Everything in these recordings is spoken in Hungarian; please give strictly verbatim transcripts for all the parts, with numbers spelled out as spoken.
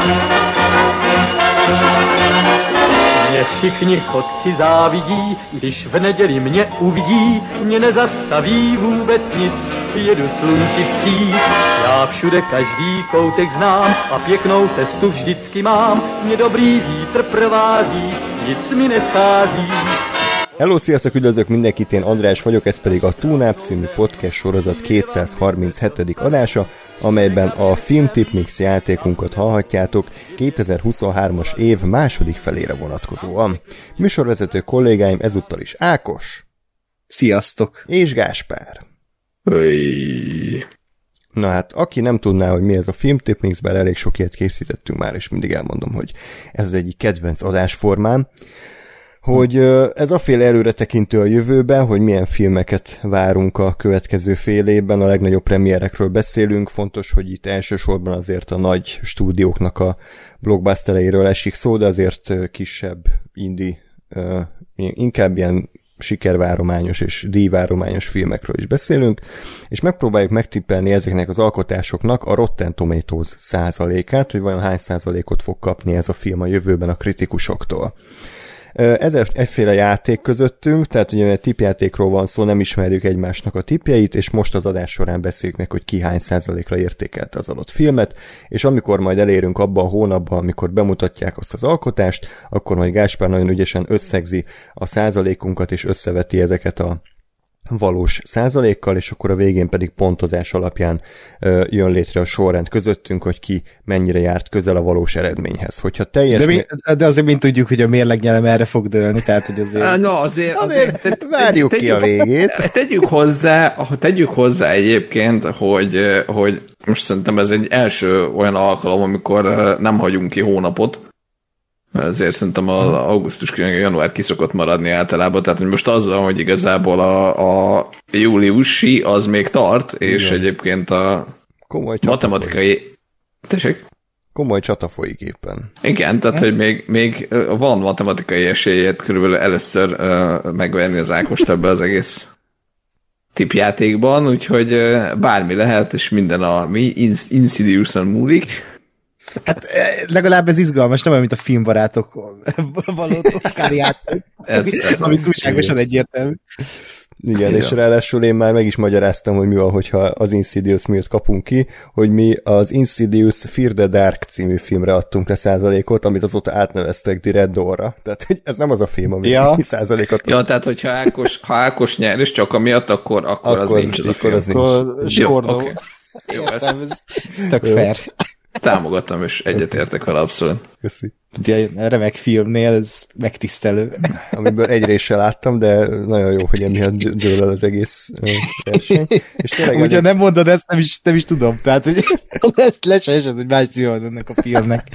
Mě všichni chodci závidí, když v neděli mě uvidí, mě nezastaví vůbec nic, jedu slunci vstříc. Já všude každý koutek znám a pěknou cestu vždycky mám, mě dobrý vítr provází, nic mi neschází. Hello, sziasztok, üdvözlök mindenkit, én András vagyok, ez pedig a Tune-Up című podcast sorozat kétszázharminchetedik adása, amelyben a Filmtip Mix játékunkat hallhatjátok kétezer-huszonhármas év második felére vonatkozóan. Műsorvezető kollégáim ezúttal is Ákos. Sziasztok! És Gáspár. Öy. Na hát, aki nem tudná, hogy mi ez a Filmtip Mix, bár elég sok ilyet készítettünk már, és mindig elmondom, hogy ez az egyik kedvenc adásformám, hogy ez aféle előre tekintő a jövőben, hogy milyen filmeket várunk a következő fél évben, a legnagyobb premierekről beszélünk, fontos, hogy itt elsősorban azért a nagy stúdióknak a blockbustereiről esik szó, de azért kisebb indie, inkább ilyen sikervárományos és díjvárományos filmekről is beszélünk, és megpróbáljuk megtippelni ezeknek az alkotásoknak a Rotten Tomatoes százalékát, hogy vajon hány százalékot fog kapni ez a film a jövőben a kritikusoktól. Ez egyféle játék közöttünk, tehát ugye tippjátékról van szó, nem ismerjük egymásnak a tippjeit, és most az adás során beszéljük meg, hogy ki hány százalékra értékelte az adott filmet, és amikor majd elérünk abban a hónapban, amikor bemutatják azt az alkotást, akkor majd Gáspár nagyon ügyesen összegzi a százalékunkat, és összeveti ezeket a valós százalékkal, és akkor a végén pedig pontozás alapján ö, jön létre a sorrend közöttünk, hogy ki mennyire járt közel a valós eredményhez. Hogyha teljes... De, mi, de azért mind tudjuk, hogy a mérlegnyelem erre fog dőlni, tehát hogy azért... Na, azért, azért, azért te, várjuk te, ki tegyük, a végét. Tegyük hozzá, tegyük hozzá egyébként, hogy, hogy most szerintem ez egy első olyan alkalom, amikor nem hagyunk ki hónapot, ezért szerintem az augusztus, január ki szokott maradni általában, tehát hogy most az van, hogy igazából a, a júliusi az még tart, és igen, egyébként a komoly matematikai... Tessék? Komoly csata folyik éppen. Igen, tehát hogy még, még van matematikai esélyed körülbelül először uh, megvenni az Ákost ebbe az egész tippjátékban, úgyhogy uh, bármi lehet, és minden a mi Insidiouson múlik. Hát legalább ez izgalmas, nem olyan, mint a filmbarátok való Oscar játék, ez, ez ami túlságosan egyértelmű. Igen, és ráadásul én már meg is magyaráztam, hogy mi van, hogyha az Insidious miért kapunk ki, hogy mi az Insidious Fear the Dark című filmre adtunk le százalékot, amit azóta átneveztek The Red Door-ra. Tehát hogy ez nem az a film, ami ja. százalékot... Ja, tehát hogyha Ákos, ha Ákos nyer, és csak amiatt, akkor, akkor, akkor az nincs az a film. Az nincs. Jó, oké. Okay. Jó, ez, ez, ez tök fair. Támogattam, és egyetértek vele abszolút. Köszi. Ugye remek filmnél ez megtisztelő. Amiből egy réssel láttam, de nagyon jó, hogy emiatt dől el az egész verseny. Ugye elég... nem mondod ezt, nem is, nem is tudom. Tehát, hogy le se esett, hogy más szívod ennek a filmnek.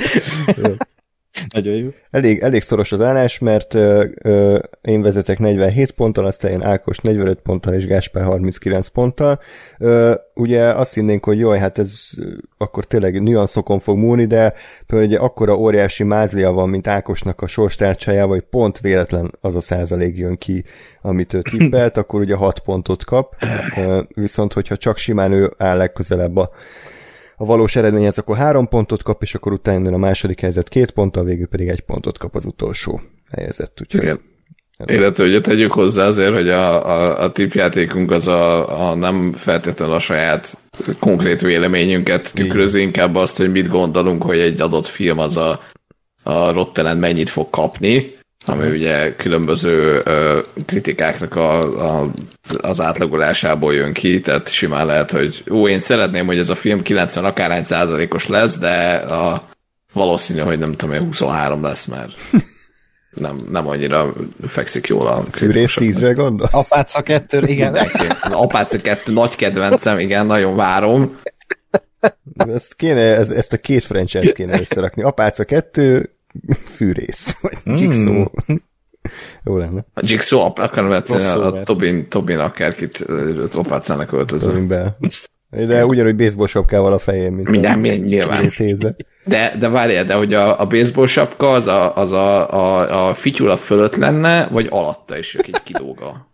Nagyon jó. Elég, elég szoros az állás, mert ö, ö, én vezetek negyvenhét ponttal, aztán én Ákos negyvenöt ponttal, és Gáspár harminckilenc ponttal. Ö, ugye azt hinnénk, hogy jaj, hát ez akkor tényleg nüanszokon fog múlni, de például ugye akkora óriási mázlia van, mint Ákosnak a sorstárcsájával, hogy pont véletlen az a százalék jön ki, amit ő tippelt, akkor ugye hat pontot kap. Ö, viszont, hogyha csak simán ő áll legközelebb a a valós eredményhez, akkor három pontot kap, és akkor utána a második helyzet két ponttal, végül pedig egy pontot kap az utolsó helyezett. Úgyhogy igen. Illetve, hogy tegyük hozzá azért, hogy a, a, a tippjátékunk az a, a nem feltétlenül a saját konkrét véleményünket tükrözi, inkább azt, hogy mit gondolunk, hogy egy adott film az a, a Rottenen mennyit fog kapni, ami ugye különböző ö, kritikáknak a, a, az átlagolásából jön ki, tehát simán lehet, hogy ó, én szeretném, hogy ez a film kilencven akárhány százalékos lesz, de a, valószínű, hogy nem tudom, hogy huszonhárom lesz, mert nem, nem annyira fekszik jól a kritikusoknak. Fűrész tízre gondolsz? Apáca kettő, igen. Apáca kettő, nagy kedvencem, igen, nagyon várom. Ezt, kéne, ez, ezt a két franchise kéne összerakni. Apáca kettő, Fűrész, vagy mm. Jigsaw. Jó lenne. A Jigsaw, akarom egyszerűen a Tobin, Tobin akárkit apácának öltöző. De ugyanúgy baseball sapkával a fején, mint minden, a nyilván. De, de várjál, de hogy a, a baseball sapka az a, az a, a, a fityula fölött lenne, vagy alatta is egy kidóga?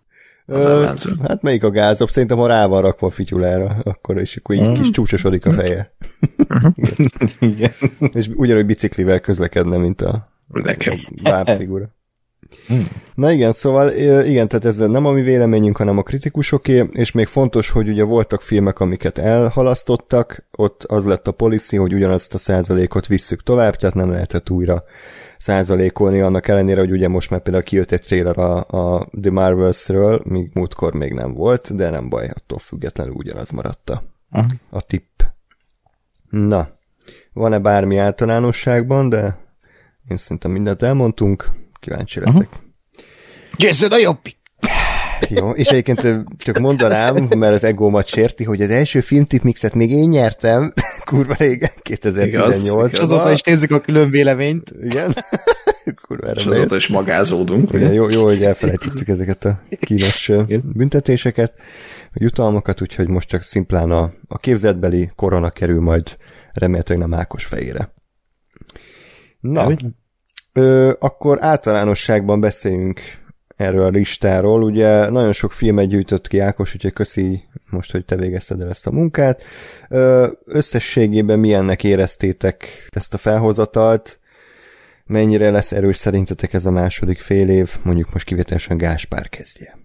Ö, hát melyik a gázabb? Szerintem, ha rá van rakva a fityulára, akkor is akkor így mm. kis csúcsosodik a feje. Igen. Igen. És ugyanúgy biciklivel közlekedne, mint a, a bábfigura. Hmm. Na igen, szóval igen, tehát ez nem a mi véleményünk, hanem a kritikusoké, és még fontos, hogy ugye voltak filmek, amiket elhalasztottak, ott az lett a policy, hogy ugyanazt a százalékot visszük tovább, tehát nem lehetett újra százalékolni, annak ellenére, hogy ugye most már például kijött egy trailer a, a The Marvels-ről, míg múltkor még nem volt, de nem baj, attól függetlenül ugyanaz maradt a, uh-huh. a tipp. Na, van-e bármi általánosságban, de én szerintem mindent elmondtunk, kíváncsi leszek. Uh-huh. Győzzön a jobbik! Jó, és egyébként csak mondanám, mert az egómat sérti, hogy az első filmtipmixet még én nyertem, kurva régen, kétezer-tizennyolc. És azóta is nézzük a külön véleményt. Igen. Kurva és azóta is magázódunk. Igen, jó, jó, hogy elfelejtettük ezeket a kínos büntetéseket, a jutalmakat, úgyhogy most csak szimplán a, a képzetbeli korona kerül majd remélhetőleg nem Ákos fejére. Na, ö, akkor általánosságban beszéljünk erről a listáról. Ugye nagyon sok filmet gyűjtött ki Ákos, úgyhogy köszi most, hogy te végezted el ezt a munkát. Ö, összességében milyennek éreztétek ezt a felhozatalt? Mennyire lesz erős szerintetek ez a második fél év? Mondjuk most kivételesen Gáspár kezdje.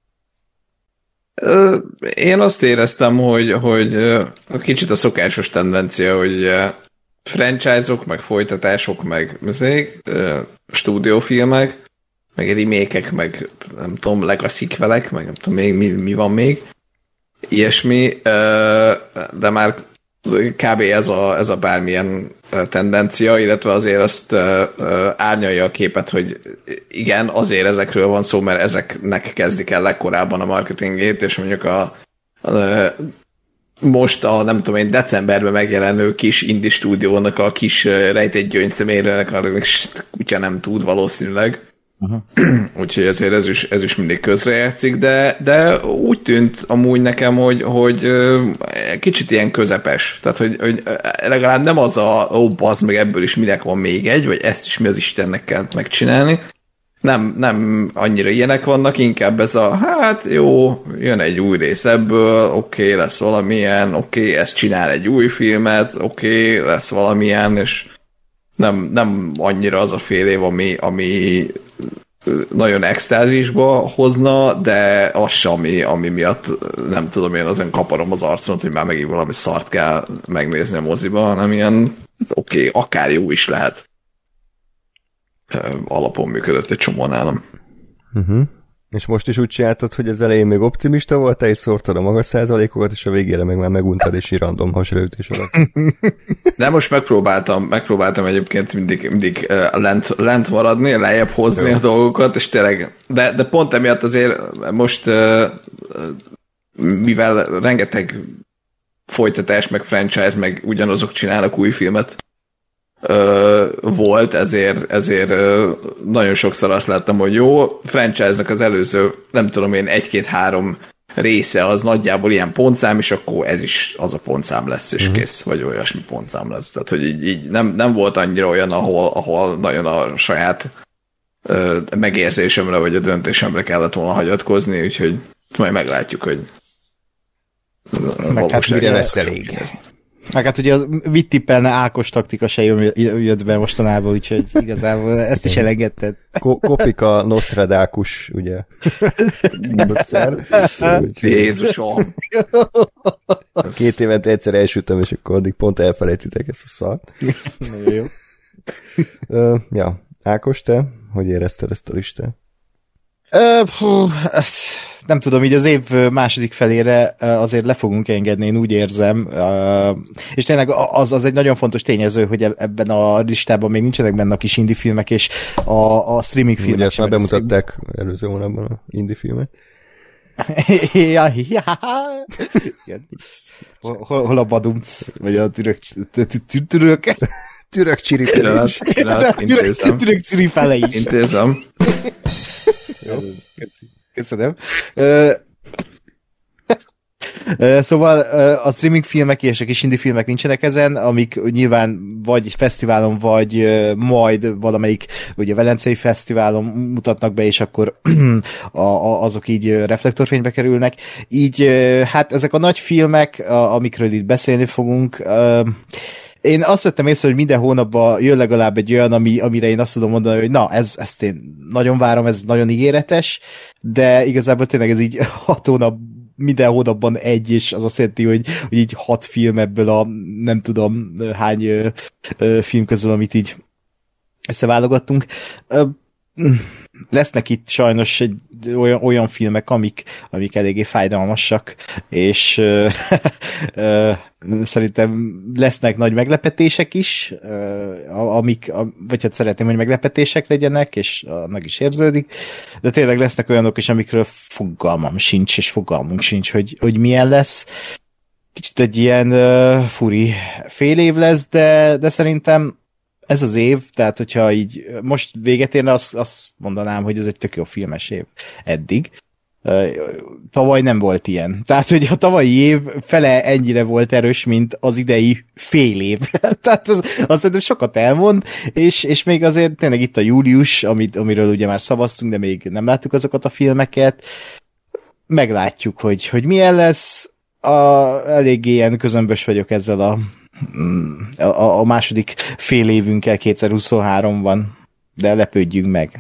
Én azt éreztem, hogy, hogy kicsit a szokásos tendencia, hogy franchise-ok, meg folytatások, meg műzik, stúdiófilmek, meg remake-ek, meg nem tudom, legacy-velek, meg nem tudom még mi, mi van még, ilyesmi, de már kb. ez a, ez a bármilyen tendencia, illetve azért azt árnyalja a képet, hogy igen, azért ezekről van szó, mert ezeknek kezdik el legkorábban a marketingét, és mondjuk a, a most a, nem tudom én, decemberben megjelenő kis indie stúdiónak a kis rejtett gyöngyszemérőnek a kutya nem tud valószínűleg. Uh-huh. Úgyhogy ezért ez is, ez is mindig közrejátszik, de, de úgy tűnt amúgy nekem, hogy, hogy kicsit ilyen közepes. Tehát, hogy, hogy legalább nem az a ó, bazd meg, ebből is minek van még egy, vagy ezt is mi az Istennek kell megcsinálni. Nem, nem annyira ilyenek vannak, inkább ez a, hát jó, jön egy új rész ebből, oké, okay, lesz valamilyen, oké, okay, ezt csinál egy új filmet, oké, okay, lesz valamilyen, és nem, nem annyira az a fél év, ami, ami nagyon extázisba hozna, de az sem, ami, ami miatt nem tudom, én azon kaparom az arcon, hogy már megint valami szart kell megnézni a moziba, hanem ilyen, oké, okay, akár jó is lehet. Alapon működött egy csomó nálam. Uh-huh. És most is úgy csináltad, hogy az elején még optimista voltál, és szórtad a magas százalékokat, és a végére meg már meguntad, és így random hasraütés alatt. De most megpróbáltam, megpróbáltam egyébként mindig, mindig uh, lent, lent maradni, lejjebb hozni Jó. a dolgokat, és tényleg, de, de pont emiatt azért most, uh, mivel rengeteg folytatás, meg franchise, meg ugyanazok csinálnak új filmet, Uh, volt, ezért, ezért uh, nagyon sokszor azt láttam, hogy jó, franchise-nak az előző, nem tudom én, egy-két-három része az nagyjából ilyen pontszám, és akkor ez is az a pontszám lesz, és uh-huh. kész, vagy olyasmi pontszám lesz. Tehát, hogy így, így nem, nem volt annyira olyan, ahol, ahol nagyon a saját uh, megérzésemre, vagy a döntésemre kellett volna hagyatkozni, úgyhogy majd meglátjuk, hogy meg hát mire lesz elég. Meg hát ugye mit tippelne Ákos taktika se jött be mostanában, úgyhogy igazából ezt is elengedted. Ko- kopik a Nostradamus, ugye? Jézusom! Két évente egyszer elsütöm, és akkor addig pont elfelejtitek ezt a szart. Nagyon jó. uh, ja, Ákos, te hogy érezted ezt a listát? Uh, pff, nem tudom, így az év második felére azért le fogunk engedni, én úgy érzem, és tényleg az, az egy nagyon fontos tényező, hogy ebben a listában még nincsenek benne a kis indie filmek, és a, a streaming filmek. Ugye ezt már bemutatták előző hónapban a indie filmet. ja, ja. hol, hol a badumc, vagy a türök türök türök csiripelés. Türök csiripelés. Intézem. Köszönöm. Szóval a streaming filmek és a kis indie filmek nincsenek ezen, amik nyilván vagy fesztiválon, vagy majd valamelyik ugye Velencei Fesztiválon mutatnak be, és akkor azok így reflektorfénybe kerülnek. Így hát ezek a nagy filmek, amikről itt beszélni fogunk, én azt vettem észre, hogy minden hónapban jön legalább egy olyan, ami, amire én azt tudom mondani, hogy na, ez, ezt én nagyon várom, ez nagyon ígéretes, de igazából tényleg ez így hat hónap, minden hónapban egy, és az azt jelenti, hogy, hogy így hat film ebből a nem tudom hány ö, ö, film közül, amit így összeválogattunk. Ö, lesznek itt sajnos egy, olyan, olyan filmek, amik, amik eléggé fájdalmasak, és ö, ö, szerintem lesznek nagy meglepetések is, ö, amik, vagy hát szeretném, hogy meglepetések legyenek, és annak is érződik, de tényleg lesznek olyanok is, amikről fogalmam sincs, és fogalmunk sincs, hogy, hogy milyen lesz. Kicsit egy ilyen ö, furi fél év lesz, de, de szerintem ez az év, tehát hogyha így most véget érne, azt, azt mondanám, hogy ez egy tök jó filmes év eddig. Tavaly nem volt ilyen. Tehát, hogy a tavalyi év fele ennyire volt erős, mint az idei fél év. Tehát az, azt szerintem sokat elmond, és, és még azért tényleg itt a július, amit, amiről ugye már szavaztunk, de még nem láttuk azokat a filmeket. Meglátjuk, hogy, hogy milyen lesz. A, eléggé ilyen közömbös vagyok ezzel a A, a második fél évünkkel kétezer-huszonháromban, de lepődjünk meg.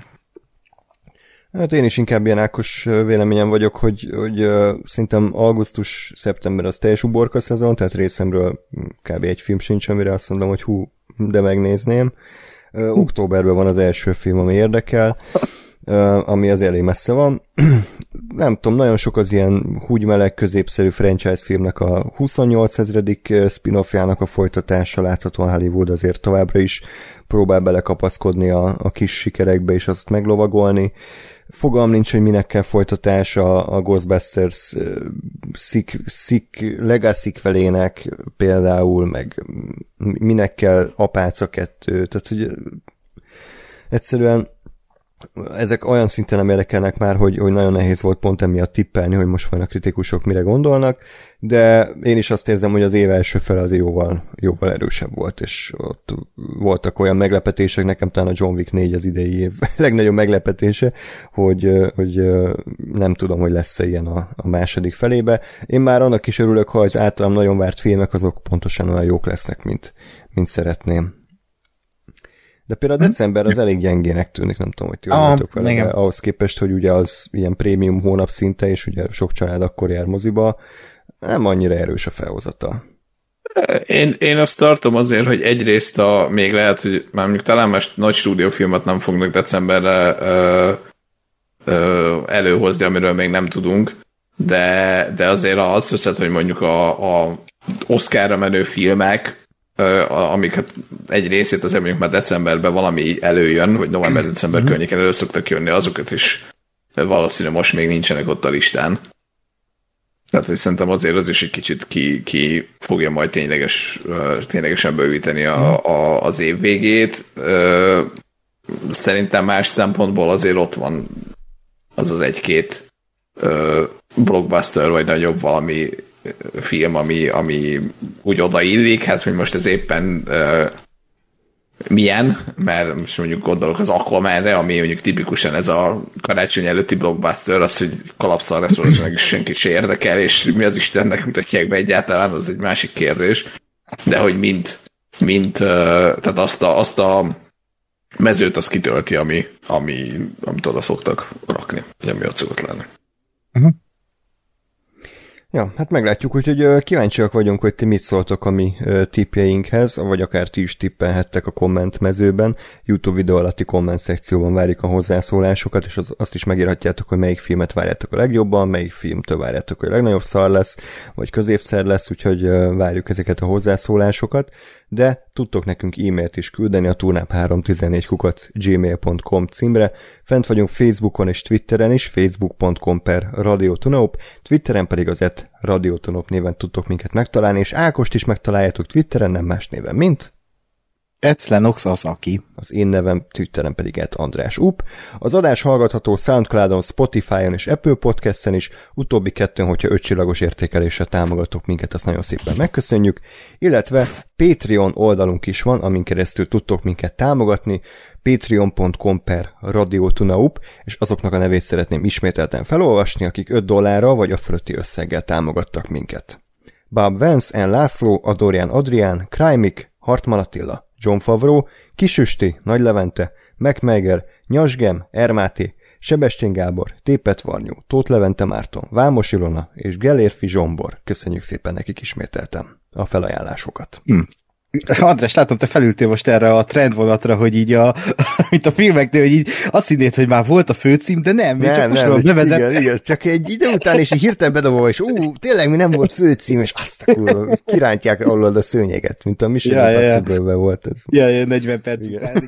Hát én is inkább ilyen Ákos véleményem vagyok, hogy, hogy uh, szerintem augusztus-szeptember az teljes uborka szezon, tehát részemről kb. Egy film sincs, amire azt mondom, hogy hú, de megnézném. Uh, októberben van az első film, ami érdekel, uh, ami az elég messze van. Nem tudom, nagyon sok az ilyen húgymeleg középszerű franchise filmnek a huszonnyolcezredik spin-offjának a folytatása, láthatóan Hollywood azért továbbra is próbál belekapaszkodni a, a kis sikerekbe, és azt meglovagolni. Fogalm nincs, hogy minek kell folytatás a, a Ghostbusters uh, szik, szik, legacy felének például, meg minek kell Apáca kettő, tehát hogy egyszerűen ezek olyan szinten nem érdekelnek már, hogy, hogy nagyon nehéz volt pont emiatt tippelni, hogy most van a kritikusok mire gondolnak, de én is azt érzem, hogy az év első fele azért jóval, jóval erősebb volt, és ott voltak olyan meglepetések, nekem talán a John Wick négy az idei év legnagyobb meglepetése, hogy, hogy nem tudom, hogy lesz-e ilyen a, a második felébe. Én már annak is örülök, ha az általam nagyon várt filmek, azok pontosan olyan jók lesznek, mint, mint szeretném. De például a december az elég gyengének tűnik, nem tudom, hogy ti vagytok vele, de ahhoz képest, hogy ugye az ilyen prémium hónap szinte, és ugye sok család akkor jár moziba, nem annyira erős a felhozata. Én, én azt tartom azért, hogy egyrészt a, még lehet, hogy már mondjuk talán most nagy stúdiófilmet nem fognak decemberre ö, ö, előhozni, amiről még nem tudunk, de, de azért az hiszed, hogy mondjuk a, a Oscarra menő filmek, amiket egy részét azért mondjuk már decemberben valami előjön, vagy november-december mm-hmm. környéken elő szoktak jönni, azokat is valószínű most még nincsenek ott a listán. Tehát, hogy szerintem azért az is egy kicsit ki, ki fogja majd tényleges, ténylegesen bővíteni a, a, az év végét. Szerintem más szempontból azért ott van az az egy-két blockbuster, vagy nagyobb valami film, ami, ami úgy odaillik, hát hogy most ez éppen uh, milyen, mert most mondjuk gondolok az Aquamanre, ami mondjuk tipikusan ez a karácsony előtti blockbuster, az, hogy kalapszal lesz valószínűleg is senkit se érdekel, és mi az Istennek mutatják be egyáltalán, az egy másik kérdés. De hogy mint, mint uh, tehát azt a, azt a mezőt az kitölti, ami, ami amit oda szoktak rakni, vagy ami ott szokott lenni. Uh-huh. Ja, hát meglátjuk, úgyhogy kíváncsiak vagyunk, hogy ti mit szóltok a mi tippjeinkhez, vagy akár ti is tippelhettek a komment mezőben. YouTube videó alatti komment szekcióban várjuk a hozzászólásokat, és az, azt is megírhatjátok, hogy melyik filmet várjátok a legjobban, melyik filmtől várjátok, hogy a legnagyobb szar lesz, vagy középszer lesz, úgyhogy várjuk ezeket a hozzászólásokat, de tudtok nekünk e-mailt is küldeni a turnap három tizennégy kukac gmail pont com címre. Fent vagyunk Facebookon és Twitteren is, facebook pont com per radiotonop, Twitteren pedig az et radiotonop néven tudtok minket megtalálni, és Ákost is megtaláljátok Twitteren, nem más néven, mint? Et Lenox az aki. Az én nevem Twitteren pedig et András Up. Az adás hallgatható Soundcloudon, Spotify-on és Apple Podcast-en is, utóbbi kettőn, hogyha ötcsillagos értékeléssel támogatok minket, azt nagyon szépen megköszönjük, illetve Patreon oldalunk is van, amin keresztül tudtok minket támogatni, patreon pont com per radiotunaup, és azoknak a nevét szeretném ismételten felolvasni, akik öt dollárral vagy a fölötti összeggel támogattak minket. Bob Vance, N. László, Adorján Adrián, Krajmik, Hartman Attila, John Favreau, Kisüsti, Nagy Levente, MacMeger, Nyasgem, Ermáté, Sebestyén Gábor, Tépet Varnyú, Tóth Levente Márton, Vámos Ilona és Gellérfi Zsombor. Köszönjük szépen nekik ismételtem a felajánlásokat. Hm. András, látom, te felültél most erre a trendvonatra, hogy így a, mint a filmeknél, hogy így azt hinnéd, hogy már volt a főcím, de nem, mi csak most nem, igen, igen, csak egy idő után, és így hirtelen bedobva, és ú, tényleg mi nem volt főcím, és azt a kurva, kirántják alól a szőnyeget, mint a Mission ja, Impossible-ben ja. volt ez. Ja, ja, negyven perc után.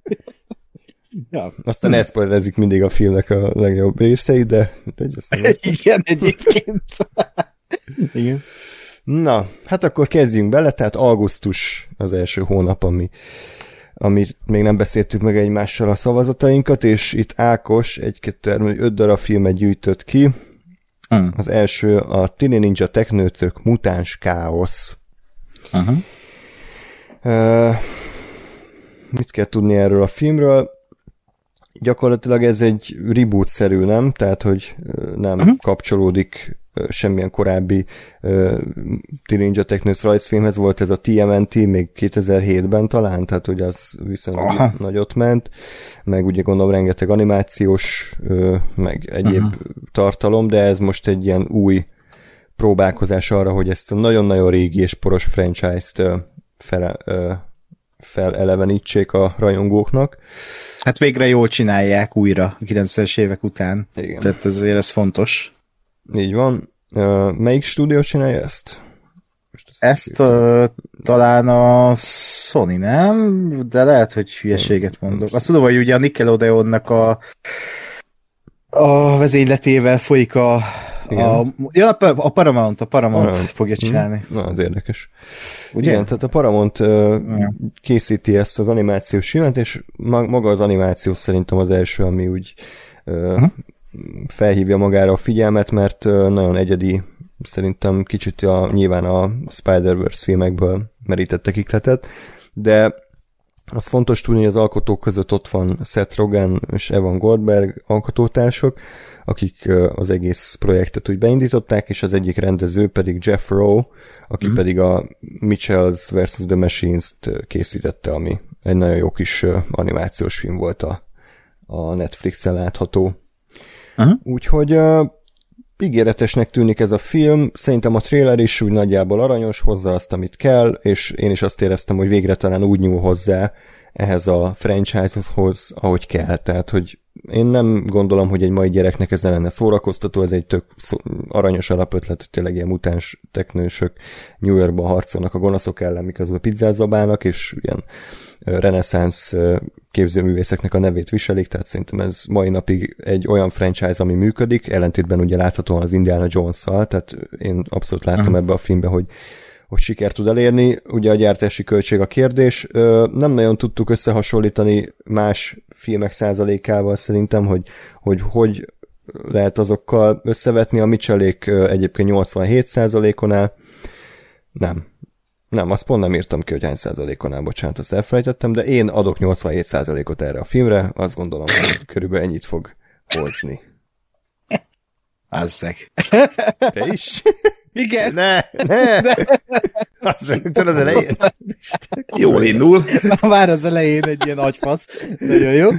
Ja. Aztán elszpoilerezik mindig a filmnek a legjobb részei, de... de igen, egyébként. Igen. Na, hát akkor kezdjünk bele, tehát augusztus az első hónap, ami, ami még nem beszéltük meg egymással a szavazatainkat, és itt Ákos egy-kettő öt darab filmet gyűjtött ki. Mm. Az első a Tini Ninja Teknőcök Mutáns Káosz. Uh-huh. Uh, mit kell tudni erről a filmről? Gyakorlatilag ez egy reboot-szerű, nem? Tehát, hogy nem uh-huh. kapcsolódik semmilyen korábbi uh, Tini Ninja Teknőc rajzfilmhez. Volt ez a té em en té még kétezer-hétben talán, tehát ugye az viszonylag Aha. nagyot ment, meg ugye gondolom rengeteg animációs, uh, meg egyéb uh-huh. tartalom, de ez most egy ilyen új próbálkozás arra, hogy ezt a nagyon-nagyon régi és poros franchise-t uh, fele, uh, felelevenítsék a rajongóknak. Hát végre jól csinálják újra a kilencvenes évek után. Igen. Tehát ezért ez fontos. Így van. Uh, melyik stúdió csinálja ezt? Ezt uh, talán a Sony, nem? De lehet, hogy hülyeséget mondok. Azt tudom, hogy ugye a Nickelodeonnak a a vezényletével folyik a a, ja, a Paramount, a Paramount, Paramount fogja csinálni. Na, az érdekes. Ugye? Igen, tehát a Paramount uh, készíti ezt az animációs filmet, és maga az animáció szerintem az első, ami úgy uh, uh-huh. felhívja magára a figyelmet, mert uh, nagyon egyedi, szerintem kicsit a, nyilván a Spider-Verse filmekből merítettek ikletet, de az fontos tudni, hogy az alkotók között ott van Seth Rogen és Evan Goldberg alkotótársak, akik az egész projektet úgy beindították, és az egyik rendező pedig Jeff Rowe, aki mm. pedig a Mitchells versus. The Machines-t készítette, ami egy nagyon jó kis animációs film volt a, a Netflixen látható. Uh-huh. Úgyhogy uh, ígéretesnek tűnik ez a film, szerintem a trailer is úgy nagyjából aranyos, hozza azt, amit kell, és én is azt éreztem, hogy végre talán úgy nyúl hozzá ehhez a franchise-hoz, ahogy kell. Tehát, hogy én nem gondolom, hogy egy mai gyereknek ez lenne szórakoztató, ez egy tök aranyos alapötlet, hogy tényleg ilyen mutáns teknősök New Yorkban harcolnak a gonoszok ellen, miközben pizzázabálnak, és ilyen reneszánsz képzőművészeknek a nevét viselik, tehát szerintem ez mai napig egy olyan franchise, ami működik, ellentétben ugye láthatóan az Indiana Jones-szal, tehát én abszolút láttam uh-huh. ebbe a filmbe, hogy hogy sikert tud elérni. Ugye a gyártási költség a kérdés. Nem nagyon tudtuk összehasonlítani más filmek százalékával szerintem, hogy hogy, hogy lehet azokkal összevetni. A Mitchellék egyébként nyolcvanhét százalékon áll. Nem. Nem, azt pont nem írtam ki, hogy hány százalékon áll, bocsánat, azt elfelejtettem, de én adok nyolcvanhét százalékot erre a filmre, azt gondolom, hogy körülbelül ennyit fog hozni. Azzeg. Te is? Igen. Ne, ne. ne. Azt tudod, az elején. Jól indul. Már az elején egy ilyen agyfasz. Nagyon jó.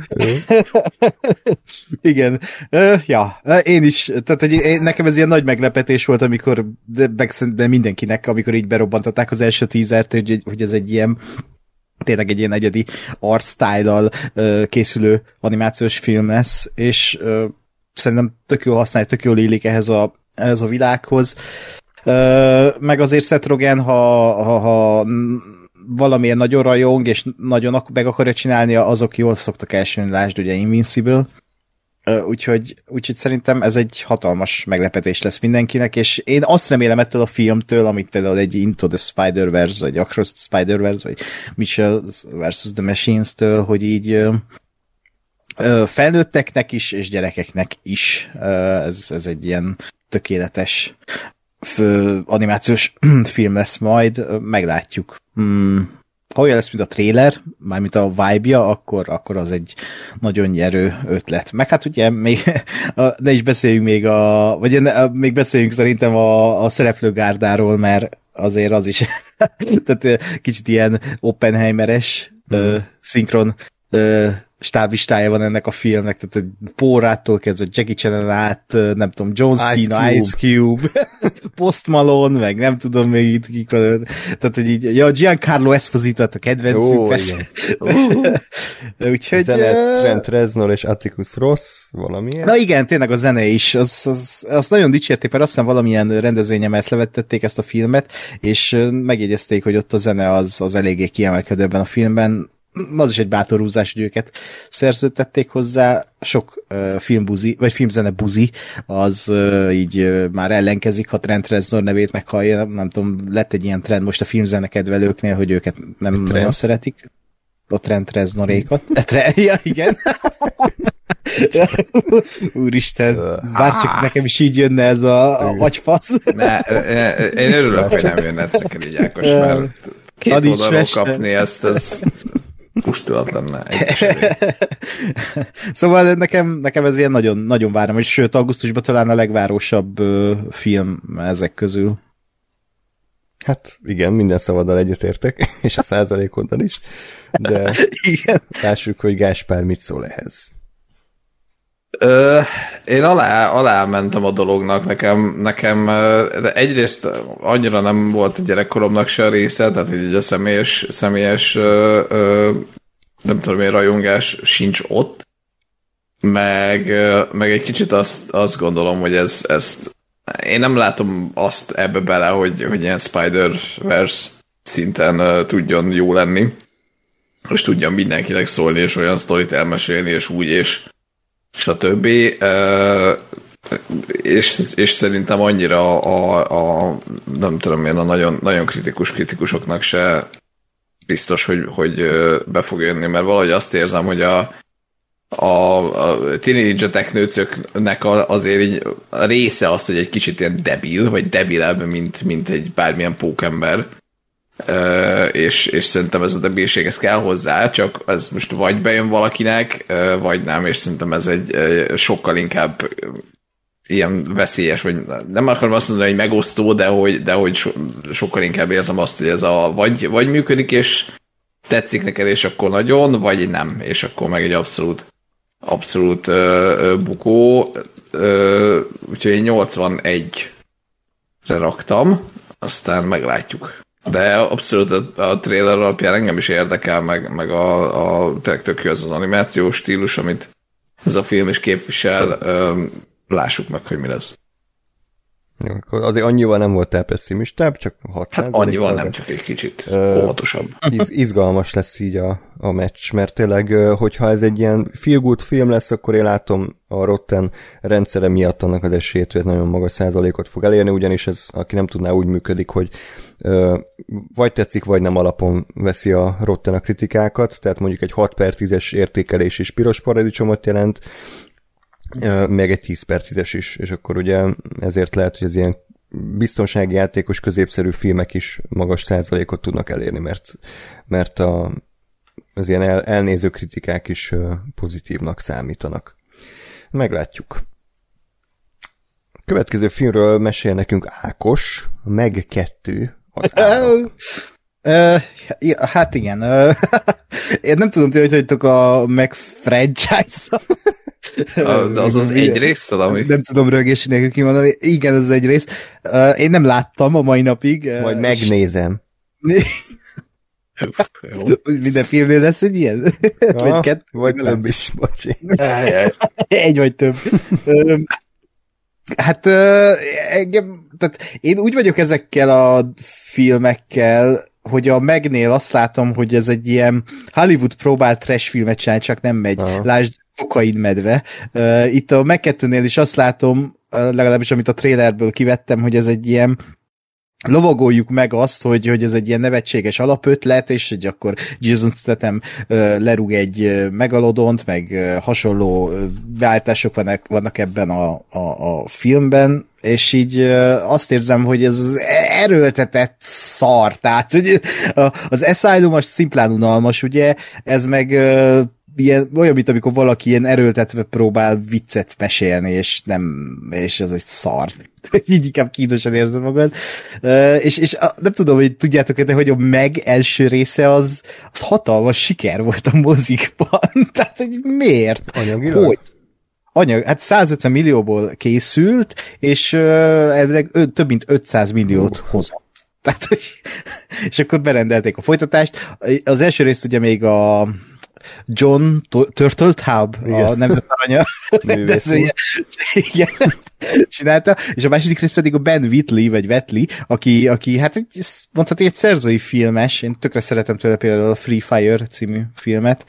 Igen. Uh, ja, én is, tehát hogy én, nekem ez ilyen nagy meglepetés volt, amikor, de, de mindenkinek, amikor így berobbantották az első tízert, hogy, hogy ez egy ilyen tényleg egy ilyen egyedi art style-al uh, készülő animációs film lesz, és uh, szerintem tök jól használja, tök jól illik ehhez a, ehhez a világhoz. Uh, meg azért Seth Rogen, ha, ha, ha valamilyen nagyon rajong, és nagyon meg akarja csinálni, azok jól szoktak elsőn, lásd ugye Invincible, Úgyhogy, úgyhogy szerintem ez egy hatalmas meglepetés lesz mindenkinek, és én azt remélem ettől a filmtől, amit például egy Into the Spider-Verse, vagy Across the Spider-Verse, vagy Mitchell versus. The Machines-től, hogy így felnőtteknek is, és gyerekeknek is ez, ez egy ilyen tökéletes fő animációs film lesz majd, meglátjuk. Hmm. Ha olyan lesz, mint a trailer, mármint a vibe-ja, akkor, akkor az egy nagyon nyerő ötlet. Meg hát ugye még, ne is beszéljünk még a, vagy ne, még beszéljünk szerintem a, a szereplőgárdáról, mert azért az is tehát kicsit ilyen Oppenheimeres mm. uh, szinkron uh, stáblistája van ennek a filmnek, tehát Pórától kezdve Jackie Chan-en át, nem tudom, John Cena, Ice Cube, Post Malone, meg nem tudom még itt kik van. Tehát, hogy így, ja, Giancarlo Esposito a kedvencünk, persze. Úgyhogy... Zene Trent Reznor és Atticus Ross, valamilyen. Na igen, tényleg a zene is, az, az, azt nagyon dicsérték, mert azt hiszem valamilyen rendezvényen ezt levettették ezt a filmet, és megjegyezték, hogy ott a zene az, az eléggé kiemelkedő ebben a filmben. Az is egy bátor húzás, hogy őket szerződtették hozzá, sok uh, filmbuzi, vagy filmzene buzi, az uh, így uh, már ellenkezik, ha Trent Reznor nevét meghallja, nem tudom, lett egy ilyen trend most a filmzene kedvelőknél, hogy őket nem nagyon trend. Szeretik. A Trent Reznorékat. ja, igen. Úristen, bárcsak nekem is így jönne ez a, a agyfasz. Ne, én örülök, hogy nem jönne ezt neked így, Ákos, mert két oldalról kapni ezt, ez pusztulat lenne. Szóval nekem, nekem ez ilyen nagyon, nagyon várom, és sőt, augusztusban talán a legvárosabb ö, film ezek közül. Hát igen, minden szavaddal egyetértek, és a százalékoddal is, de igen. lássuk, hogy Gáspár mit szól ehhez. Ö, én alá, alá mentem a dolognak, nekem, nekem de egyrészt annyira nem volt a gyerekkoromnak se a része, tehát hogy a személyes, személyes ö, ö, nem tudom én, rajongás sincs ott, meg, meg egy kicsit azt, azt gondolom, hogy ez, ezt én nem látom azt ebbe bele, hogy, hogy ilyen Spider-Verse szinten uh, tudjon jó lenni, és tudjon mindenkinek szólni, és olyan sztorit elmesélni, és úgy, és stb. Uh, és, és szerintem annyira a, a nem tudom én, a nagyon, nagyon kritikus kritikusoknak se biztos, hogy, hogy be fog jönni, mert valahogy azt érzem, hogy a a, a teenage teknőcöknek azért így a része az, hogy egy kicsit ilyen debil, vagy debilebb, mint, mint egy bármilyen pókember. Uh, és, és szerintem ez a debilség, ez kell hozzá, csak ez most vagy bejön valakinek, uh, vagy nem, és szerintem ez egy uh, sokkal inkább ilyen veszélyes, vagy nem akarom azt mondani, hogy megosztó, de hogy, de hogy so, sokkal inkább érzem azt, hogy ez a vagy, vagy működik, és tetszik neked, és akkor nagyon, vagy nem, és akkor meg egy abszolút abszolút uh, bukó, uh, úgyhogy én nyolcvanegyre raktam, aztán meglátjuk. De abszolút a, a trailer alapján engem is érdekel, meg, meg a, a tényleg tök jó az az animációs stílus, amit ez a film is képvisel, uh, lássuk meg, hogy mi lesz. Jó, akkor azért annyival nem voltál pessimistább, csak hat Hát annyival nem, csak egy kicsit uh, óvatosabb. Iz, izgalmas lesz így a, a meccs, mert tényleg, hogyha ez egy ilyen feel good film lesz, akkor én látom a Rotten rendszere miatt annak az esélyét, hogy ez nagyon magas százalékot fog elérni, ugyanis ez, aki nem tudná, úgy működik, hogy uh, vagy tetszik, vagy nem alapon veszi a Rotten a kritikákat, tehát mondjuk egy hat per tízes értékelés is piros paradicsomot jelent, még egy tíz per tízes is, és akkor ugye ezért lehet, hogy az ilyen biztonsági játékos középszerű filmek is magas százalékot tudnak elérni, mert, mert a, az ilyen el, elnéző kritikák is pozitívnak számítanak. Meglátjuk. A következő filmről mesél nekünk Ákos, meg kettő az áram. Uh, hát igen. Uh, én nem tudom, hogy vagytok a meg franchise-a. De az az egy rész, ami... Nem tudom rögési nélkül kimondani. Igen, ez az egy rész. Uh, én nem láttam a mai napig. Uh, Majd megnézem. Minden filmnél lesz egy ilyen? Ja, vagy kettő? Vagy több is, bocsi. Egy vagy több. Hát uh, engem, tehát én úgy vagyok ezekkel a filmekkel, hogy a Megnél azt látom, hogy ez egy ilyen Hollywood próbál trash filmet csinálni, csak nem megy. Aha. Lásd kokain medve. Uh, itt a Meg kettőnél is azt látom, uh, legalábbis amit a trailerből kivettem, hogy ez egy ilyen lovagoljuk meg azt, hogy, hogy ez egy ilyen nevetséges alapötlet, és hogy akkor Jason Statham uh, lerúg egy uh, megalodont, meg uh, hasonló uh, beállítások vannak, vannak ebben a, a, a filmben, és így uh, azt érzem, hogy ez az erőltetett szar, tehát hogy az Asylum az szimplán unalmas, ugye, ez meg uh, ilyen, olyan, mint amikor valaki ilyen erőltetve próbál viccet mesélni, és nem, és ez egy szar. Így inkább kínosan érzed magad. Uh, és, és nem tudom, hogy tudjátok, de hogy a Meg első része az, az hatalmas siker volt a mozikban. Tehát, hogy miért? Anyagilag? Hogy? Anyag, hát százötven millióból készült, és uh, több mint ötszáz milliót uh. hozott. Tehát, hogy, és akkor berendelték a folytatást. Az első részt ugye még a John Turteltaub, a Nemzetaranya rendezője, igen, csinálta, és a második rész pedig a Ben Wheatley, vagy Wheatley, aki, aki hát mondhatni egy szerzői filmes, én tökre szeretem tőle például a Free Fire című filmet.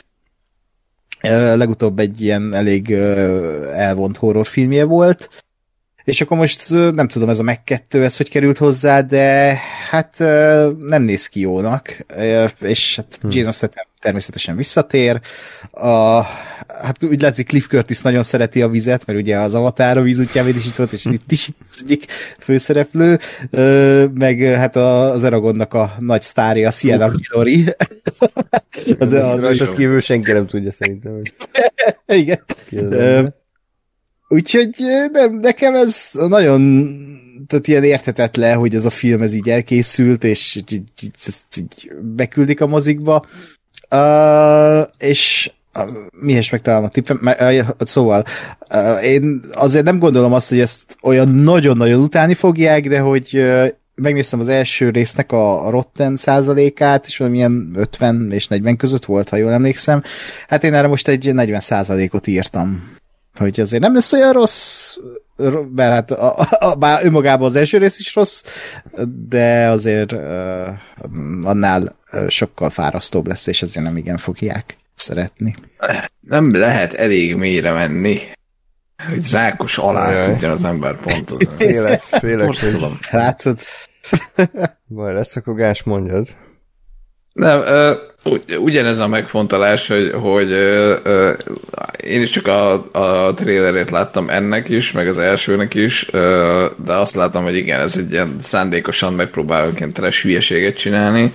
Legutóbb egy ilyen elég elvont horrorfilmje volt, és akkor most nem tudom, ez a Meg kettő, ez hogy került hozzá, de hát nem néz ki jónak, és hát Jason Statham természetesen visszatér. A, hát úgy látszik, Cliff Curtis nagyon szereti a vizet, mert ugye az Avatar a víz útján is itt volt, és itt is itt egyik főszereplő, meg hát az Eragonnak a nagy sztárja, a Sienna Miller. az, az rajtad kívül senki nem tudja szerintem. Igen. Úgyhogy nem, nekem ez nagyon tehát ilyen érthetetlen, hogy ez a film ez így elkészült, és így, így, így beküldik a mozikba. Uh, és uh, mihez megtalálom a tippem? Uh, szóval uh, én azért nem gondolom azt, hogy ezt olyan nagyon-nagyon utálni fogják, de hogy uh, megnéztem az első résznek a, a Rotten százalékát, és valamilyen ötven és negyven között volt, ha jól emlékszem. Hát én erre most egy negyven százalékot írtam. Hogy azért nem lesz olyan rossz, mert hát a, a, a, bár önmagában az első rész is rossz, de azért uh, annál sokkal fárasztóbb lesz, és azért nem igen fogják szeretni. Nem lehet elég mélyre menni, hogy zákos alá Jaj. tudja az ember pontozni. Félek, félek. Látod? Baj lesz, akkor Gás, mondjad. Nem, uh, ugyanez a megfontolás, hogy, hogy uh, uh, én is csak a, a trailerét láttam ennek is, meg az elsőnek is, uh, de azt láttam, hogy igen, ez egy ilyen szándékosan megpróbálunk ilyen trash hülyeséget csinálni.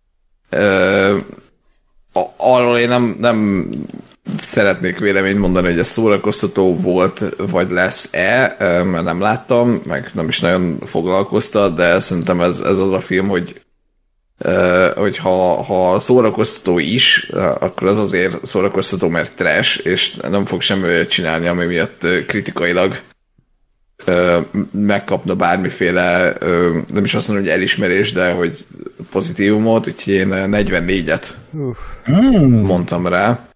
Uh, arról én nem, nem szeretnék véleményt mondani, hogy ez szórakoztató volt, vagy lesz-e, mert nem láttam, meg nem is nagyon foglalkoztat, de szerintem ez, ez az a film, hogy Uh, hogy ha, ha szórakoztató is, uh, akkor az azért szórakoztató, mert trash, és nem fog semmi olyat csinálni, ami miatt uh, kritikailag uh, megkapna bármiféle, uh, nem is azt mondom, hogy elismerés, de hogy pozitívumot, úgyhogy én negyvennégyet uh. mondtam rá.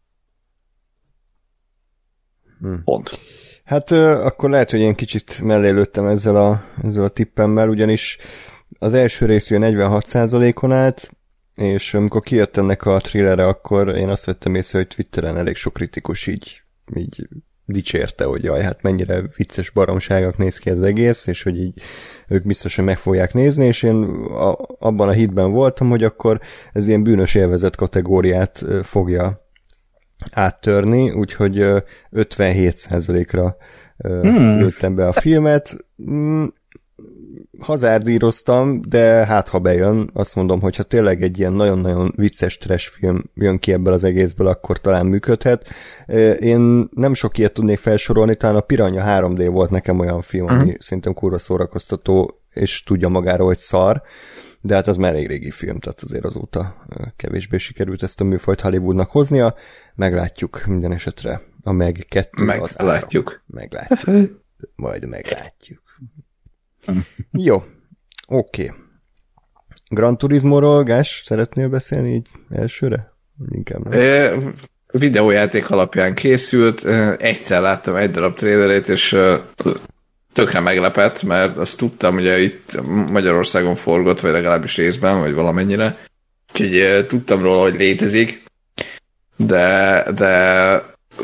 Hmm. Pont. Hát uh, akkor lehet, hogy én kicsit mellé lőttem ezzel a, ezzel a tippemmel, ugyanis az első rész ugye negyvenhat százalékon állt, és amikor kijött ennek a thrillere, akkor én azt vettem észre, hogy Twitteren elég sok kritikus így, így dicsérte, hogy jaj, hát mennyire vicces baromságok néz ki az egész, és hogy így ők biztosan meg fogják nézni, és én a, abban a hitben voltam, hogy akkor ez ilyen bűnös élvezet kategóriát fogja áttörni, úgyhogy ötvenhét százalékra hmm. lőttem be a filmet. Hazárdíroztam, de hát ha bejön, azt mondom, hogy ha tényleg egy ilyen nagyon-nagyon vicces trash film jön ki ebből az egészből, akkor talán működhet. Én nem sok ilyet tudnék felsorolni, talán a Piranha három dé volt nekem olyan film, ami uh-huh. szerintem kurva szórakoztató, és tudja magáról, hogy szar, de hát az már elég régi film, tehát azért azóta kevésbé sikerült ezt a műfajt Hollywoodnak hoznia. Meglátjuk minden esetre. A Meg kettő az Meglátjuk. Meglátjuk. Majd meglátjuk. Jó, oké. Okay. Gran Turismo-ról, Gás, szeretnél beszélni így elsőre? Inkább nem. É, videójáték alapján készült, egyszer láttam egy darab trailerét, és tökre meglepett, mert azt tudtam, hogy itt Magyarországon forgott, vagy legalábbis részben, vagy valamennyire, úgyhogy tudtam róla, hogy létezik, de, de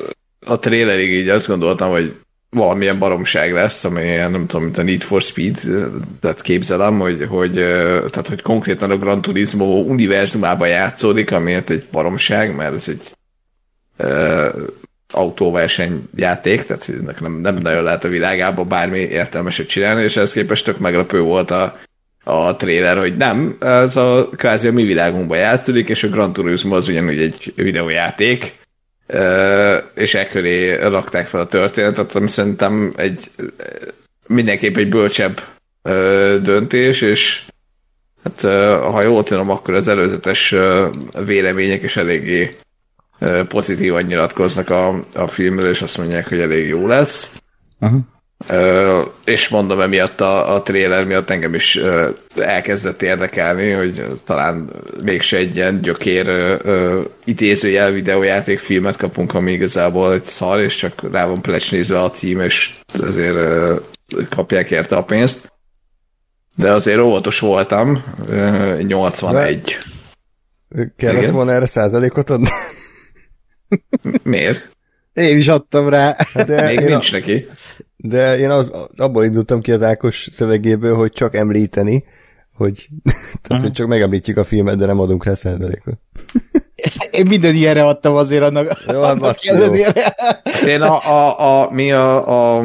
a trailerig így azt gondoltam, hogy valamilyen baromság lesz, amilyen, nem tudom, mint a Need for Speed, tehát képzelem, hogy, hogy, tehát, hogy konkrétan a Gran Turismo univerzumában játszódik, amiért egy baromság, mert ez egy uh, autóversenyjáték, tehát nem, nem nagyon lehet a világában bármi értelmeset csinálni, és ehhez képest tök meglepő volt a, a trailer, hogy nem, ez a kvázi a mi világunkban játszódik, és a Gran Turismo az ugyanúgy egy videójáték, Uh, és ekköré rakták fel a történetet, ami szerintem egy mindenképp egy bölcsebb uh, döntés, és hát uh, ha jól tudom, akkor az előzetes uh, vélemények is eléggé uh, pozitívan nyilatkoznak a, a filmről, és azt mondják, hogy elég jó lesz. Uh-huh. Uh, és mondom, emiatt a, a trailer miatt engem is uh, elkezdett érdekelni, hogy talán mégse egy ilyen gyökér uh, idézőjel videójáték filmet kapunk, ami igazából egy szar, és csak rá van plecsnézve a cím, és azért uh, kapják érte a pénzt. De azért óvatos voltam, uh, nyolcvanegy. De kellett Igen? volna erre százalékot adni? Miért? Én is adtam rá. De még nincs a... neki. De én abból indultam ki az Ákos szövegéből, hogy csak említeni, hogy, tehát, uh-huh. hogy csak megemlítjük a filmet, de nem adunk rá százalékot. Én minden ilyenre adtam azért annak, jó, annak ellenére. Én a, a, a, mi a, a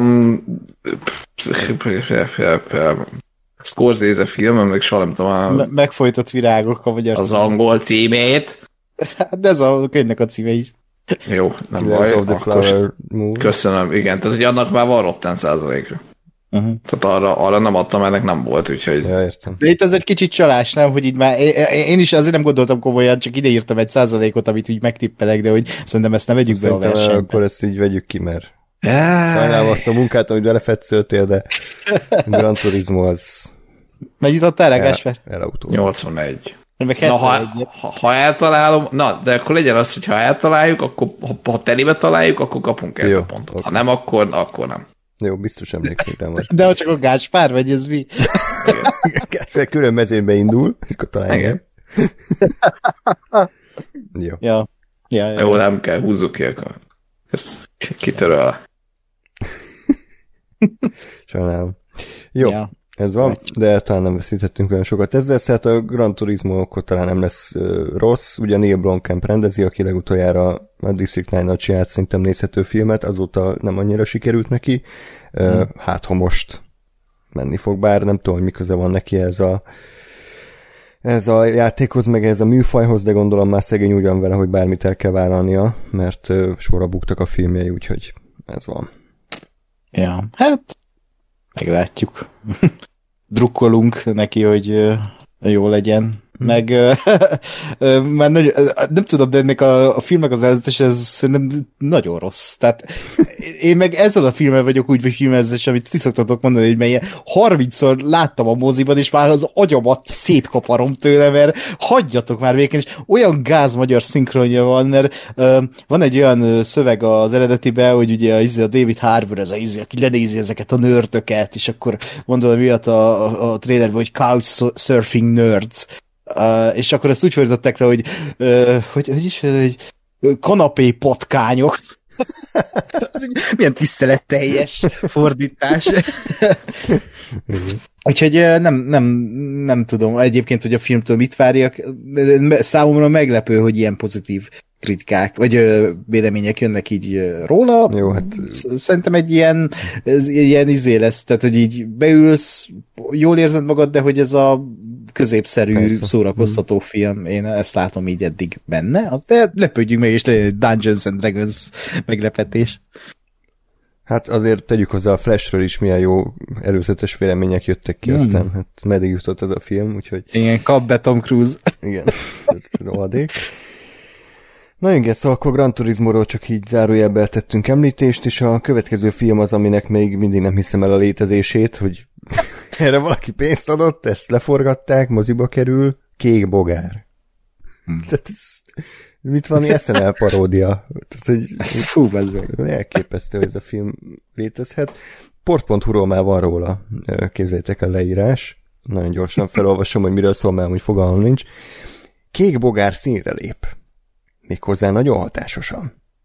Scorsese film, meg soha nem tudom a... Me- megfojtott virágok a magyar az angol címét. De ez a könyvnek a címe is. Jó, nem Killers baj. Of the Flower Moon. Köszönöm, igen. Tehát, hogy annak már van rotten százalékra. Uh-huh. Tehát arra, arra nem adtam, ennek nem volt, úgyhogy... Ja, értem. De itt ez egy kicsit csalás, nem? Hogy így már... Én is azért nem gondoltam komolyan, csak ideírtam egy százalékot, amit úgy megtippelek, de hogy szerintem ezt nem vegyük be a versenybe. Akkor ezt így vegyük ki, mert sajnálom azt a munkát, amit belefetszöltél, de Gran Turismo az... Megnyitottál rá, Gásper? Elautó. nyolcvanegy. Na, ha, ha, ha eltalálom, na, de akkor legyen az, hogy ha eltaláljuk, akkor ha, ha telibe találjuk, akkor kapunk el a pontot. Okay. Ha nem, akkor, akkor nem. Jó, biztos emlékszik rá majd. De ha csak a Gáspár vagy, ez mi? Gáspár külön mezőbe indul, akkor találjuk. Jó. Ja. Ja, ja. Jó, nem kell, húzzuk ki, akkor ezt kitöröl. Sajnálom. Jó. Ja. Ez van, de talán nem veszítettünk olyan sokat ezzel, szóval a Gran Turismo akkor talán nem lesz uh, rossz, ugye Neil Blomkamp rendezi, aki legutoljára a District nine-nal csinált szerintem nézhető filmet, azóta nem annyira sikerült neki, uh, hmm. hát ha most menni fog, bár nem tudom, hogy mi köze van neki ez a ez a játékhoz, meg ez a műfajhoz, de gondolom már szegény úgy van vele, hogy bármit el kell vállalnia, mert uh, sorra buktak a filmjei, úgyhogy ez van. Ja, hát meglátjuk. Drukkolunk neki, hogy jó legyen. Meg már nagyon, nem tudom, de ennek a, a filmnek az előzetes, ez szerintem nagyon rossz. Tehát én meg ezzel a filmmel vagyok úgy, vagy filmezés, amit ti szoktatok mondani, hogy melyen harmincszor láttam a moziban, és már az agyamat szétkaparom tőle, mert hagyjatok már végén, és olyan gáz magyar szinkronja van, mert uh, van egy olyan szöveg az eredetiben, hogy ugye a, a David Harbour, ez a, aki lenézi ezeket a nördöket, és akkor mondom, miatt a, a, a trailerben, hogy couchsurfing nerds. Uh, és akkor ezt úgy fordították le, hogy, uh, hogy, hogy is, hogy kanapé potkányok. Milyen tiszteletteljes fordítás. Úgyhogy nem, nem, nem tudom egyébként, hogy a filmtől mit várjak. Számomra meglepő, hogy ilyen pozitív kritikák, vagy ö, vélemények jönnek így ö, róla. Jó, hát... Szerintem egy ilyen, ez, ilyen izé lesz, tehát, hogy így beülsz, jól érzed magad, de hogy ez a középszerű, persze, szórakoztató film, én ezt látom így eddig benne, de lepődjünk meg, és legyen Dungeons and Dragons meglepetés. Hát azért tegyük hozzá, a Flashről is milyen jó előzetes vélemények jöttek ki, hmm. aztán hát meddig jutott ez a film, úgyhogy... Igen, kap be Tom Cruise. Igen, rohadék. Na igen, szóval akkor Gran Turismo-ról csak így zárójelbe tettünk említést, és a következő film az, aminek még mindig nem hiszem el a létezését, hogy erre valaki pénzt adott, ezt leforgatták, moziba kerül, Kék bogár. Hmm. Tehát ez, mit valami es en el paródia. Tehát, hogy, ez fú, ez elképesztő, hogy ez a film létezhet. port pont hu-ról már van róla, képzeljétek el leírás. Nagyon gyorsan felolvasom, hogy miről szól, mert hogy fogalmam nincs. Kék bogár színre lép. Méghozzá nagyon hatásosan.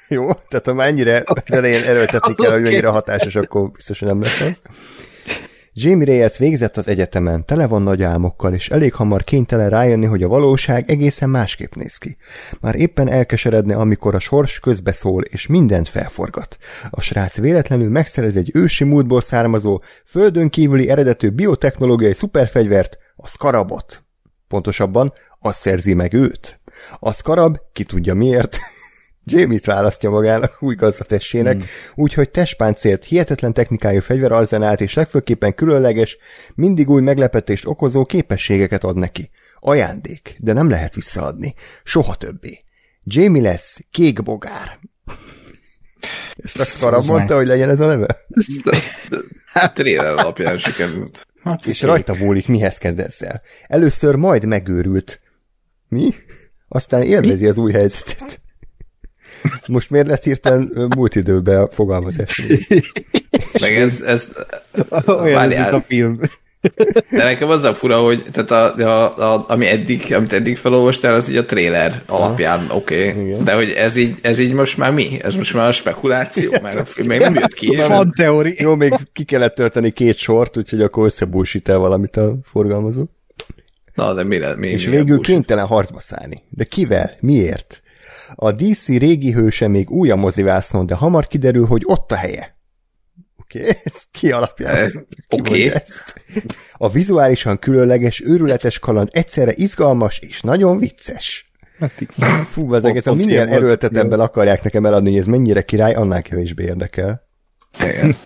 Jó, tehát ha már ennyire okay. az elején erőltetni kell, okay. hogy mennyire hatásos, akkor biztos, hogy nem lesz az. Jamie Reyes végzett az egyetemen, tele van nagy álmokkal, és elég hamar kénytelen rájönni, hogy a valóság egészen másképp néz ki. Már éppen elkeseredne, amikor a sors közbeszól, és mindent felforgat. A srác véletlenül megszerez egy ősi múltból származó, földön kívüli eredetű biotechnológiai szuperfegyvert, a Scarabot. Pontosabban, az szerzi meg őt. A Scarab, ki tudja miért, Jamie-t választja magának új gazdatessének, mm. úgyhogy testpáncélt, hihetetlen technikájú fegyverarzenált és legfőképpen különleges, mindig új meglepetést okozó képességeket ad neki. Ajándék, de nem lehet visszaadni. Soha többé. Jamie lesz kék bogár. Ezt a Scarab mondta, hogy legyen ez a neve? Hát trailer alapján sikerült. És rajta múlik, mihez kezd ezzel. Először majd megőrült. Mi? Aztán élvezi Mi? az új helyzetet. Most miért lett hirtelen múlt időben a fogalmazás? Meg ez... ez olyan ez a film. De nekem az a fura, hogy tehát a, a, a, ami eddig, amit eddig felolvastál, az így a trailer alapján, oké. Okay. De hogy ez így, ez így most már mi? Ez most már a spekuláció? Már a film még nem jött ki. Fan teóri. Jó, még ki kellett tölteni két sort, úgyhogy akkor összebúsít el valamit a forgalmazó. Na, de mire? Mi, És végül kénytelen harcba szállni. De kivel? Miért? A dé cé régi hőse még új a mozivászon, de hamar kiderül, hogy ott a helye. Oké, okay. Ez ki alapján? Ez, ki okay. ezt? A vizuálisan különleges, őrületes kaland egyszerre izgalmas és nagyon vicces. Fú, ezek ez a minél erőltetebben akarják nekem eladni, hogy ez mennyire király, annál kevésbé érdekel. Igen.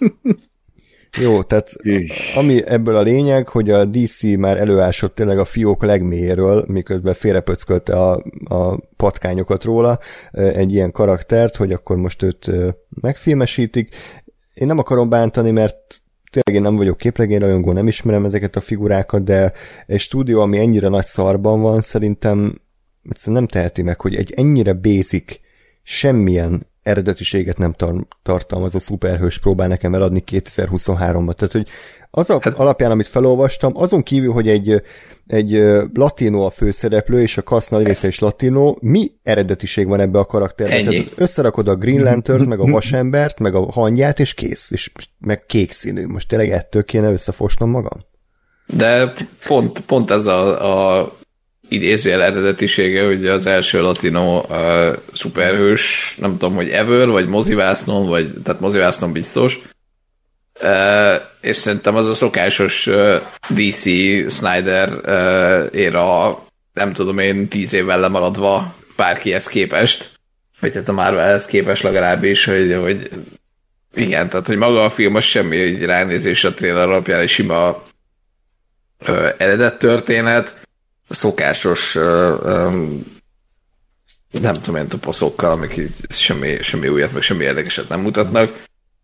Jó, tehát ami ebből a lényeg, hogy a dé cé már előásott tényleg a fiók legmélyéről, miközben félrepöckölte a, a patkányokat róla, egy ilyen karaktert, hogy akkor most őt megfilmesítik. Én nem akarom bántani, mert tényleg én nem vagyok képregényrajongó, nem ismerem ezeket a figurákat, de egy stúdió, ami ennyire nagy szarban van, szerintem nem teheti meg, hogy egy ennyire basic, semmilyen eredetiséget nem tar- tartalmazó szuperhős próbál nekem eladni kétezer-huszonháromban. Tehát, hogy az a hát, alapján, amit felolvastam, azon kívül, hogy egy, egy latino a főszereplő, és a cast nagy része is latino, mi eredetiség van ebbe a karakterben? Tehát összerakod a Green Lantern, meg a vasembert, meg a hangyát, és kész. És meg kék színű. Most tényleg ettől kéne összefosnom magam? De pont, pont ez a, a idézőjel eredetisége, hogy az első latino uh, szuperhős, nem tudom, hogy ever, vagy mozivásznon, vagy, tehát mozivásznon biztos, uh, és szerintem az a szokásos uh, dé cé Snyder uh, éra, nem tudom én, tíz évvel lemaradva bárkihez képest, vagy hát a Marvelhez képest legalábbis, hogy, hogy igen, tehát hogy maga a film az semmi, hogy ránézés a trailer alapján egy sima uh, eredet történet, szokásos uh, um, nem tudom én toposzokkal, amik így semmi, semmi újat, meg semmi érdekeset nem mutatnak.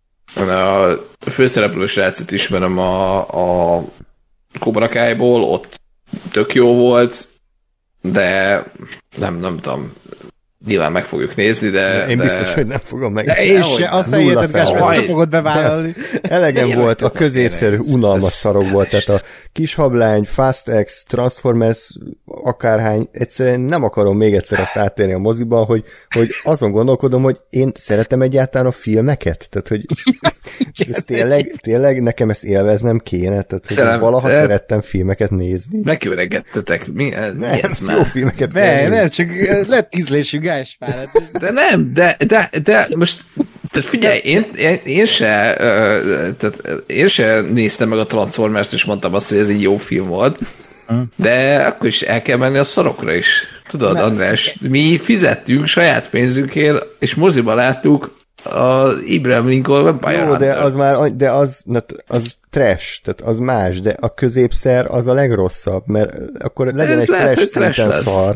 A főszereplő srácot ismerem a, a Cobra Kai-ból, ott tök jó volt, de nem, nem tudom, nyilván meg fogjuk nézni, de... Én de... biztos, hogy nem fogom meg. De én se, azt elérted, Gáspár, ezt nem fogod bevállalni. Elegem én volt, a középszerű, unalmas szarok volt, tehát a kis hablány, Fast X, Transformers, akárhány, egyszerűen nem akarom még egyszer azt áttérni a moziban, hogy, hogy azon gondolkodom, hogy én szeretem egyáltalán a filmeket, tehát hogy ez tényleg, tényleg nekem ezt élveznem kéne, tehát hogy nem, valaha de... szerettem filmeket nézni. Megöregedtetek, mi, nem, mi ez jó már? Filmeket ne, nem, csak lett ízlésű Gáspár. De nem, de, de, de most tehát figyelj, én, én, én, se, uh, tehát én se néztem meg a Transformers-t, és mondtam azt, hogy ez egy jó film volt, de akkor is el kell menni a szarokra is. Tudod, nem. András, mi fizettünk saját pénzünkért, és moziba láttuk az Abraham Lincoln Vampire Jó, de az már, de az, az trash, tehát az más, de a középszer az a legrosszabb, mert akkor legyen ez egy lehet, trash szinten szar.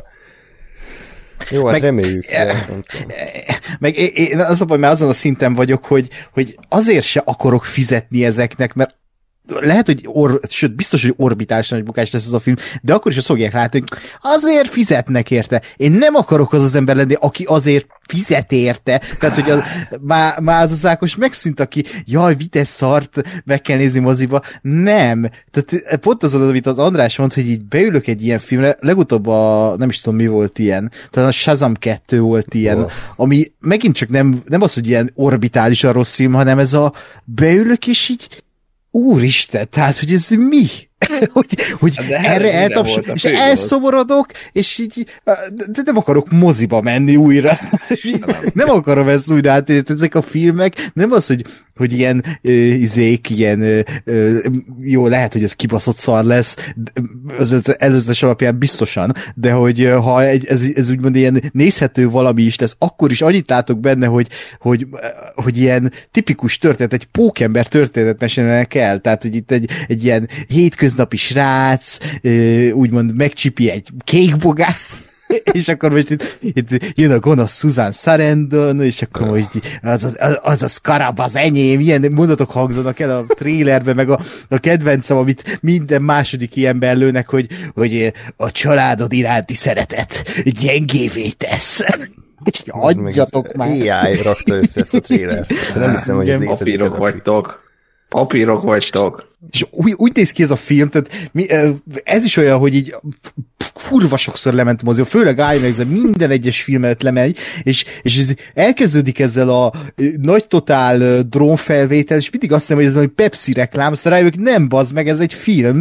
Jó, hát meg, reméljük. De, meg én az a baj, mert azon a szinten vagyok, hogy, hogy azért se akarok fizetni ezeknek, mert lehet, hogy or, sőt, biztos, hogy orbitális nagy bukás lesz ez a film, de akkor is azt fogják látni, hogy azért fizetnek érte. Én nem akarok az az ember lenni, aki azért fizet érte. Tehát, hogy az, már, már az az Ákos megszűnt, aki jaj, vites szart, meg kell nézni moziba. Nem. Tehát pont azon, amit az András mond, hogy így beülök egy ilyen filmre, legutóbb a, nem is tudom, mi volt ilyen, talán a Shazam kettő volt ilyen, oh. ami megint csak nem, nem az, hogy ilyen orbitálisan rossz film, hanem ez a beülök, és így úristen, tehát, hogy ez mi? hogy hogy erre eltapsol, és elszomorodok, és így de nem akarok moziba menni újra. nem akarom ezt újra átélni. Ezek a filmek nem az, hogy, hogy ilyen uh, izék, ilyen uh, jó, lehet, hogy ez kibaszott szar lesz, az, az előzetes alapján biztosan, de hogy uh, ha egy, ez, ez úgymond ilyen nézhető valami is lesz, akkor is annyit látok benne, hogy, hogy, hogy ilyen tipikus történet, egy pókember történet mesélnek el, tehát, hogy itt egy, egy ilyen hétköznapi srác, úgymond megcsipi egy kékbogát, és akkor most itt, itt jön a gonosz Susan Sarandon, és akkor most az, az, az a Scarab az enyém, ilyen mondatok hangzanak el a trélerbe, meg a, a kedvencem, amit minden második ilyen belőnek, hogy, hogy a családod iránti szeretet gyengévé tesz. És hagyjatok már. á i rakta össze ezt a trélert. Nem hiszem, hogy ez létezik. Papírok vagytok. Papírok vagytok. És úgy, úgy néz ki ez a film, tehát mi, ez is olyan, hogy így kurva sokszor lement mozi, főleg IMAX-en minden egyes film előtt lemegy, és, és ez elkezdődik ezzel a nagy totál drónfelvétel, és mindig azt hiszem, hogy ez valami Pepsi reklám, aztán rájövök, nem bazd meg, ez egy film.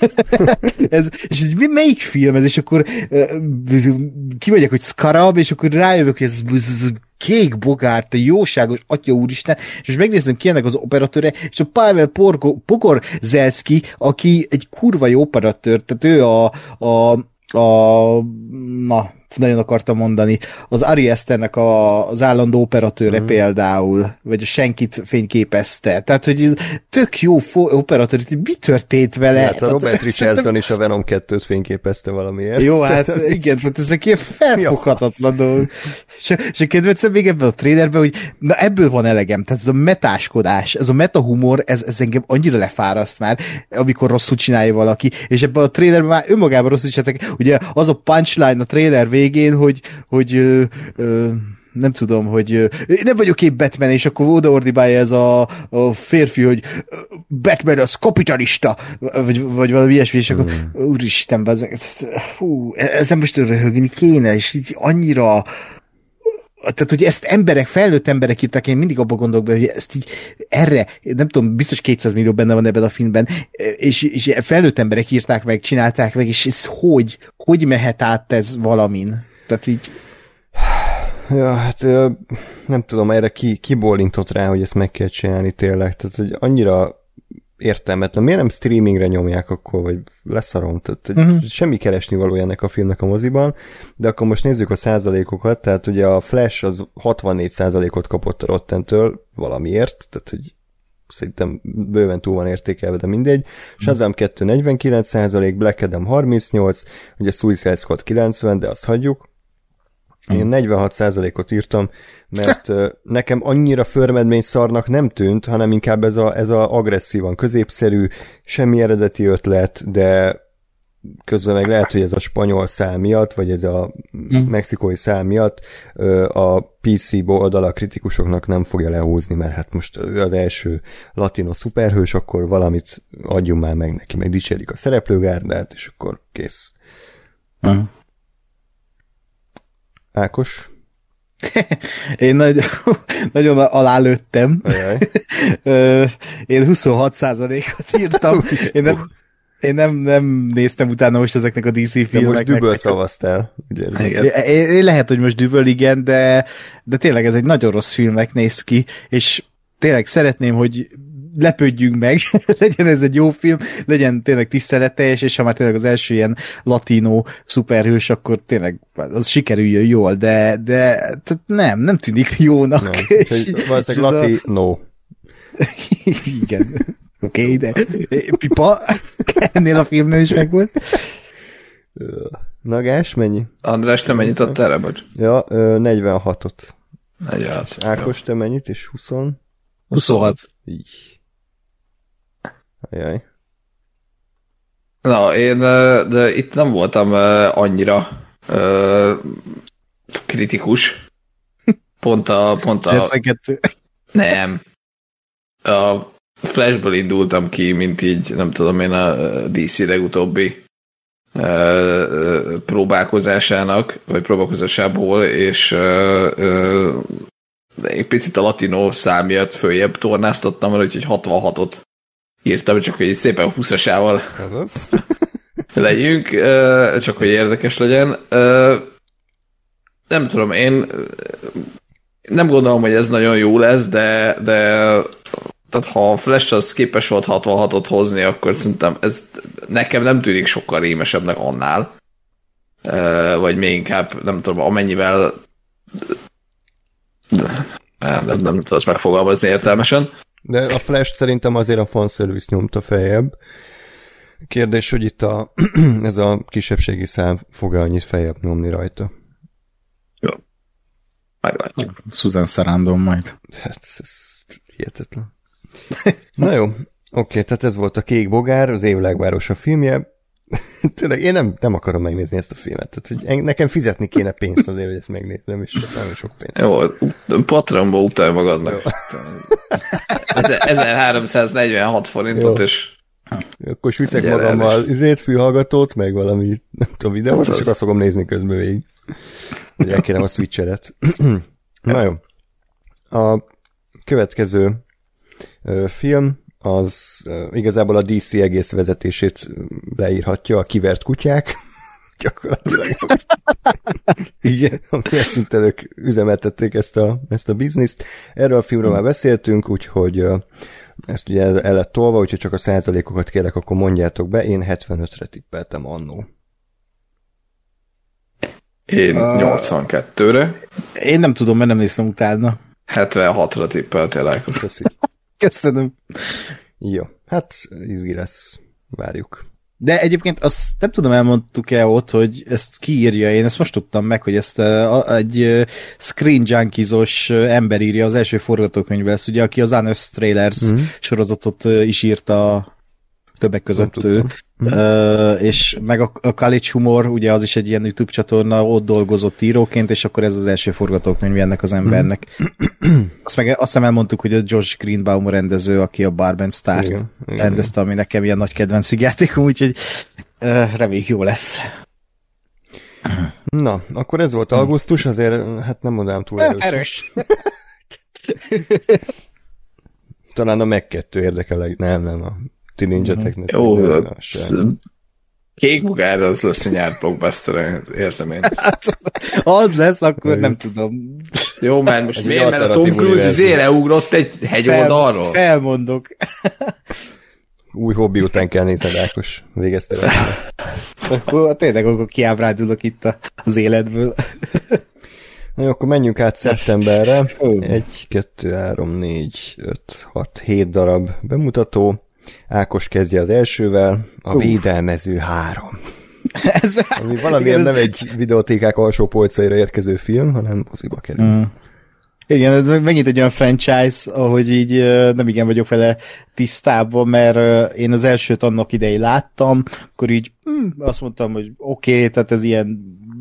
ez, és ez, melyik film ez? És akkor kimegyek, hogy Scarab, és akkor rájövök, hogy ez, ez, ez kék bogár, te jóságos atya úristen, és most megnézem ki ennek az operatőre, és a Pavel Pogorzelski, aki egy kurva jó operatőr, tehát ő a, a, a na, nagyon akartam mondani, az Ari Asternek a, az állandó operatőre mm. például, vagy a senkit fényképezte. Tehát, hogy ez tök jó fo- operatőr, mi történt vele? Hát a Robert Richardson is a Venom kettőt fényképezte valamiért. Jó, hát tehát igen, tehát ezek ilyen felfoghatatlan dolgok. És, és a kedvencem még ebben a trailerben, hogy na ebből van elegem, tehát ez a metáskodás, ez a metahumor, ez, ez engem annyira lefáraszt már, amikor rosszul csinálja valaki, és ebben a trailerben már önmagában rosszul csináltak. Ugye az a punchline a trailer végén, hogy, hogy ö, ö, nem tudom, hogy ö, nem vagyok épp Batman, és akkor odaordibálja ez a, a férfi, hogy Batman az kapitalista, vagy, vagy valami ilyesmi, és akkor mm. úristen, hú, ezen most röhögni kéne, és így annyira tehát, hogy ezt emberek, felnőtt emberek írták, én mindig abban gondolok be, hogy ezt így erre, nem tudom, biztos kétszáz millió benne van ebben a filmben, és, és felnőtt emberek írták meg, csinálták meg, és ez hogy, hogy mehet át ez valamin? Tehát így... Ja, hát nem tudom, erre ki, ki bólintott rá, hogy ezt meg kell csinálni tényleg, tehát hogy annyira értelmetlen. Miért nem streamingre nyomják akkor, vagy leszarom? Tehát uh-huh. semmi keresni való ennek a filmnek a moziban, de akkor most nézzük a százalékokat, tehát ugye a Flash az hatvannégy százalékot kapott a Rotten-től valamiért, tehát hogy szerintem bőven túl van értékelve, de mindegy. Shazam kettő negyvenkilenc százalék, Black Adam harmincnyolc, ugye Suicide Squad kilencven, de azt hagyjuk. Én negyvenhat százalékot írtam, mert nekem annyira förmedmény szarnak nem tűnt, hanem inkább ez a, ez a agresszívan középszerű, semmi eredeti ötlet, de közben meg lehet, hogy ez a spanyol szál miatt, vagy ez a mexikói szál miatt a pé cé oldala kritikusoknak nem fogja lehúzni, mert hát most ő az első latino szuperhős, akkor valamit adjunk már meg neki, meg dicsérik a szereplőgárdát, és akkor kész. Uh-huh. Ákos? Én nagy, nagyon alálőttem. Én huszonhat százalékot írtam. Én nem, én nem, nem néztem utána most ezeknek a dé cé filmeknek. De most düböl szavaztál. Ugye, én, én lehet, hogy most düböl, igen, de, de tényleg ez egy nagyon rossz filmnek néz ki, és tényleg szeretném, hogy lepődjünk meg, legyen ez egy jó film, legyen tényleg tiszteleteljes, és ha már tényleg az első ilyen latinó szuperhős, akkor tényleg az sikerüljön jól, de, de tehát nem, nem tűnik jónak. Nem, és, valószínűleg latino. Igen. Oké, okay, de pipa ennél a filmnél is megvolt. Nagás, mennyi? András, te mennyit adtál rá, bocs? Ja, negyvenhatot. negyvenhat. Ákos, te mennyit? És húsz? huszonhat. Így. Ajaj. Na, én de itt nem voltam annyira uh, kritikus. Pont a... Pont a nem. A Flashből indultam ki, mint így, nem tudom én, a dé cé legutóbbi uh, próbálkozásának, vagy próbálkozásából, és uh, uh, egy picit a latino szám miatt följebb tornáztattam el, úgyhogy hatvanhatot írtam, csak hogy szépen húszasával legyünk, csak hogy érdekes legyen. Nem tudom, én nem gondolom, hogy ez nagyon jó lesz, de, de tehát ha a Flash az képes volt hatvanhatot hozni, akkor szerintem ez nekem nem tűnik sokkal rémesebbnek annál. Vagy még inkább, nem tudom, amennyivel nem, nem, nem tudom ezt megfogalmazni értelmesen. De a Flash szerintem azért a fanservice nyomta feljebb. Kérdés, hogy itt a, ez a kisebbségi szám fog-e annyit feljebb nyomni rajta? Jó. Meglátjuk. Susan Sarandon majd. Hát ez hihetetlen. Na jó, oké, tehát ez volt a Kék bogár, az év legvárosa filmje. Tényleg, én nem, nem akarom megnézni ezt a filmet. Tehát, hogy nekem fizetni kéne pénzt azért, hogy ezt megnézem, és nagyon sok pénzt. Jó, Patreonba utálj magadnak. ezerháromszáznegyvenhat forintot, jó. És akkor is viszek magammal üzét, fülhallgatót, meg valami, nem tudom, videót, és csak azt fogom nézni közben végig. Hogy elkérem a switcheret. Na jó. A következő ö, film az uh, igazából a dé cé egész vezetését leírhatja, a kivert kutyák. Gyakorlatilag. Igen. Amilyen szinten ők üzemeltették ezt a, ezt a bizniszt. Erről a filmről már beszéltünk, úgyhogy uh, ezt ugye el lett tolva, úgyhogy csak a százalékokat kérlek, akkor mondjátok be. Én hetvenötre tippeltem annó. Én uh, nyolcvankettőre. Én nem tudom, mert nem néztem utána. hetvenhatra tippeltél, Ákos. Köszi. Köszönöm. Jó, hát izgi lesz. Várjuk. De egyébként azt nem tudom, elmondtuk-e ott, hogy ezt kiírja, én ezt most tudtam meg, hogy ezt uh, egy uh, Screen Junkies-os uh, ember írja az első forgatókönyvbe, ezt ugye, aki az Honest Trailers mm-hmm. sorozatot uh, is írta többek között ő. Uh, és meg a, a College Humor, ugye az is egy ilyen YouTube csatorna, ott dolgozott íróként, és akkor ez az első forgatókönyv ennek az embernek. Mm. Azt meg azt hiszem elmondtuk, hogy a Josh Greenbaum rendező, aki a Barben Start igen, rendezte, igen. Ami nekem ilyen nagy kedvenc játékom, úgyhogy uh, reméljük jó lesz. Na, akkor ez volt augusztus, azért hát nem mondanám túl erős. Erős. Talán a meg kettő érdekel, nem, nem a Teen Ninja Technic. Jó, Kék bogár az lesz a nyár blockbuster, érzem én. Hát, az lesz, akkor nem tudom. Jó, már most egy miért, mert a Tom Cruise zére ugrott egy hegyoldalról? Fel, felmondok. Új hobbi után kell nézned, Ákos. Végeztél el. Akkor tényleg akkor kiábrándulok itt az életből. Na jó, akkor menjünk át szeptemberre. Egy, kettő, három, négy, öt, hat, hét darab bemutató. Ákos kezdje az elsővel, a uh. Védelmező három. Ez ami valamiért igen, nem ez... egy videótékák alsó polcaira érkező film, hanem moziba kerül. Mm. Igen, ez megint egy olyan franchise, ahogy így nem igen vagyok vele tisztában, mert én az elsőt annak idején láttam, akkor így hm, azt mondtam, hogy oké, okay, tehát ez ilyen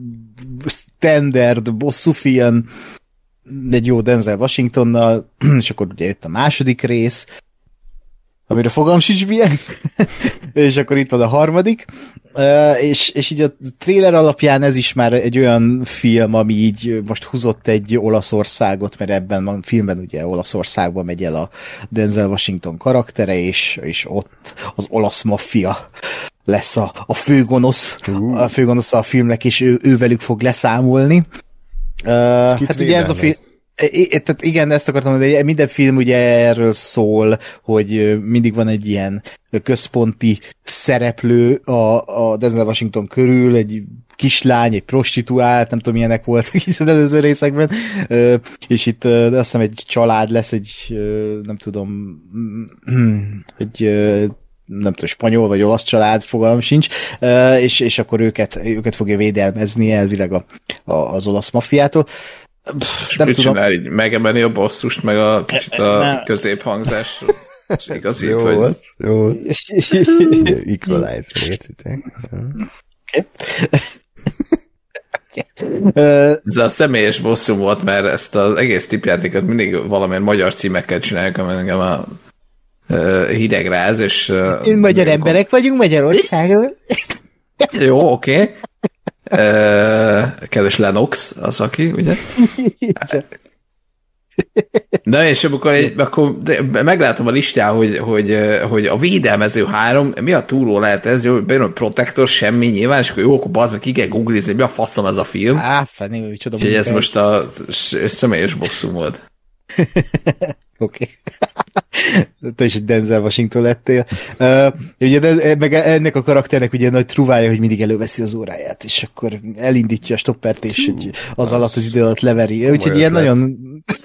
standard bosszúfilm, egy jó Denzel Washingtonnal, és akkor ugye jött a második rész, amire fogalmam sincs milyen, és akkor itt van a harmadik, uh, és, és így a trailer alapján ez is már egy olyan film, ami így most húzott egy Olaszországot, mert ebben a filmben ugye Olaszországban megy el a Denzel Washington karaktere, és, és ott az olasz maffia lesz a, a főgonosz, uh. a főgonosz a filmnek, és ő, ővelük fog leszámolni. Uh, hát ugye ez a film... É, tehát igen, ezt akartam mondani, hogy minden film ugye erről szól, hogy mindig van egy ilyen központi szereplő a, a Denzel Washington körül, egy kislány, egy prostituált, nem tudom, milyenek voltak itt az előző részekben, és itt azt hiszem egy család lesz, egy nem tudom, egy nem tudom, spanyol vagy olasz család, fogalmam sincs, és, és akkor őket, őket fogja védelmezni elvileg a, a, az olasz maffiától. Pff, nem tudom. Csinál, így megemeni a basszust, meg a kicsit a középhangzást. Igazi, jó vagy... volt, jó volt. Equalizer, értitek? Oké. Ez a személyes bosszú volt, mert ezt az egész tipjátékot mindig valamilyen magyar címekkel csináljuk, ami engem a uh, hidegráz, és... Uh, Én magyar emberek vagyunk Magyarországon. Jó, oké. Okay. Uh, kedves Lennox, az aki, ugye? Na és amikor, egy, akkor meglátom a listán, hogy, hogy, hogy a védelmező három, mi a túló lehet ez, jó, bejön a Protector, semmi nyilván, és akkor jó, akkor bazd meg, ki kell googlizni, hogy mi a faszom ez a film. Á, fenni, hogy csoda. És ez most a személyes bosszú volt. Oké. Te is egy Denzel Washington lettél. Uh, ugye de, meg ennek a karakternek ugye nagy truvája, hogy mindig előveszi az óráját, és akkor elindítja a stoppert, és hogy az alatt az idő alatt leveri. Úgyhogy ilyen nagyon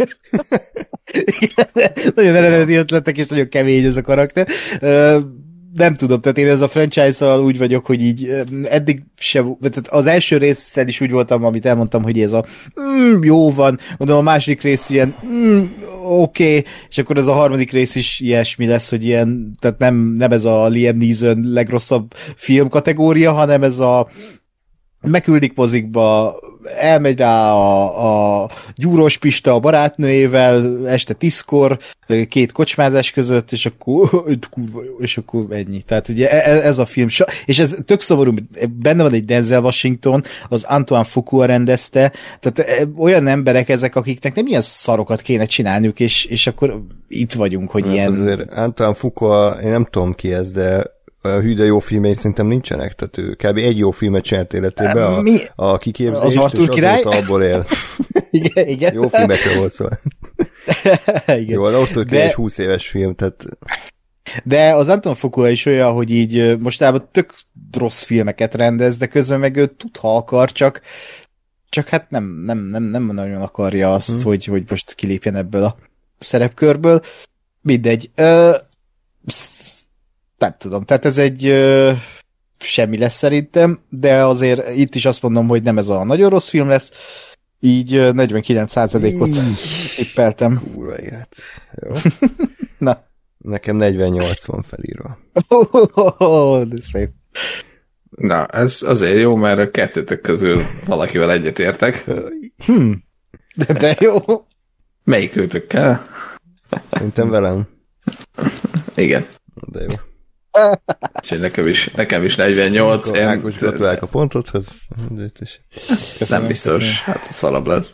nagyon eredeti ötletek, és nagyon kemény ez a karakter. Uh, nem tudom, tehát én ez a franchise-szal úgy vagyok, hogy így eddig se, tehát az első részszel is úgy voltam, amit elmondtam, hogy ez a mm, jó van, gondolom a második rész ilyen mm, oké, okay, és akkor ez a harmadik rész is ilyesmi lesz, hogy ilyen, tehát nem, nem ez a Liam Neeson legrosszabb film kategória, hanem ez a megküldik mozikba, elmegy rá a, a gyúrós Pista a barátnőjével este tízkor, két kocsmázás között, és akkor kurva jó, és akkor ennyi. Tehát ugye ez a film, és ez tök szomorú, benne van egy Denzel Washington, az Antoine Fuqua rendezte, tehát olyan emberek ezek, akiknek nem ilyen szarokat kéne csinálniuk, és, és akkor itt vagyunk, hogy hát ilyen... Azért Antoine Fuqua, én nem tudom ki ez, de a hűde jó filmei szerintem nincsenek, tehát ő kb. Egy jó filmet csinált életében, a, a kiképzést, az és azóta abból él. igen, igen. Jó filmekre volt szó. Jó, az Arthur Király is húsz éves film, tehát... De az Anton Fuqua is olyan, hogy így mostában tök rossz filmeket rendez, de közben meg ő tud, ha akar, csak csak hát nem, nem, nem, nem nagyon akarja azt, hmm. hogy, hogy most kilépjen ebből a szerepkörből. Mindegy. Ö, nem tudom, tehát ez egy ö, semmi lesz szerintem, de azért itt is azt mondom, hogy nem ez a nagyon rossz film lesz, így negyvenkilenc százalékot tippeltem. Kurva élet. Jó. Na. Nekem negyvennyolc van felírva. Oh, de szép. Na, ez azért jó, mert a kettőtök közül valakivel egyetértek. Hmm. De, de jó. Melyik őtökkel? Szerintem velem. Igen. De jó. Úgyhogy nekem is, nekem is negyvennyolc. Ákos, gratulálok a pontodhoz. Nem biztos, köszönöm. Hát szarabb lesz.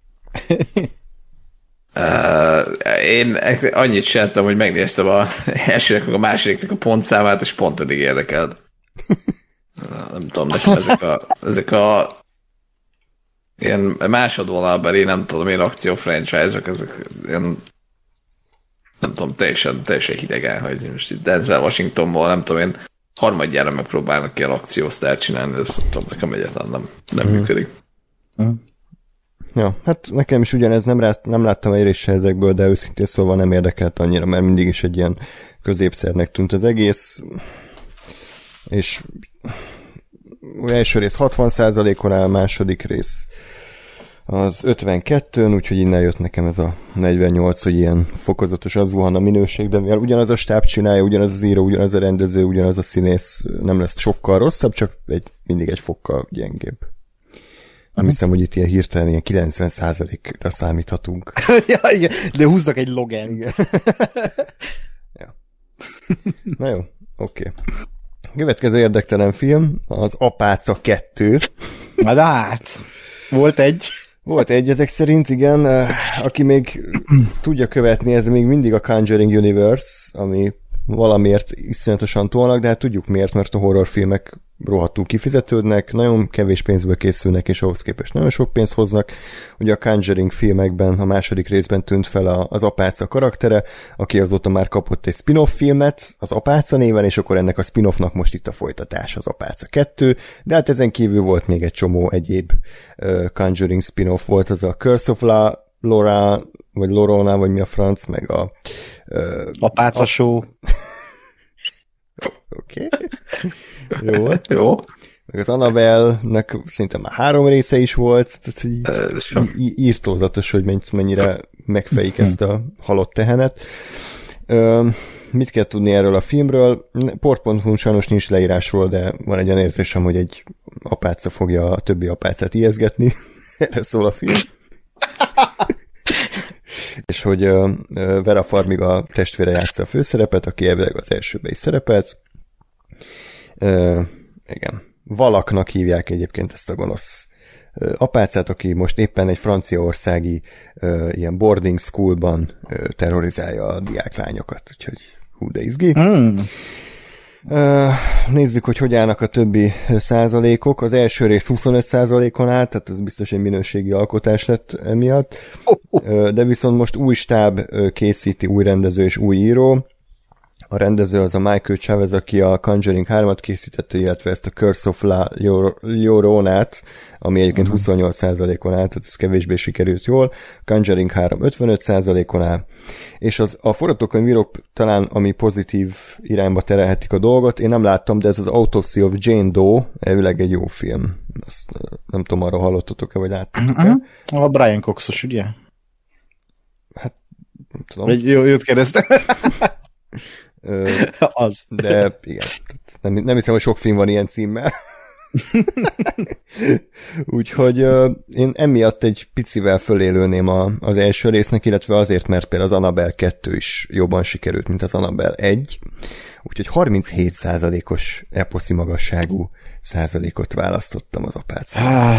Uh, én annyit csináltam, hogy megnéztem a elsőnek, meg a másodiknak a pontszámát, és pont eddig érdekelt. Nem tudom, nekem ezek a, ezek a ilyen másodvonalbeli, nem tudom, én akció franchise-ok, ezek ilyen nem tudom, teljesen, teljesen hidegen, hogy most itt Denzel Washingtonból, nem tudom, én harmadjára megpróbálnak ilyen akciósztárt csinálni, ez tudom, nekem egyáltalán nem, nem mm. működik. Mm. Ja, hát nekem is ugyanez, nem, rá, nem láttam egy részt ezekből, de őszintén szóval nem érdekelt annyira, mert mindig is egy ilyen középszernek tűnt az egész, és első rész hatvan százalékon áll, második rész az ötvenkettőn, úgyhogy innen jött nekem ez a negyvennyolc, hogy ilyen fokozatosan zuhan a minőség, de mivel ugyanaz a stáb csinálja, ugyanaz az író, ugyanaz a rendező, ugyanaz a színész, nem lesz sokkal rosszabb, csak egy, mindig egy fokkal gyengébb. Nem hiszem, hogy itt ilyen hirtelen ilyen kilencven százalékra számíthatunk. Ja, igen, de húznak egy Logan. Ja. Na jó, oké. Okay. Következő érdektelen film az Apáca kettő. Na de hát, volt egy. Volt egy ezek szerint, igen. Aki még tudja követni, ez még mindig a Conjuring Universe, ami valamiért iszonyatosan tolnak, de hát tudjuk miért, mert a horrorfilmek rohadtul kifizetődnek, nagyon kevés pénzből készülnek, és ahhoz képest nagyon sok pénzt hoznak. Ugye a Conjuring filmekben, a második részben tűnt fel a, az Apáca karaktere, aki azóta már kapott egy spin-off filmet az Apáca néven, és akkor ennek a spin-offnak most itt a folytatás, az Apáca kettő, de hát ezen kívül volt még egy csomó egyéb uh, Conjuring spin-off, volt az a Curse of La Laura, vagy Lorona, vagy mi a franc, meg a uh, Apáca show. Oké. Okay. Jó. Jó. Meg az Annabelle-nek szinte már három része is volt, tehát így írtózatos, hogy mennyire megfejik ezt a halott tehenet. Ö, mit kell tudni erről a filmről? port pont hu sajnos nincs leírásról, de van egy olyan érzésem, hogy egy apáca fogja a többi apácát ijeszgetni. Erről szól a film. És hogy uh, Vera Farmiga testvére játsza a főszerepet, aki elvileg az elsőben is szerepelt. Uh, igen. Valaknak hívják egyébként ezt a gonosz uh, apácát, aki most éppen egy franciaországi uh, ilyen boarding schoolban uh, terrorizálja a diáklányokat. Úgyhogy hú, de izgi. Mm. Uh, nézzük, hogy hogy állnak a többi százalékok. Az első rész huszonöt százalékon állt, tehát ez biztos egy minőségi alkotás lett emiatt. Uh, de viszont most új stáb készíti, új rendező és új író. A rendező az a Michael Chavez, aki a Conjuring hármat készítette, illetve ezt a Curse of La Lloronát, ami egyébként uh-huh. huszonnyolc százalékon áll, tehát ez kevésbé sikerült jól. Conjuring három ötvenöt százalékon áll. És az, a forgatókönyvírók talán, ami pozitív irányba terelhetik a dolgot, én nem láttam, de ez az Autopsy of Jane Doe, elvileg egy jó film. Azt nem tudom, arra hallottatok-e, vagy láttatok-e? Uh-huh. A Brian Cox-os, ugye? Hát, nem tudom. Egy jó, jót kérdeztem. Ö, az. De igen, nem, nem hiszem, hogy sok film van ilyen címmel. Úgyhogy ö, én emiatt egy picivel fölélőném a, az első résznek, illetve azért, mert például az Annabelle kettő is jobban sikerült, mint az Annabelle egy. Úgyhogy harminchét százalékos eposzi magasságú százalékot választottam az apácára.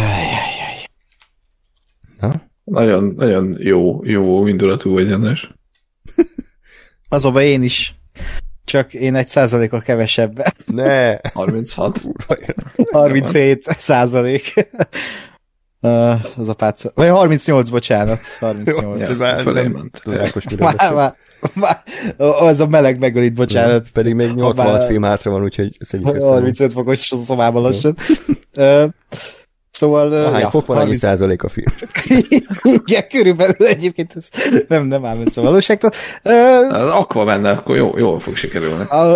Na? Nagyon, nagyon jó, jó indulatú vagy, János. Azonban én is. Csak én egy százalékkal kevesebben. Ne! harminchat. harminchét százalék. Uh, az apáca. Vagy harmincnyolc, bocsánat. harmincnyolc. Jó, már fölé nem ment. tudjákos, miről beszél. Az a meleg megölít, bocsánat. Pedig még nyolcvanhat film hátra van, úgyhogy szedjük össze. harmincöt fokos a szobában lassan. Uh, Szóval... Hány ja, fok van, annyi százalék a film. Igen, körülbelül egyébként ez nem, nem áll össze a valóságtól. Uh, az Aqua benne, akkor jó, jól fog sikerülni. A...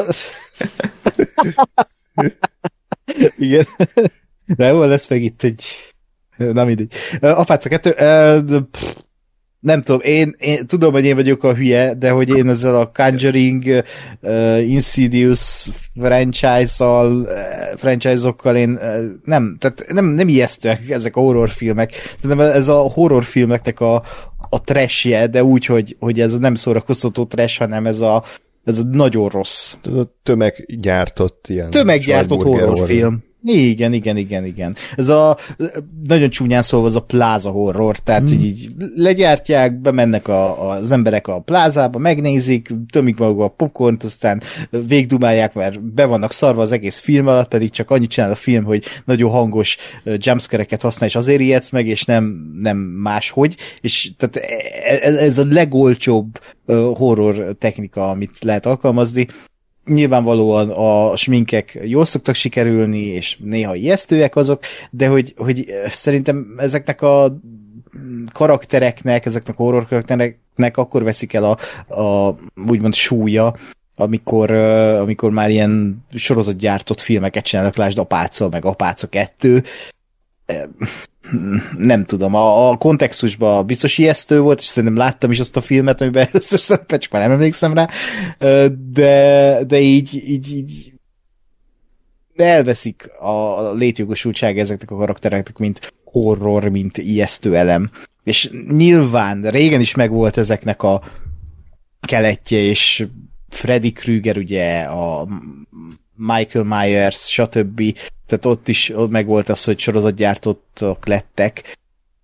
Igen. De hol lesz meg itt egy... Na mindegy. Uh, Apáca kettő... Uh, nem tudom, én, én tudom, hogy én vagyok a hülye, de hogy én ezzel a Conjuring, uh, Insidious franchise-al, uh, franchise-okkal én uh, nem, tehát nem, nem ijesztőek ezek a horrorfilmek. Szerintem ez a horrorfilmeknek a, a trashje, de úgy, hogy, hogy ez nem szórakoztató trash, hanem ez a, ez a nagyon rossz. Ez a tömeggyártott ilyen... Tömeggyártott horrorfilm. Horror. Igen, igen, igen, igen. Ez a, nagyon csúnyán szólva, az a pláza horror, tehát, mm. hogy így legyártják, bemennek a, az emberek a plázába, megnézik, tömik magukba a popcornt, aztán végdumálják, mert be vannak szarva az egész film alatt, pedig csak annyit csinál a film, hogy nagyon hangos jumpscare-eket használ, és azért ijedsz meg, és nem, nem máshogy, és tehát ez, ez a legolcsóbb horror technika, amit lehet alkalmazni. Nyilvánvalóan a sminkek jól szoktak sikerülni, és néha ijesztőek azok, de hogy, hogy szerintem ezeknek a karaktereknek, ezeknek a horror karaktereknek akkor veszik el a, a úgymond súlya, amikor, amikor már ilyen sorozatgyártott filmeket csinálnak, lásd Apáca, meg Apáca kettő. Nem tudom, a, a kontextusban biztos ijesztő volt, és szerintem láttam is azt a filmet, amiben először szerepel, csak már nem emlékszem rá, de, de így, így, így de elveszik a létjogosultság ezeknek a karaktereknek, mint horror, mint ijesztő elem. És nyilván régen is megvolt ezeknek a keletje, és Freddy Krueger, ugye, a Michael Myers, stb. Tehát ott is ott megvolt az, hogy sorozatgyártottak lettek.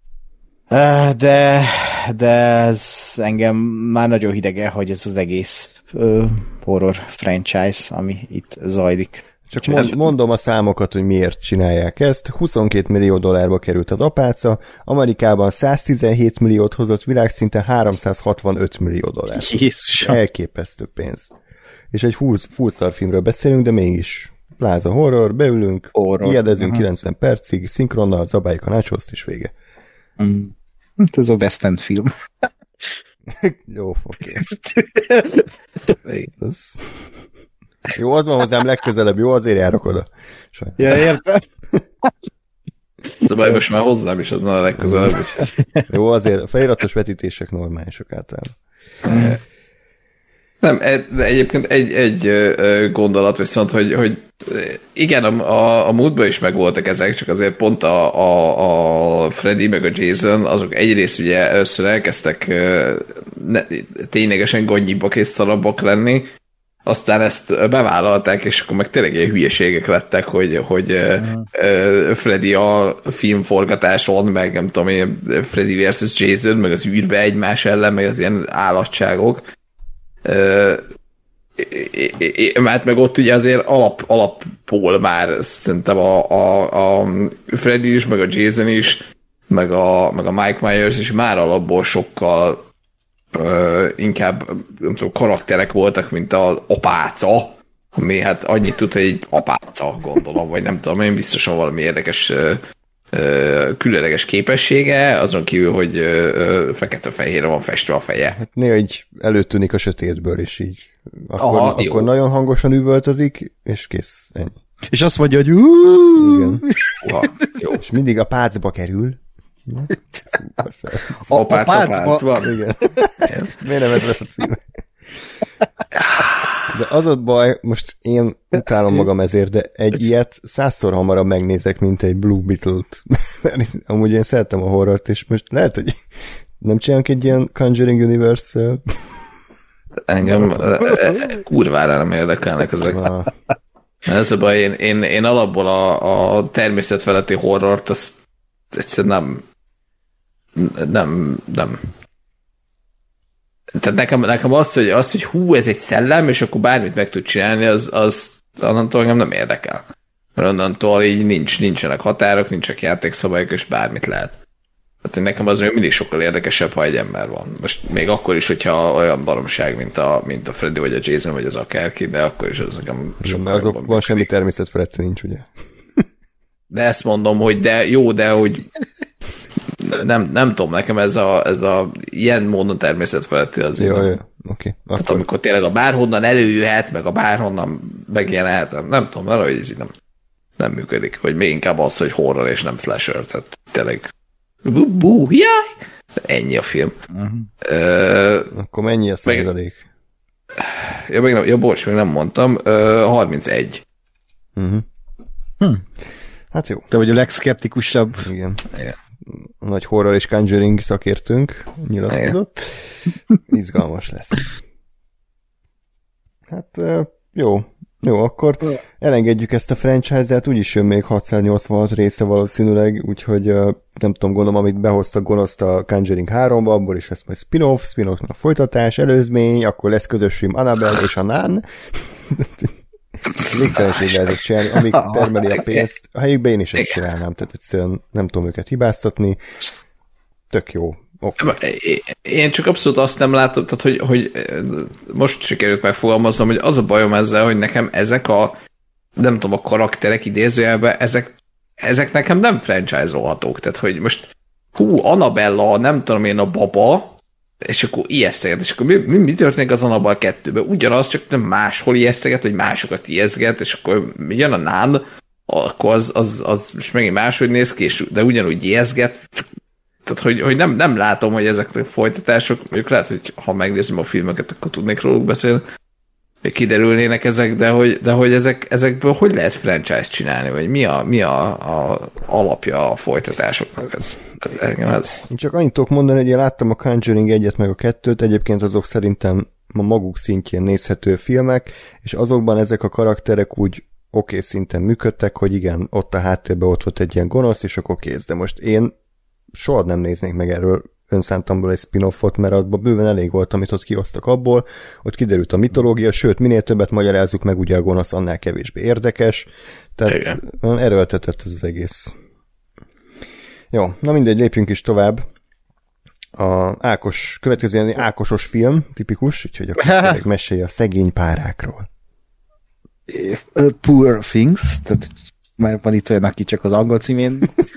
De, de ez engem már nagyon hidegen, hogy ez az egész uh, horror franchise, ami itt zajlik. Csak mond, mondom a számokat, hogy miért csinálják ezt. huszonkét millió dollárba került az Apáca, Amerikában száztizenhét milliót hozott, világszinten háromszázhatvanöt millió dollár. Jézusom! Elképesztő pénz. És egy full, full szar filmről beszélünk, de mégis pláza horror, beülünk, horror. Ijedezünk uh-huh. kilencven percig, szinkronnal, zabáljuk a nachoszt, és vége. Mm. Ez a West End film. Jó, oké. Okay. Ez... Jó, az van hozzám legközelebb, jó, azért járok oda. Sajnán. Ja, értem. De baj, most már hozzám is az a legközelebb. Jó, azért a feliratos vetítések normálisak általában. Nem, de egyébként egy, egy gondolat viszont, hogy, hogy igen, a, a, a múltban is megvoltak ezek, csak azért pont a, a, a Freddy meg a Jason, azok egyrészt ugye először elkezdtek ne, ténylegesen gannyibbak és szarabbak lenni, aztán ezt bevállalták, és akkor meg tényleg ilyen hülyeségek lettek, hogy, hogy uh-huh. Freddy a filmforgatáson, meg nem tudom én, Freddy versus Jason, meg az űrbe egymás ellen, meg az ilyen állatságok. Mert meg ott ugye azért alap, alapból már szerintem a, a, a Freddy is, meg a Jason is, meg a, meg a Mike Myers is már alapból sokkal Uh, inkább nem tudom, karakterek voltak, mint az apáca, ami hát annyit tud, hogy egy apáca, gondolom, vagy nem tudom, én biztosan valami érdekes uh, uh, különleges képessége, azon kívül, hogy uh, fekete-fehérre van festve a feje. Hát néha így előtűnik a sötétből, és így akkor, Aha, akkor nagyon hangosan üvöltözik, és kész, ennyi. És azt mondja, hogy igen. Uha, jó. És mindig a pácba kerül. A, a pácba, pácba. Igen. Miért nem ez lesz a cím? De az a baj, most én utálom magam ezért, de egy ilyet százszor hamarabb megnézek, mint egy Blue Beetle-t. Mert amúgy én szeretem a horrort, és most lehet, hogy nem csinálunk egy ilyen Conjuring Universe. Engem kurvára nem érdekelnek ezek. Ah. Ez a baj, én, én, én alapból a, a természetfeletti horrort azt egyszerűen nem nem, nem. Tehát nekem, nekem az, hogy, az, hogy hú, ez egy szellem, és akkor bármit meg tud csinálni, az, az onnantól engem nem érdekel. Mert onnantól így nincs, nincsenek határok, nincsenek játékszabályok, és bármit lehet. Tehát nekem az mindig sokkal érdekesebb, ha egy ember van. Most még akkor is, hogyha olyan baromság, mint a, mint a Freddy, vagy a Jason, vagy az akárki, de akkor is az nekem sokkal mert azokban semmi természetfeletti nincs, ugye? De ezt mondom, hogy de jó, de hogy nem, nem tudom, nekem ez a, ez a ilyen módon természetfeletti az. Jó, jó, oké. Okay. Tehát amikor tényleg a bárhonnan előjöhet, meg a bárhonnan megjelenhet, nem, nem tudom, valahogy ez így nem, nem működik. Vagy még inkább az, hogy horror és nem slasher, tehát tényleg bú, bú, jaj! Ennyi a film. Uh-huh. Uh, Akkor mennyi a százalék? Ja, még nem, ja, bocs, még nem mondtam. Uh, harmincegy. Uh-huh. Hm. Hát jó. Te vagy a legszkeptikusabb. Igen. Igen. A nagy horror és Conjuring szakértőnk nyilatkozott. Izgalmas lesz. Hát jó. Jó, akkor elengedjük ezt a franchise-et, úgyis jön még hatszáznyolcvanhat része valószínűleg, úgyhogy nem tudom, gondolom, amit behoztak gonoszt a Conjuring háromba, abból is lesz majd spin-off, spin-off a folytatás, előzmény, akkor lesz közös film Annabelle és a Nan. Végtelenség lehet csinálni, amíg termeli a pénzt. A helyükben én is ezt csinálnám, tehát egyszerűen nem tudom őket hibáztatni. Tök jó. Okay. Én csak abszolút azt nem látom, tehát hogy, hogy most sikerült megfogalmaznom, hogy az a bajom ezzel, hogy nekem ezek a nem tudom, a karakterek idézőjelben, ezek, ezek nekem nem franchise-olhatók. Tehát, hogy most hú, Annabella, nem tudom én, a baba, és akkor ijeszteget, és akkor mi, mi, mi történik az Annabelle kettőben? Ugyanaz, csak nem máshol ijeszteget, vagy másokat ijesztget, és akkor jön a Nan, akkor az, az, az most megint máshogy néz ki, és, de ugyanúgy ijesztget. Tehát, hogy, hogy nem, nem látom, hogy ezek a folytatások, mondjuk lehet, hogy ha megnézem a filmeket, akkor tudnék róluk beszélni, hogy kiderülnének ezek, de hogy, de hogy ezek, ezekből hogy lehet franchise csinálni, vagy mi a, mi a, a alapja a folytatásoknak? Ez, ez, ez. Én csak annyit tudok mondani, hogy én láttam a Conjuring egyet meg a kettőt, egyébként azok szerintem a maguk szintjén nézhető filmek, és azokban ezek a karakterek úgy oké okay, szinten működtek, hogy igen, ott a háttérben ott volt egy ilyen gonosz, és akkor kész. De most én soha nem néznék meg erről önszántamból egy spin-offot, mert abban bőven elég volt, amit ott kihoztak abból, ott kiderült a mitológia, sőt, minél többet magyarázzuk meg, ugye a gonosz annál kevésbé érdekes, tehát igen. Erőltetett ez az egész. Jó, na mindegy, lépjünk is tovább. A Ákos, következő ilyen Ákosos film, tipikus, úgyhogy akkor mesélj a szegény párákról. Poor Things, tehát már van itt olyan, aki csak az angol címén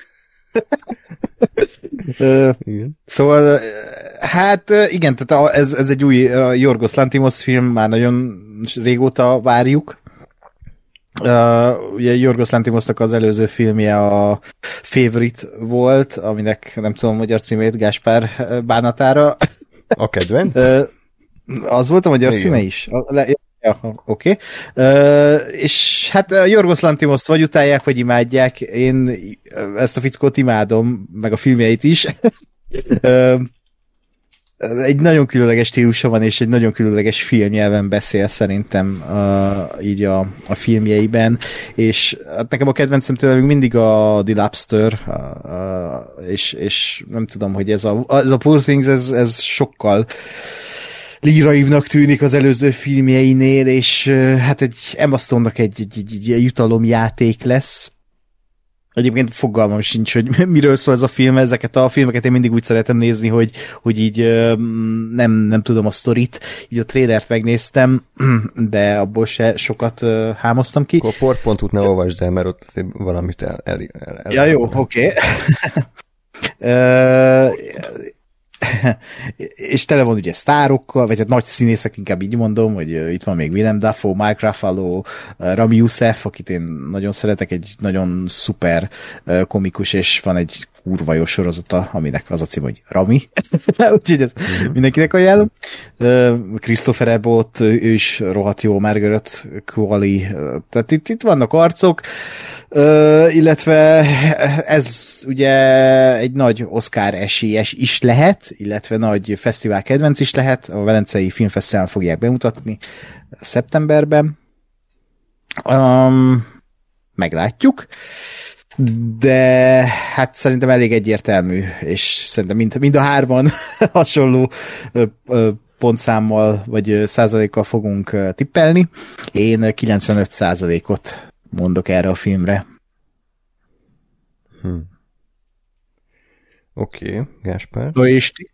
Uh, szóval, hát igen, tehát ez, ez egy új Yorgos Lanthimos film, már nagyon régóta várjuk. Uh, ugye Yorgos Lanthimosnak az előző filmje a Favorite volt, aminek nem tudom magyar címét, Gáspár bánatára. A kedvenc? Uh, Az volt a magyar Igen. címe is? A, le, ja, oké. Okay. Uh, és hát Jorgos Lanthimoszt vagy utálják, vagy imádják. Én ezt a fickót imádom, meg a filmjeit is. uh, egy nagyon különleges stílusa van, és egy nagyon különleges filmnyelven beszél szerintem uh, így a, a filmjeiben, és hát nekem a kedvencem tőle még mindig a The Lobster, uh, uh, és, és nem tudom, hogy ez a, ez a Poor Things, ez, ez sokkal líraibbnak tűnik az előző filmjeinél, és uh, hát egy Emma Stone-nak egy, egy, egy, egy jutalomjáték lesz. Egyébként fogalmam sincs, hogy miről szól ez a film, ezeket a filmeket én mindig úgy szeretem nézni, hogy, hogy így nem, nem tudom a sztorit, így a trailert megnéztem, de abból se sokat hámoztam ki. Akkor a port pont út ne olvasd el, mert ott azért valamit el... el, el, el ja, jó, oké. Okay. És tele van ugye sztárokkal, vagy hát nagy színészek, inkább így mondom, hogy itt van még Willem Dafoe, Mark Ruffalo, Rami Youssef, akit én nagyon szeretek, egy nagyon szuper komikus, és van egy kurva jó sorozata, aminek az a cím, hogy Rami. Úgyhogy ezt mm-hmm. mindenkinek ajánlom. Christopher Abbott, ő is rohadt jó, Margaret Qualley, tehát itt, itt vannak arcok, Uh, illetve ez ugye egy nagy Oscar esélyes is lehet, illetve nagy fesztivál kedvenc is lehet, a Velencei Filmfesztiválon fogják bemutatni szeptemberben. Um, meglátjuk, de hát szerintem elég egyértelmű, és szerintem mind, mind a hárman hasonló ö, ö, pontszámmal vagy százalékkal fogunk tippelni. Én kilencvenöt százalékot mondok erre a filmre. Hm. Oké, okay, Gáspár. No, és ti?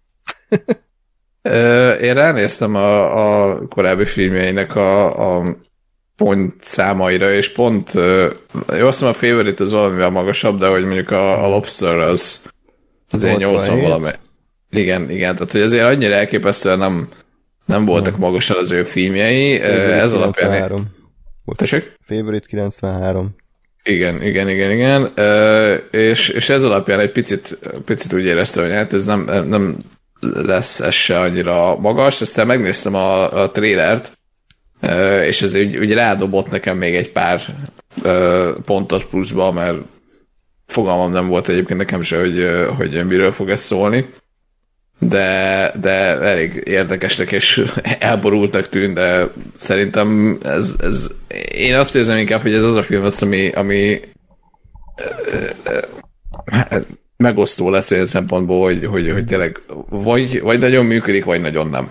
Én ránéztem a, a korábbi filmjeinek a, a pontszámaira, és pont, jó, azt mondom, a Favorite az valamivel magasabb, de hogy mondjuk a, a Lobster az azért nyolcvan valami. Igen, igen, tehát hogy azért annyira elképesztően nem, nem voltak magasan az ő filmjei. Favorite ez kilencvenhárom. alapján... Tessék? Favorite kilencvenhárom. Igen, igen, igen, igen. Uh, és, és ez alapján egy picit, picit úgy éreztem, hogy hát ez nem, nem lesz ez se annyira magas. Aztán megnéztem a, a trailert, uh, és ez úgy, úgy rádobott nekem még egy pár uh, pontot pluszba, mert fogalmam nem volt egyébként nekem se, hogy, hogy miről fog ez szólni. De, de elég érdekesnek és elborultak tűn, de szerintem ez, ez én azt érzem inkább, hogy ez az a film az, ami, ami megosztó lesz ilyen szempontból, hogy, hogy, hogy tényleg vagy, vagy nagyon működik, vagy nagyon nem.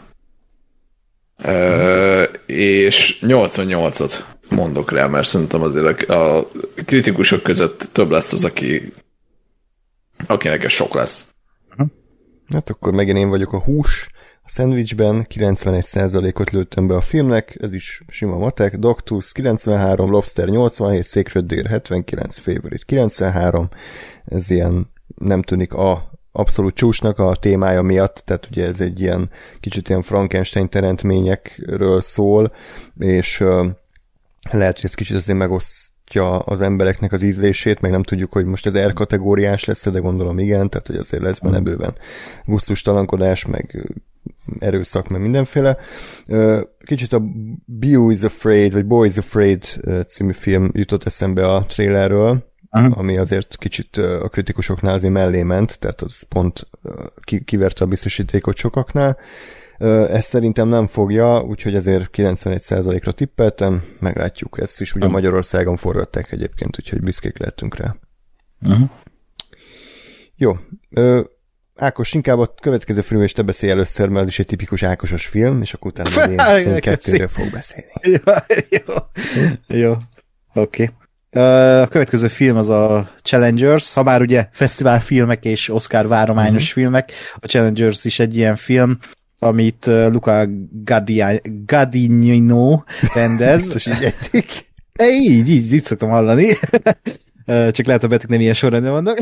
Mm. És nyolcvannyolcat mondok rá, mert szerintem azért a, a kritikusok között több lesz az, aki, akinek ez sok lesz. Hát akkor megint én vagyok a hús. A szendvicsben kilencvenegy százalékot lőttem be a filmnek, ez is sima matek. Doctus kilencvenhárom, Lobster nyolcvanhét, Sacred Deer hetvenkilenc, Favorite kilencvenhárom. Ez ilyen nem tűnik a abszolút csúcsnak a témája miatt, tehát ugye ez egy ilyen kicsit ilyen Frankenstein teremtményekről szól, és uh, lehet, hogy ez kicsit azért megoszt az embereknek az ízlését, meg nem tudjuk, hogy most ez R kategóriás lesz, de gondolom igen, tehát hogy azért lesz benne bőven gusztustalankodás, meg erőszak, meg mindenféle. Kicsit a Beau is Afraid, vagy Boy is Afraid című film jutott eszembe a trailerről, uh-huh. ami azért kicsit a kritikusoknál azért mellé ment, tehát az pont kiverte a biztosítékot sokaknál. Ezt szerintem nem fogja, úgyhogy ezért kilencvenegy százalékra tippeltem, meglátjuk, ezt is ugye uh-huh. Magyarországon forgatták egyébként, úgyhogy büszkék lehetünk rá. Uh-huh. Jó, Ö, Ákos, inkább a következő film, és te beszélj először, mert az is egy tipikus Ákosos film, és akkor utána én, én kettőről fog beszélni. Jó, jó, jó. Oké. Okay. A következő film az a Challengers, ha már ugye fesztiválfilmek és Oscar várományos uh-huh. filmek, a Challengers is egy ilyen film, amit Luca Guadagnino rendez. Biztos így egyik. Így, így, így szoktam hallani. Csak lehet, a betűk nem ilyen sorrendben vannak.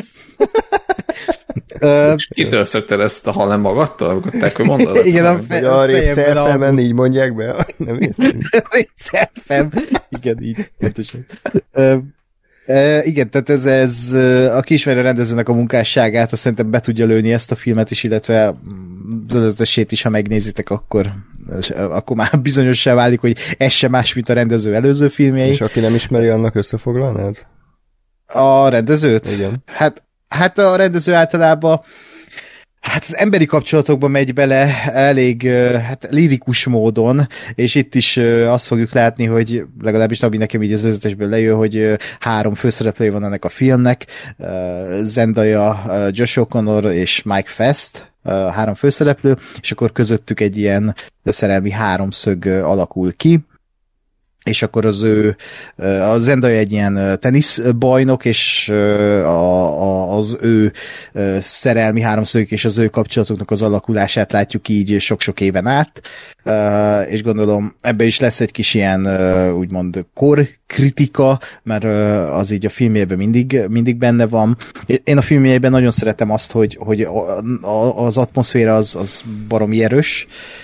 Kitől szökted ezt a hallem magadtól, amikor te akkor mondod? Igen, a, fe- a Répcelfemen így mondják be. Nem értem. Répcelfem. Igen, így. Pontosan. Uh, igen, tehát ez, ez aki ismeri a rendezőnek a munkásságát, azt szerintem be tudja lőni ezt a filmet is, illetve az előzetesét is, ha megnézitek, akkor, akkor már bizonyossá válik, hogy ez sem más, mint a rendező előző filmjei. És aki nem ismeri, annak összefoglalnád? A rendezőt? Igen. Hát, hát a rendező általában hát az emberi kapcsolatokban megy bele elég hát, lirikus módon, és itt is azt fogjuk látni, hogy legalábbis Nabi nekem így az vezetésből lejön, hogy három főszereplője van ennek a filmnek, Zendaya, Josh O'Connor és Mike Fast, három főszereplő, és akkor közöttük egy ilyen szerelmi háromszög alakul ki, és akkor az ő, a Zendaya egy ilyen teniszbajnok, és a, a, az ő szerelmi háromszögük és az ő kapcsolatoknak az alakulását látjuk így sok-sok éven át, és gondolom ebben is lesz egy kis ilyen úgymond korkritika, mert az így a filmjében mindig, mindig benne van. Én a filmjében nagyon szeretem azt, hogy, hogy az atmoszféra az, az baromi erős.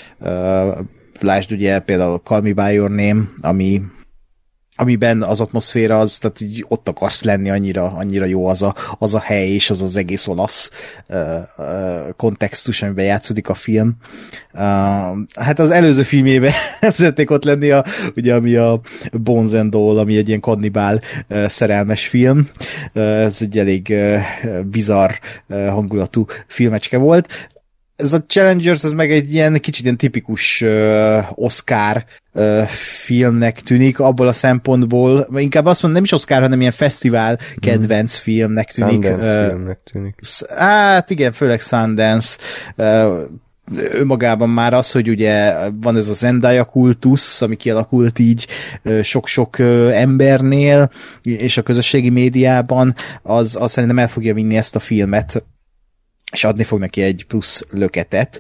Lásd ugye például Call Me By Your Name, ami, amiben az atmoszféra az, tehát így ott akarsz lenni, annyira, annyira jó az a, az a hely, és az az egész olasz uh, uh, kontextus, amiben játszódik a film. Uh, hát az előző filmjében nem szeretnék ott lenni, a, ugye, ami a Bones and All, ami egy ilyen kannibál uh, szerelmes film. Uh, ez egy elég uh, bizarr uh, hangulatú filmecske volt. Ez a Challengers, ez meg egy ilyen kicsit ilyen tipikus uh, Oscar uh, filmnek tűnik, abból a szempontból, inkább azt mondom, nem is Oscar, hanem ilyen fesztivál kedvenc mm. filmnek tűnik. Sundance uh, filmnek tűnik. Hát igen, főleg Sundance. Uh, önmagában már az, hogy ugye van ez a Zendaya kultusz, ami kialakult így uh, sok-sok uh, embernél, és a közösségi médiában, az, az szerintem el fogja vinni ezt a filmet, és adni fog neki egy plusz löketet,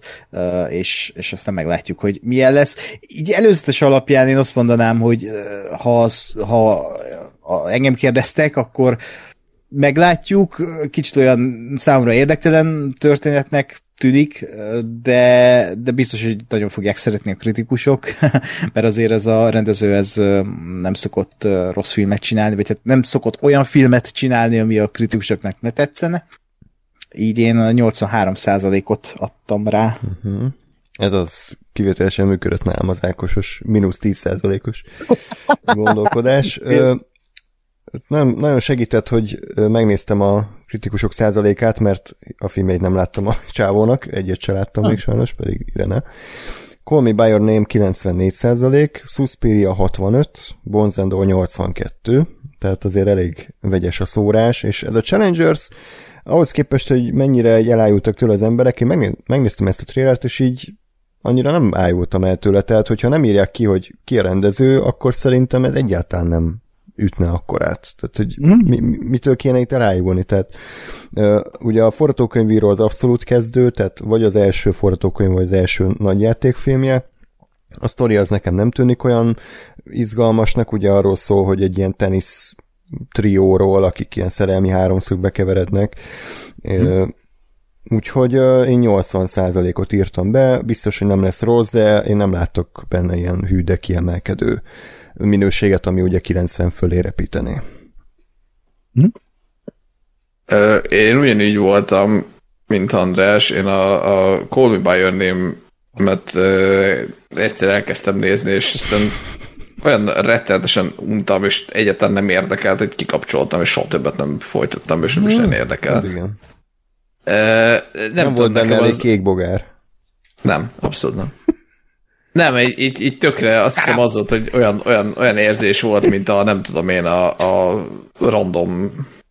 és, és aztán meglátjuk, hogy milyen lesz. Így előzetes alapján én azt mondanám, hogy ha, az, ha engem kérdeztek, akkor meglátjuk, kicsit olyan számomra érdektelen történetnek tűnik, de, de biztos, hogy nagyon fogják szeretni a kritikusok, mert azért ez a rendező ez nem szokott rossz filmet csinálni, vagy hát nem szokott olyan filmet csinálni, ami a kritikusoknak ne tetszene. Így én a nyolcvanhárom százalékot adtam rá. Uh-huh. Ez az kivételesen működött nálam az Ákosos mínusz tíz százalékos gondolkodás. Ö, nem, nagyon segített, hogy megnéztem a kritikusok százalékát, mert a filmét nem láttam a csávónak, egyet se láttam hmm. még sajnos, pedig ide ne. Call Me By Your Name kilencvennégy százalék, Suspiria hatvanöt, Bones and All nyolcvankettő, tehát azért elég vegyes a szórás, és ez a Challengers ahhoz képest, hogy mennyire elájultak tőle az emberek, én megnéztem ezt a trailert, és így annyira nem ájultam el tőle, tehát hogyha nem írják ki, hogy ki a rendező, akkor szerintem ez egyáltalán nem ütne akkorát. Tehát, hogy mi, mitől kéne itt elájulni? Tehát uh, ugye a forgatókönyvíró az abszolút kezdő, tehát vagy az első forgatókönyv, vagy az első nagy játékfilmje. A sztori az nekem nem tűnik olyan izgalmasnak, ugye arról szól, hogy egy ilyen tenisz trióról, akik ilyen szerelmi háromszögbe keverednek. Hm. Úgyhogy én nyolcvan százalékot írtam be, biztos, hogy nem lesz rossz, de én nem látok benne ilyen hű, de kiemelkedő minőséget, ami ugye kilencven fölé repítené. Hm? Én ugyanígy voltam, mint András, én a, a Call Me By Your Name-et egyszer elkezdtem nézni, és aztán olyan rettenetesen untam, és egyáltalán nem érdekelt, hogy kikapcsoltam, és soha többet nem folytattam, és most nem érdekel. Igen. Uh, nem, nem volt benne elég az... kék bogár. Nem, abszolút nem. Nem, így, így, így tökre azt hiszem az volt, hogy olyan, olyan, olyan érzés volt, mint a, nem tudom én, a, a random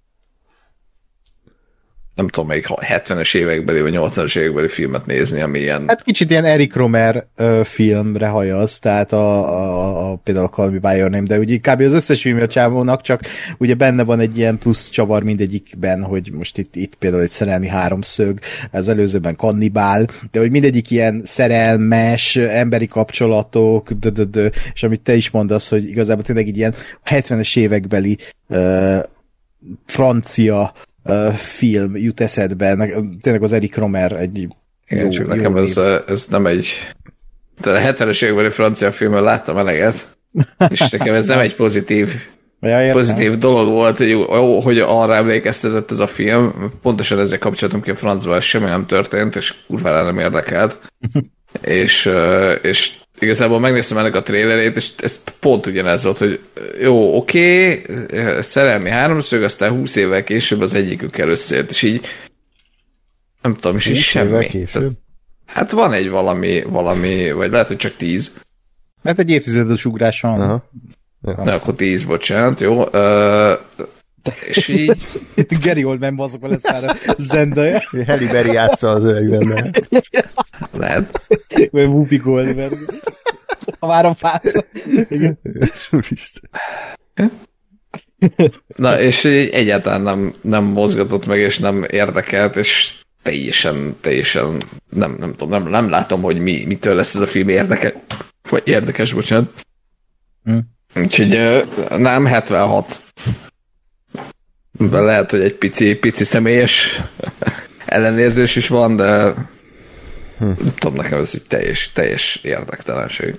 nem tudom, még hetvenes évekbeli, vagy nyolcvanas évekbeli filmet nézni, ami ilyen... Hát kicsit ilyen Eric Romer ö, filmre hajaz, tehát a, a, a, például a Call Me By Your Name, de ugye kb. Az összes film a csávónak, csak ugye benne van egy ilyen plusz csavar mindegyikben, hogy most itt, itt például egy szerelmi háromszög, az előzőben kannibál, de hogy mindegyik ilyen szerelmes, emberi kapcsolatok, d -d -d, és amit te is mondasz, hogy igazából tényleg egy ilyen hetvenes évekbeli ö, francia Uh, film jut eszedbe, tényleg az Eric Romer egy igen, jó, csak jó nekem ez, ez nem egy... De a hetvenes évekbeli francia filmmel láttam eleget, és nekem ez nem egy pozitív Ja, pozitív dolog volt, hogy, hogy arra emlékeztetett ez a film. Pontosan ezzel kapcsolatom ki a francban, semmi nem történt, és kurvára nem érdekelt. és, és igazából megnéztem ennek a trailerét, és ez pont ugyanez volt, hogy jó, oké, okay, szerelmi háromszög, aztán húsz évvel később az egyikükkel összejött, és így nem tudom, és így semmi. Tehát, hát van egy valami, valami, vagy lehet, hogy csak tíz. Hát egy évtizedes ugrás van. Aha. Ja. De akkor tíz, bocsánat, jó. Uh, és így... Gary Oldman bazokon lesz már a Zendaya. Halle Berry játsza az öregben. Lehet. Vagy Whoopi Goldberg. Ha már a fász. Igen. Na, és így egyáltalán nem, nem mozgatott meg, és nem érdekelt, és teljesen, teljesen nem, nem tudom, nem, nem látom, hogy mi, mitől lesz ez a film érdekes, vagy érdekes, bocsánat. Hm. Úgyhogy nem, hetvenhat. De lehet, hogy egy pici, pici személyes ellenérzés is van, de hm. nem tudom, nekem ez egy teljes, teljes érdektelenség.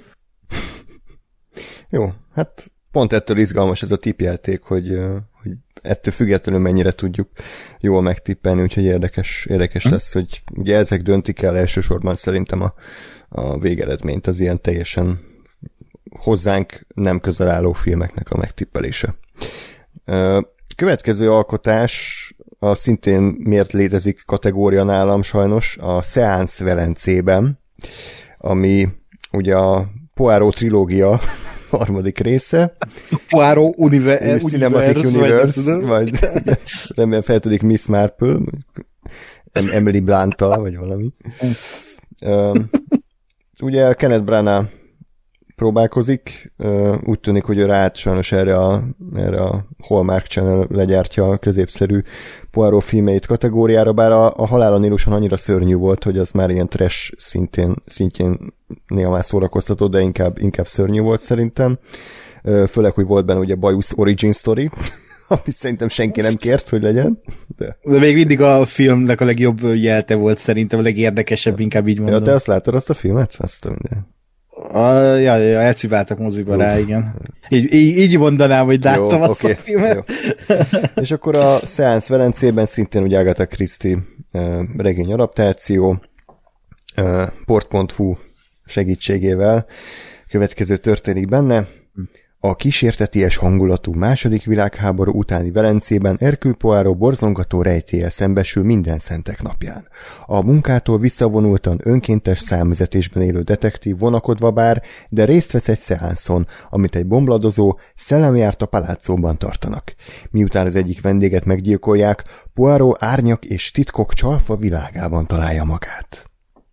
Jó, hát pont ettől izgalmas ez a tippjáték, hogy, hogy ettől függetlenül mennyire tudjuk jól megtippelni, úgyhogy érdekes, érdekes hm. lesz, hogy ugye ezek döntik el elsősorban szerintem a, a végeredményt, az ilyen teljesen hozzánk nem közel álló filmeknek a megtippelése. Következő alkotás, a szintén miért létezik kategória nálam sajnos, a Seance Velencében, ami ugye a Poirot trilógia harmadik része. Poirot univer- Cinematic Universe, vagy, vagy remélem feltűnik Miss Marple, Emily Blunt-tal, vagy valami. um, ugye Kenneth Branagh próbálkozik, úgy tűnik, hogy ő ráállt sajnos erre a, erre a Hallmark Channel legyártja a középszerű Poirot filmeit kategóriára, bár a, a Halál a Níluson annyira szörnyű volt, hogy az már ilyen trash szintén, szintjén néha már szórakoztató, de inkább, inkább szörnyű volt szerintem. Főleg, hogy volt benne ugye Bajusz Origin Story, amit szerintem senki nem kért, hogy legyen. De. de még mindig a filmnek a legjobb jelte volt szerintem, a legérdekesebb, inkább így mondom. Ja, te azt látod, azt a filmet? Azt minden. A, ja, ja, elcibáltak moziba rá, igen. Így, így, így mondanám, hogy láttam jó, azt okay, a filmet. És akkor a Seance Velencében szintén ugye Agatha Christie uh, regény adaptáció, uh, port pont hu segítségével következő történik benne. A kísérteties hangulatú második világháború utáni Velencében Hercule Poirot borzongató rejtéllyel szembesül minden szentek napján. A munkától visszavonultan önkéntes számüzetésben élő detektív vonakodva bár, de részt vesz egy szeánszon, amit egy bombladozó, szellemjárta palácóban tartanak. Miután az egyik vendéget meggyilkolják, Poirot árnyak és titkok csalfa világában találja magát.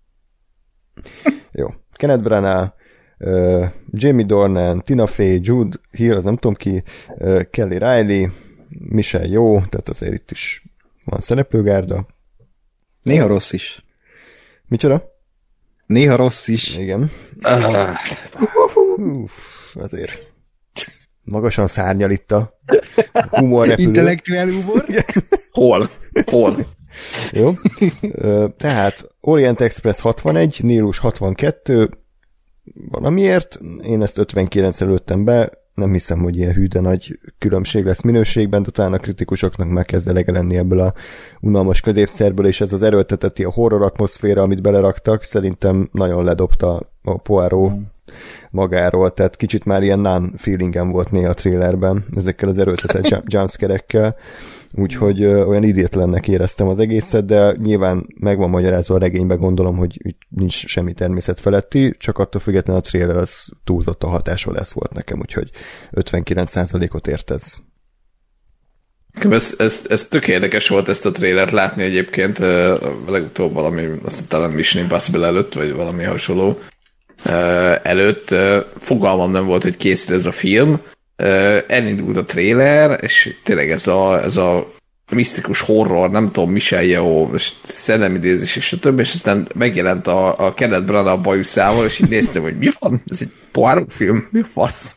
Jó. Kenneth Branagh, Uh, Jamie Dornan, Tina Fey, Jude Hill, az nem tudom ki, uh, Kelly Riley, Michelle Yeoh, tehát azért itt is van szereplőgárda. Néha rossz is. Micsoda? Néha rossz is. Igen. Uh. Uff, azért magasan szárnyal itt a humorrepülő. Intellektuál humor? Hol? Hol? Jó. Uh, tehát Orient Express hatvanegy, Nílus hatvankettő, valamiért, én ezt ötvenkilenccel lőttem be, nem hiszem, hogy ilyen hű, de nagy különbség lesz minőségben, de talán a kritikusoknak már kezd elege lenni ebből a unalmas középszerből, és ez az erőlteteti a horror atmoszféra, amit beleraktak, szerintem nagyon ledobta a Poirot magáról, tehát kicsit már ilyen non-feelingem volt néha a trailerben, ezekkel az erőltetett jumpscare-ekkel, úgyhogy ö, olyan idétlennek éreztem az egészet, de nyilván meg van magyarázva a regényben, gondolom, hogy nincs semmi természet feletti, csak attól függetlenül a trailer az túlzott a hatásvadász volt nekem, úgyhogy ötvenkilenc százalékot ért ez. Ez, ez, ez tök érdekes volt ezt a trailert látni egyébként, legutóbb valami, azt talán Mission Impossible előtt, vagy valami hasonló előtt. Fogalmam nem volt, hogy készül ez a film. Elindult a trailer, és tényleg ez a, ez a misztikus horror, nem tudom, Michelle Yeoh, szellemidézés, és a többi, és aztán megjelent a, a Kenneth Branagh bajuszával, és így néztem, hogy mi van? Ez egy Poirot film? Mi a fasz?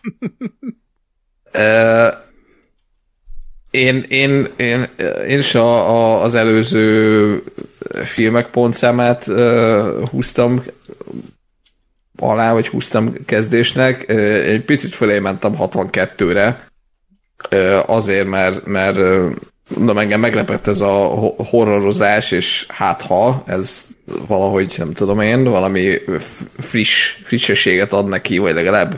uh, én, én, én, én is a, a, az előző filmek pontszámát uh, húztam alá, vagy húztam kezdésnek. Egy picit fölé mentem hatvankettőre, azért, mert, mert na, engem meglepett ez a horrorozás, és hát ha ez valahogy, nem tudom én, valami friss, frissességet ad neki, vagy legalább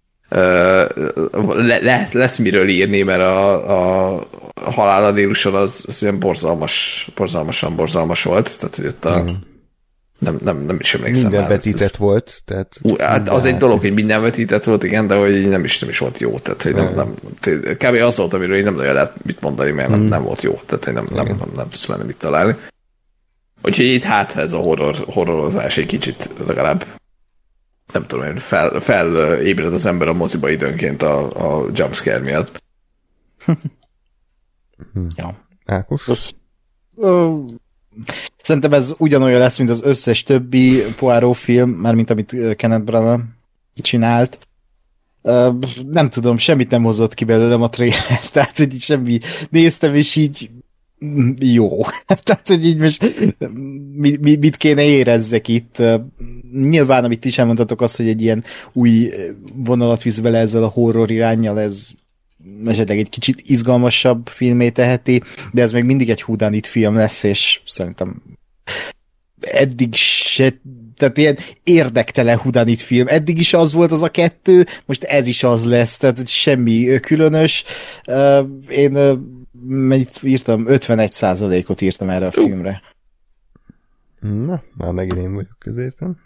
lesz, lesz miről írni, mert a, a Halál a Níluson az, az ilyen borzalmas, borzalmasan borzalmas volt, tehát hogy ott a mm. nem, nem, nem is emlékszem. Minden már, vetített ez, volt. Tehát ú, hát az egy dolog, hogy minden vetített volt, igen, de hogy nem is, nem is volt jó. Tehát, hogy nem, nem, kb. Az volt, amiről én nem nagyon lehet mit mondani, mert nem, mm. nem volt jó. Tehát, hogy nem, nem, nem, nem tudsz benne mit találni. Úgyhogy itt hát ez a horror, horrorozás egy kicsit legalább nem tudom én, fel, felébred az ember a moziba időnként a, a jumpscare miatt. Ja. Ákos? Szerintem ez ugyanolyan lesz, mint az összes többi Poirot film, mármint amit Kenneth Branagh csinált. Nem tudom, semmit nem hozott ki belőlem a trailer, tehát hogy semmi néztem, és így jó. Tehát, hogy így most mit, mit kéne érezzek itt. Nyilván, amit is elmondhatok, az, hogy egy ilyen új vonalat visz bele ezzel a horror iránnyal, ez esetleg egy kicsit izgalmasabb filmé teheti, de ez még mindig egy whodunit film lesz, és szerintem eddig se, tehát ilyen érdektelen whodunit film. Eddig is az volt az a kettő, most ez is az lesz, tehát hogy semmi különös. Én mennyit írtam? ötvenegy százalékot írtam erre a filmre. Na, már megint én vagyok középen.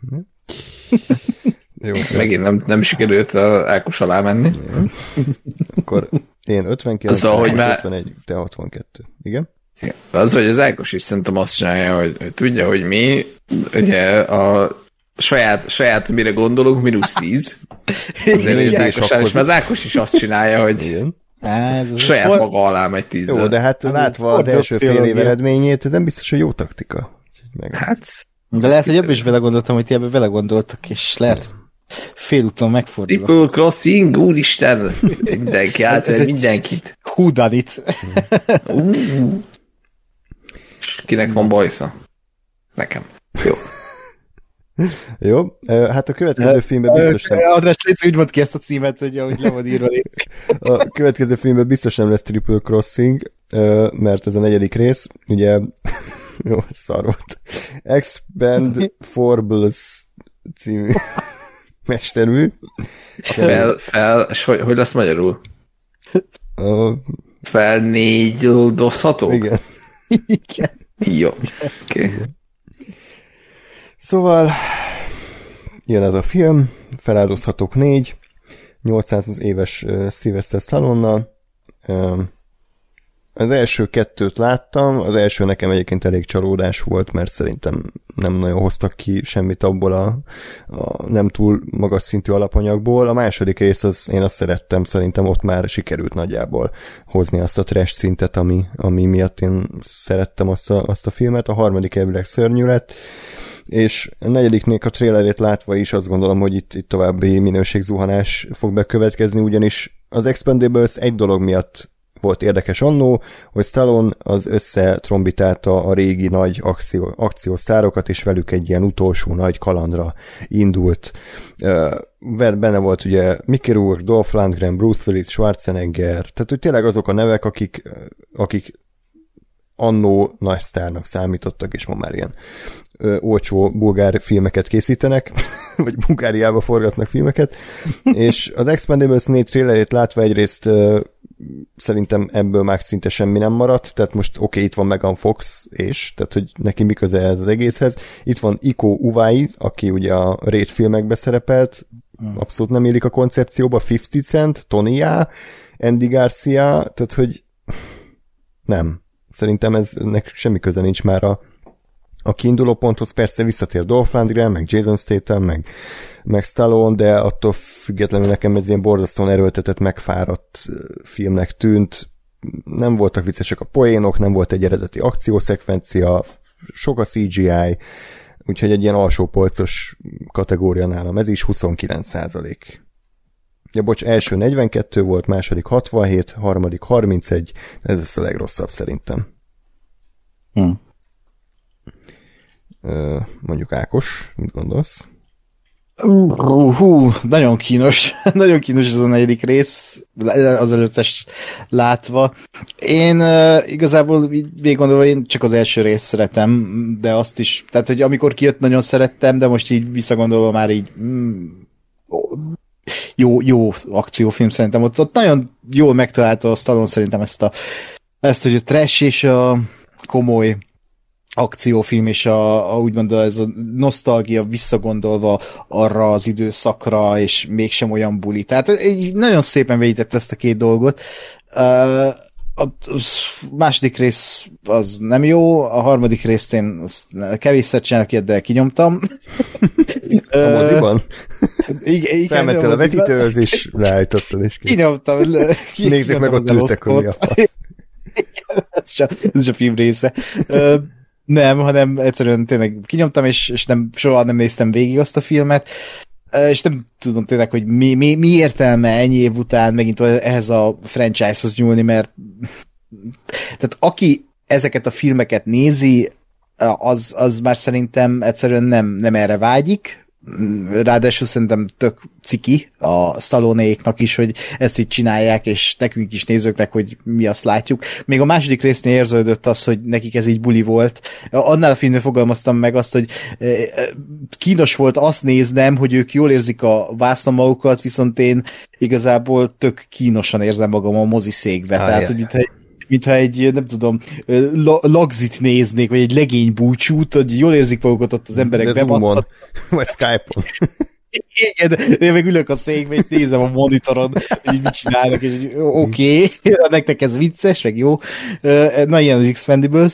Jó, megint nem, nem sikerült a Ákos alá menni. Akkor én ötvenkilenc, szóval, hogy már... ötvenegy, te hatvankettő. Igen? Igen. Az, hogy az Ákos is szerintem azt csinálja, hogy, hogy tudja, hogy mi ugye a saját, saját mire gondolunk, mínusz tíz. Azért az Ákos, és az Ákos is azt csinálja, hogy igen. Ez saját for... maga alá megy tízzel. Jó, de hát látva az első fél év eredményét, nem biztos, hogy jó taktika. Meg... Hát... De lehet, hogy ebben is belegondoltam, hogy ti ebben belegondoltak, és lehet félúton megfordulok. Triple Crossing, úristen! Mindenki át, hát mindenkit. Whodunit. uh. Kinek van bajsza? Nekem. Jó. Jó, hát a következő filmben biztos nem... András Léci úgy mond ki ezt a címet, hogy ahogy le van írva. A következő filmben biztos nem lesz Triple Crossing, mert ez a negyedik rész, ugye jó, szar volt. Expand Forbles című mestermű. Fel, fel, és hogy, hogy lesz magyarul? Uh, fel négy oldozható? Igen. Igen. Jó, oké. Okay. Szóval jön ez a film, Feláldozhatók négy, nyolcszáz éves uh, Sylvester Stallonnal. Uh, az első kettőt láttam, az első nekem egyébként elég csalódás volt, mert szerintem nem nagyon hoztak ki semmit abból a, a nem túl magas szintű alapanyagból. A második rész, az, én azt szerettem, szerintem ott már sikerült nagyjából hozni azt a trash szintet, ami, ami miatt én szerettem azt a, azt a filmet. A harmadik elvileg szörnyű lett, és a negyediknél a trailerét látva is azt gondolom, hogy itt, itt további minőségzuhanás fog bekövetkezni, ugyanis az Expendables egy dolog miatt volt érdekes annó, hogy Stallone az összetrombitálta a régi nagy akció, akciósztárokat, és velük egy ilyen utolsó nagy kalandra indult. Benne volt ugye Mickey Rourke, Dolph Lundgren, Bruce Willis, Schwarzenegger, tehát hogy tényleg azok a nevek, akik, akik annó nagy sztárnak számítottak, és ma már ilyen ö, olcsó bulgár filmeket készítenek, vagy Bulgáriába forgatnak filmeket, és az Expendables négy trailerét látva egyrészt ö, szerintem ebből már szinte semmi nem maradt, tehát most oké, okay, itt van Megan Fox, és, tehát hogy neki mi köze ez az egészhez. Itt van Iko Uwais, aki ugye a Raid filmekbe szerepelt, abszolút nem élik a koncepcióba, ötven Cent, Tony Jaa, Andy Garcia, tehát hogy nem. Szerintem ez nek semmi köze nincs már a, a kiinduló ponthoz. Persze visszatér Dolph Lundgren, meg Jason Statham, meg, meg Stallone, de attól függetlenül nekem ez ilyen borzasztóan erőltetett, megfáradt filmnek tűnt. Nem voltak viccesek a poénok, nem volt egy eredeti akciószekvencia, sok a cé gé i, úgyhogy egy ilyen alsópolcos kategória nálam. Ez is huszonkilenc százalék. Ja, bocs, első negyvenkettő volt, második hatvanhét, harmadik harmincegy, ez lesz a legrosszabb szerintem. Hm. Mondjuk Ákos, mit gondolsz? Hú, hú, nagyon kínos, nagyon kínos ez a negyedik rész, az előttes látva. Én uh, igazából végig gondolva, én csak az első részt szeretem, de azt is, tehát hogy amikor kijött, nagyon szerettem, de most így visszagondolva már így mm, jó, jó akciófilm szerintem. Ott, ott nagyon jól megtalálta a Stallone szerintem ezt a ezt, hogy a trash és a komoly akciófilm, és a, a úgymond ez a nosztalgia visszagondolva arra az időszakra, és mégsem olyan buli. Tehát így nagyon szépen végített ezt a két dolgot. Uh, a második rész az nem jó, a harmadik részt én kevésszer csinálok ilyet, de kinyomtam. A moziban? Igen, igen, felmettél a vetítőhöz, és leállítottad, és kinyomtam. Nézzük meg, ott ültek, hogy mi a fasz. ez, is a, ez is a film része. Uh, nem, hanem egyszerűen tényleg kinyomtam, és, és nem, soha nem néztem végig azt a filmet, uh, és nem tudom tényleg, hogy mi, mi, mi értelme ennyi év után megint ehhez a franchise-hoz nyúlni, mert tehát aki ezeket a filmeket nézi, az, az már szerintem egyszerűen nem, nem erre vágyik, ráadásul szerintem tök ciki a Stallone-éknak is, hogy ezt így csinálják, és nekünk is nézőknek, hogy mi azt látjuk. Még a második résznél érződött az, hogy nekik ez így buli volt. Annál a filmnél fogalmaztam meg azt, hogy kínos volt azt néznem, hogy ők jól érzik a vásznomagukat, viszont én igazából tök kínosan érzem magam a moziszékbe. Ah, Tehát, yeah. hogy mintha mintha egy, nem tudom, lagzit néznék, vagy egy legény búcsút, hogy jól érzik magukat ott az emberek. De Zoomon, vagy Skype-on. Igen, de én meg ülök a székbe, és nézem a monitoron, hogy így mit csinálnak, és oké, okay, nektek ez vicces, meg jó. Na, ilyen az Expendables.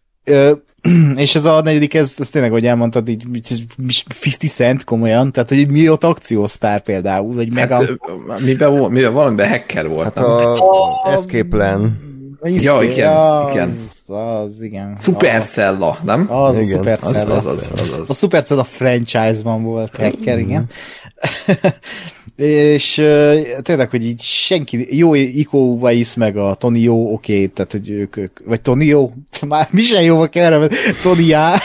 És ez a negyedik, ez, ez tényleg, hogy elmondtad, így ötven cent komolyan, tehát, hogy mi ott akciósztár például, vagy meg hát, a... miben, miben valamiben hacker volt, hát nem? a, a Escape Plan. Ja, igen, az, igen. Az, igen. Supercella, nem? Az igen. a Supercella. Az, az, az, az, az. A Supercella franchise-ban volt hacker, igen. És uh, tényleg, hogy így senki, jó, Iko Uwais meg a Tony jó, oké, okay, tehát, hogy ők, ők vagy Tony jó, már mi sem jóval kell, mert Tony já,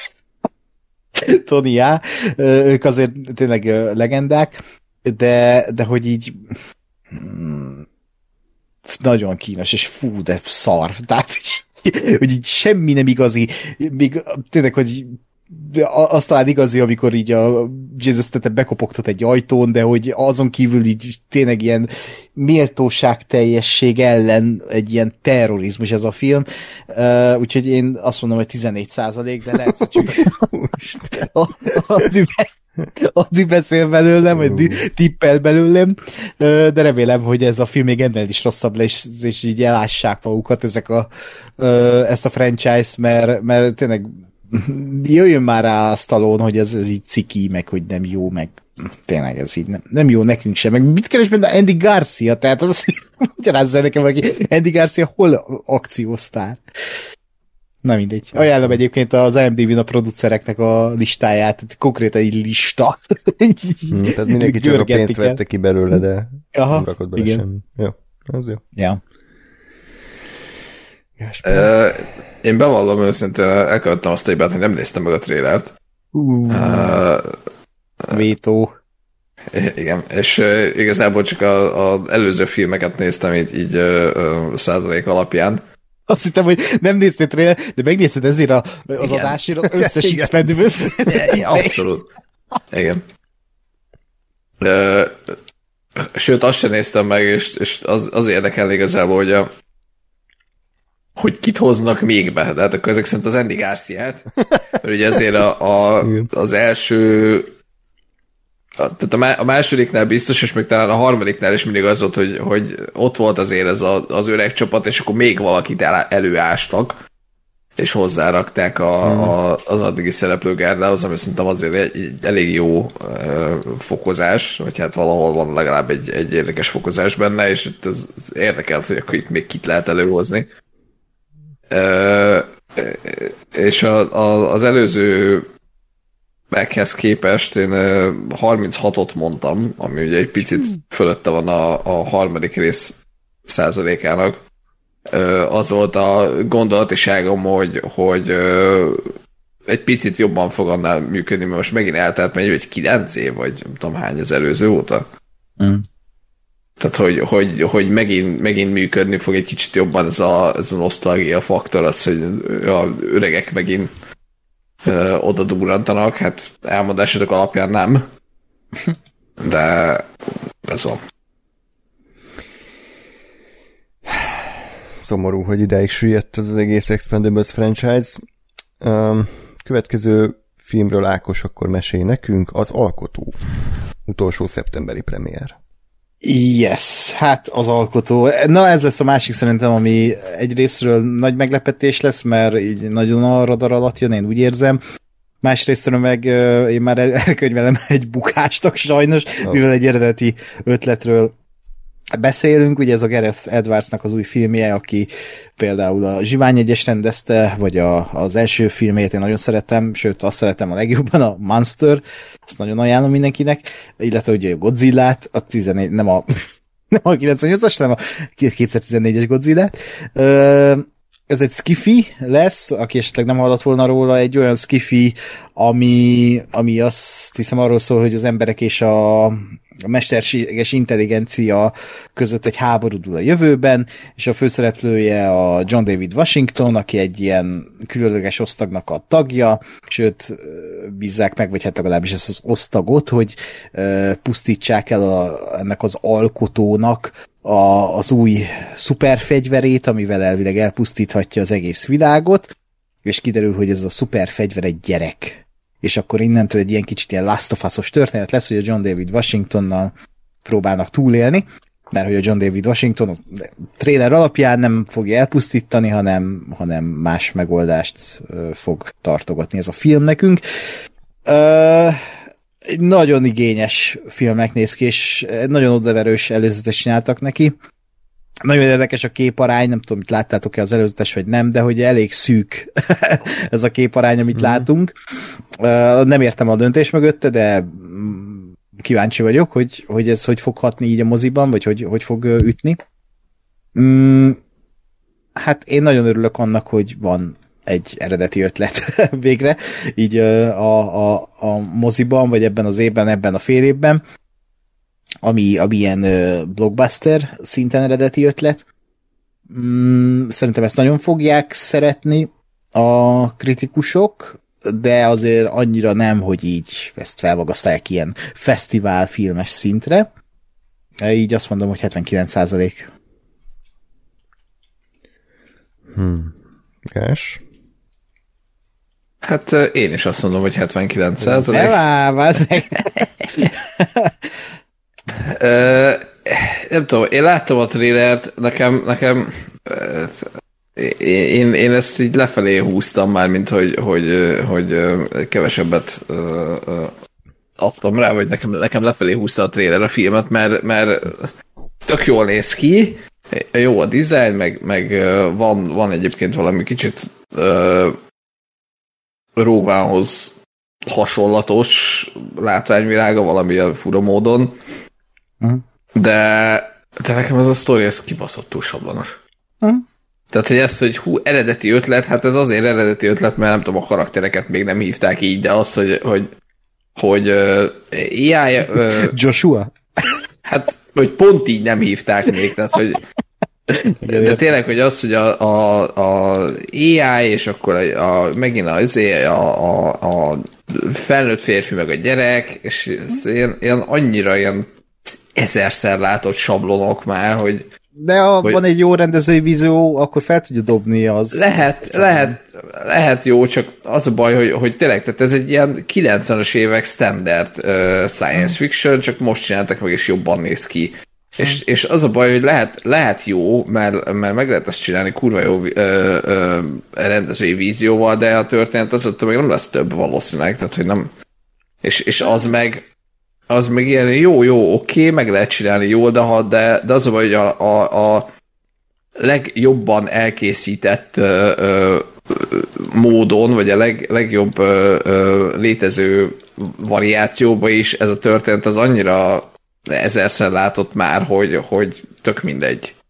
Tony já, ők azért tényleg legendák, de, de hogy így hmm, nagyon kínos, és fú, de szar. Tehát, hogy, hogy így semmi nem igazi. Még tényleg, hogy de az talán igazi, amikor így a Jesus tete bekopogtat egy ajtón, de hogy azon kívül így tényleg ilyen méltóságteljesség ellen egy ilyen terrorizmus ez a film. Uh, úgyhogy én azt mondom, hogy tizennégy százalék, de lehet, hogy csak Adi beszél belőlem, vagy tippel belőlem, de remélem, hogy ez a film még ennél is rosszabb lesz, és így elássák magukat ezek a, ezt a franchise, mert, mert tényleg jöjjön már rá a Stallone, hogy ez, ez így ciki, meg hogy nem jó, meg tényleg ez így nem, nem jó nekünk sem. Meg mit keres benne Andy Garcia? Tehát az magyarázza nekem, hogy Andy Garcia hol akciósztár? Na mindegy. Ajánlom egyébként az I M D B-n a producereknek a listáját, tehát konkrétan egy lista. Hmm, tehát mindenki csak a pénzt vette ki belőle, de aha, nem rakott bele igen. semmi. Jó, az jó. Ja. Uh, én bevallom őszintén, elkövettem azt a hibát, hogy nem néztem meg a trélert. Uh, uh, Vétó. Igen, és uh, igazából csak az előző filmeket néztem így, így uh, uh, százalék alapján. Azt hittem, hogy nem néztél trailer, de megnézted ezért a, az igen. adásért az összes Expendables. Abszolút. Igen. Uh, sőt, azt sem néztem meg, és, és az, az érdekel igazából, hogy a hogy kit hoznak még be, de hát akkor ezek szerint az Andy Garciát, mert ugye ezért a, a, az első a, tehát a másodiknál biztos, és még talán a harmadiknál is mindig az volt, hogy, hogy ott volt azért ez a, az öreg csapat, és akkor még valakit el, előástak, és hozzárakták a, a, az addigi szereplőgárdához, ami szerintem azért egy, egy elég jó uh, fokozás, vagy hát valahol van legalább egy, egy érdekes fokozás benne, és itt az, az érdekelt, hogy akkor itt még kit lehet előhozni. Uh, és a, a, az előző meghez képest én uh, harminchatot mondtam, ami ugye egy picit fölötte van a, a harmadik rész százalékának. Uh, az volt a gondolatiságom, hogy, hogy uh, egy picit jobban fog annál működni, mert most megint eltelt megy, hogy kilenc év, vagy nem tudom hány az előző óta. Mm. Tehát, hogy, hogy, hogy megint, megint működni fog egy kicsit jobban ez a, ez a nosztalgia faktor, az, hogy a öregek megint ö, oda durrantanak, hát elmondásodok alapján nem. De ez van. Szomorú, hogy ideig süllyedt az egész Expendables franchise. Um, következő filmről Ákos akkor mesélj nekünk, az Alkotó. Utolsó szeptemberi premier. Yes, hát az Alkotó. Na ez lesz a másik szerintem, ami egyrésztről nagy meglepetés lesz, mert így nagyon a radar alatt jön, én úgy érzem. Másrésztről meg uh, én már elkönyvelem egy bukástak sajnos, oh. mivel egy eredeti ötletről beszélünk, ugye ez a Gareth Edwardsnak az új filmje, aki például a Zsivány egyes rendezte, vagy a, az első filmét én nagyon szeretem, sőt azt szeretem a legjobban, a Monster, ezt nagyon ajánlom mindenkinek, illetve ugye a Godzillát, a tizennégy, nem a, nem a kilencvennyolcas, hanem a kétezer-tizennégyes Godzillát. Ez egy skifi lesz, aki esetleg nem hallott volna róla, egy olyan skifi, ami, ami azt hiszem arról szól, hogy az emberek és a a mesterséges intelligencia között egy háború dúl a jövőben, és a főszereplője a John David Washington, aki egy ilyen különleges osztagnak a tagja, sőt bízzák meg, vagy hát legalábbis ezt az osztagot, hogy uh, pusztítsák el a, ennek az alkotónak a, az új szuperfegyverét, amivel elvileg elpusztíthatja az egész világot, és kiderül, hogy ez a szuperfegyver egy gyerek. És akkor innentől egy ilyen kicsit ilyen Last of Us-os történet lesz, hogy a John David Washingtonnal próbálnak túlélni, mert hogy a John David Washington a trailer alapján nem fogja elpusztítani, hanem, hanem más megoldást fog tartogatni ez a film nekünk. Uh, egy nagyon igényes filmnek néz ki, és nagyon odaverős előzetes csináltak neki. Nagyon érdekes a képarány, nem tudom, mit láttátok-e az előzetes, vagy nem, de hogy elég szűk ez a képarány, amit mm. látunk. Nem értem a döntés mögötte, de kíváncsi vagyok, hogy, hogy ez hogy fog hatni így a moziban, vagy hogy, hogy fog ütni. Hát én nagyon örülök annak, hogy van egy eredeti ötlet végre, így a, a, a moziban, vagy ebben az évben, ebben a fél évben, ami, ami ilyen uh, blockbuster szinten eredeti ötlet. Mm, szerintem ezt nagyon fogják szeretni a kritikusok, de azért annyira nem, hogy így ezt felmagasztalják ilyen fesztivál filmes szintre. Így azt mondom, hogy hetvenkilenc százalék. Hmm. Gás? Hát én is azt mondom, hogy hetvenkilenc százalék. Uh, nem tudom, én láttam a trailert, nekem, nekem uh, én, én ezt így lefelé húztam már, mint hogy, hogy, hogy kevesebbet uh, uh, adtam rá, vagy nekem, nekem lefelé húzta a trailer a filmet, mert, mert tök jól néz ki, jó a dizájn, meg, meg van, van egyébként valami kicsit uh, Rogue One-hoz hasonlatos látványvilága valamilyen fura módon, uh-huh. de, de nekem ez a sztori, ez kibaszottul sablonos. Uh-huh. Tehát, hogy ez, hogy hú, eredeti ötlet, hát ez azért eredeti ötlet, mert nem tudom, a karaktereket még nem hívták így, de az, hogy, hogy, hogy uh, á i... Uh, Joshua? Hát, hogy pont így nem hívták még, tehát, hogy de tényleg, hogy az, hogy a, a, a á i, és akkor a, a, megint az, a, a, a felnőtt férfi, meg a gyerek, és ez ilyen, ilyen annyira ilyen ezerszer látott sablonok már, hogy de ha hogy van egy jó rendezői vízió, akkor fel tudja dobni az. Lehet, lehet, lehet jó, csak az a baj, hogy, hogy tényleg, tehát ez egy ilyen kilencvenes évek standard uh, science fiction, csak most csináltak meg, és jobban néz ki. És, és az a baj, hogy lehet, lehet jó, mert, mert meg lehet ezt csinálni kurva jó ö, ö, rendezői vízióval, de a történet az ott meg nem lesz több valószínűleg, tehát hogy nem. És, és az meg az meg ilyen jó, jó, oké, meg lehet csinálni jól, de, ha, de, de az a baj, hogy a, a, a legjobban elkészített ö, ö, módon, vagy a leg, legjobb ö, ö, létező variációban is ez a történet az annyira ezerszer látott már, hogy, hogy tök mindegy.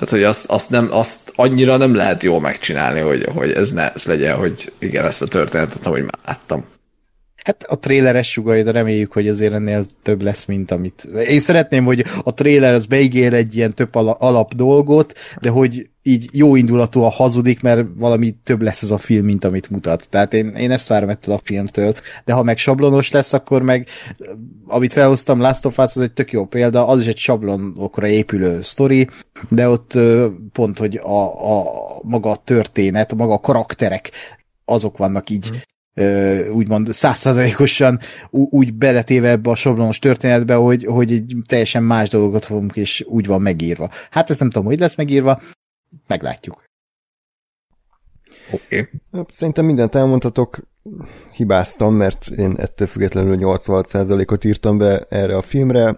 Tehát, hogy azt, azt, nem, azt annyira nem lehet jól megcsinálni, hogy, hogy ez ne ez legyen, hogy igen, ezt a történetet, ahogy már láttam. Hát a tréleres sugai, de reméljük, hogy azért ennél több lesz, mint amit... Én szeretném, hogy a tréler az beígér egy ilyen több alap dolgot, de hogy így jó indulatúan hazudik, mert valami több lesz ez a film, mint amit mutat. Tehát én, én ezt várom ettől a filmtől. De ha meg sablonos lesz, akkor meg, amit felhoztam, Last of Us az egy tök jó példa, az is egy sablonokra épülő sztori, de ott pont, hogy a, a maga a történet, maga a karakterek, azok vannak így hmm. úgymond százszázalékosan úgy beletéve ebbe a sablonos történetbe, hogy, hogy egy teljesen más dolgot fogunk, és úgy van megírva. Hát ezt nem tudom, hogy lesz megírva, meglátjuk. Oké. Okay. Szerintem mindent elmondhatok, hibáztam, mert én ettől függetlenül nyolcvanhat százalékot írtam be erre a filmre.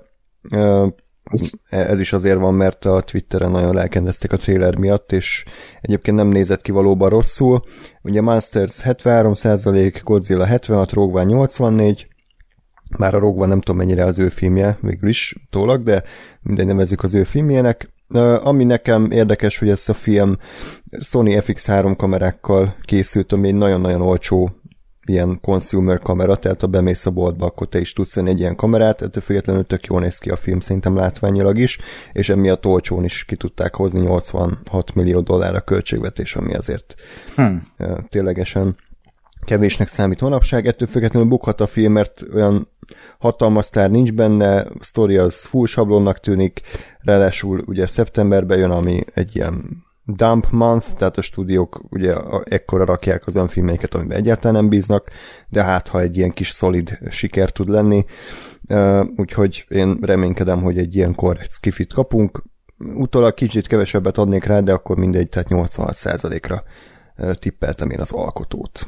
Ez is azért van, mert a Twitteren nagyon lelkendeztek a trailer miatt, és egyébként nem nézett ki valóban rosszul. Ugye Monsters hetvenhárom százalék, Godzilla hetvenhat, Rogue One nyolcvannégy, már a Rogue One nem tudom mennyire az ő filmje, végül is tólag, de mindegy, nevezzük az ő filmjének. Ami nekem érdekes, hogy ez a film Sony ef iksz három kamerákkal készült, ami egy nagyon-nagyon olcsó ilyen consumer kamera, tehát ha bemész a boltba, akkor te is tudsz venni egy ilyen kamerát, ettől függetlenül tök jól néz ki a film, szerintem látványilag is, és emiatt olcsón is ki tudták hozni nyolcvanhat millió dollár a költségvetés, ami azért hmm. ténylegesen kevésnek számít manapság, ettől függetlenül bukhat a film, mert olyan hatalmas sztár nincs benne, a sztori az full sablonnak tűnik, ráadásul ugye szeptemberben jön, ami egy ilyen dump month, tehát a stúdiók ugye ekkora rakják az olyan filmeiket, amiben egyáltalán nem bíznak, de hát ha egy ilyen kis szolid siker tud lenni, úgyhogy én reménykedem, hogy egy ilyen korrekt skifit kapunk. Utólag kicsit kevesebbet adnék rá, de akkor mindegy, tehát nyolcvanhat százalékra tippeltem én az alkotót.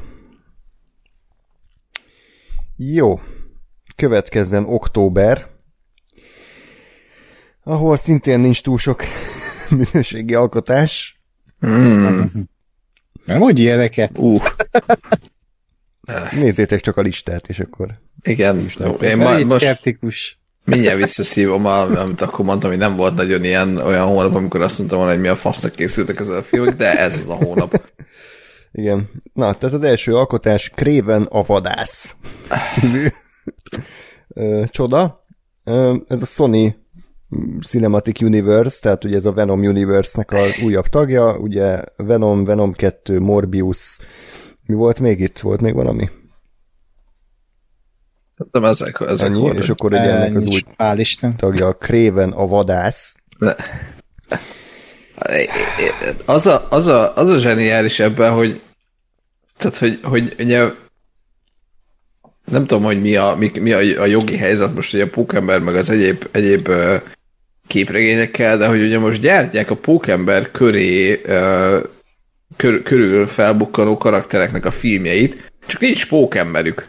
Jó, következzen október, ahol szintén nincs túl sok minőségi alkotás. Mm. Nem úgy ilyeneket. Uh. Nézzétek csak a listát, és akkor... Igen, is jó, én ma, most szkeptikus. mindjárt visszaszívom, amit akkor mondtam, hogy nem volt nagyon ilyen olyan hónap, amikor azt mondtam volna, hogy mi a fasznak készültek ezzel a filmek, de ez az a hónap. Igen. Na, tehát az első alkotás Kraven a vadász című csoda. Ez a Sony Cinematic Universe, tehát ugye ez a Venom Universe-nek az újabb tagja, ugye Venom, Venom kettő, Morbius, mi volt még itt? Volt még valami? Nem, ezek, ezek Ennyi, volt. És akkor ugye ennek az új Pálisten. tagja a Kraven a vadász. De. Az a, az, a, az a zseniális ebben, hogy tehát, hogy, hogy ugye nem tudom, hogy mi a, mi, mi a, a jogi helyzet most ugye a Pókember meg az egyéb, egyéb uh, képregényekkel, de hogy ugye most gyártják a Pókember köré uh, kör, körül felbukkanó karaktereknek a filmjeit, csak nincs Pókemberük.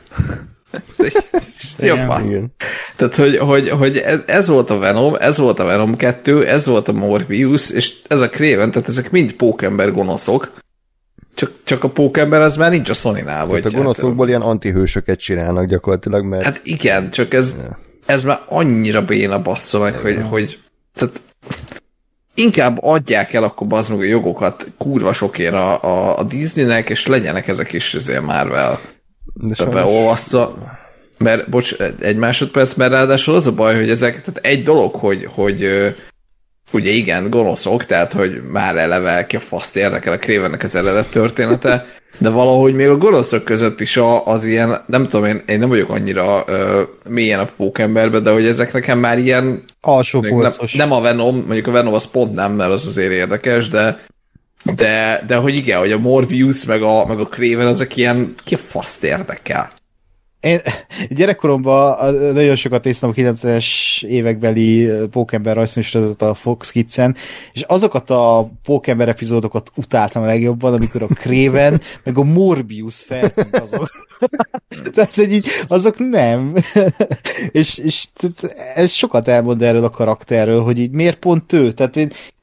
Igen. Tehát, hogy, hogy, hogy ez, ez volt a Venom, ez volt a Venom kettő, ez volt a Morbius, és ez a Kraven, tehát ezek mind Pókember gonoszok, csak, csak a Pókember az már nincs a Sonynál. Tehát a gonoszokból hát, ilyen antihősöket csinálnak gyakorlatilag, mert... Hát igen, csak ez, ja. ez már annyira béna bassza meg, hogy, hogy tehát inkább adják el akkor bazd meg a jogokat kurva sokért a, a, a Disneynek, és legyenek ezek is azért Marvel beolvasztva. Mert, bocs, egy másodperc, mert ráadásul az a baj, hogy ezek, tehát egy dolog, hogy, hogy ugye igen, gonoszok, tehát, hogy már eleve ki a faszt érdekel a Kravennek az eredet története, de valahogy még a gonoszok között is az ilyen, nem tudom, én, én nem vagyok annyira uh, mélyen a Pókemberben, de hogy ezek nekem már ilyen alsó nem, nem a Venom, mondjuk a Venom az pont nem, mert az azért érdekes, de de, de hogy igen, hogy a Morbius meg a, meg a Kraven, azok ilyen ki a faszt érdekel. Én gyerekkoromban nagyon sokat néztem a kilencvenes évekbeli Pókember rajzfilmsorozatot a Fox Kids-en, és azokat a Pókember epizódokat utáltam a legjobban, amikor a Kraven meg a Morbius feltűnt azok. Tehát, hogy így, azok nem. és, és ez sokat elmond erről a karakterről, hogy így miért pont ő? Tehát én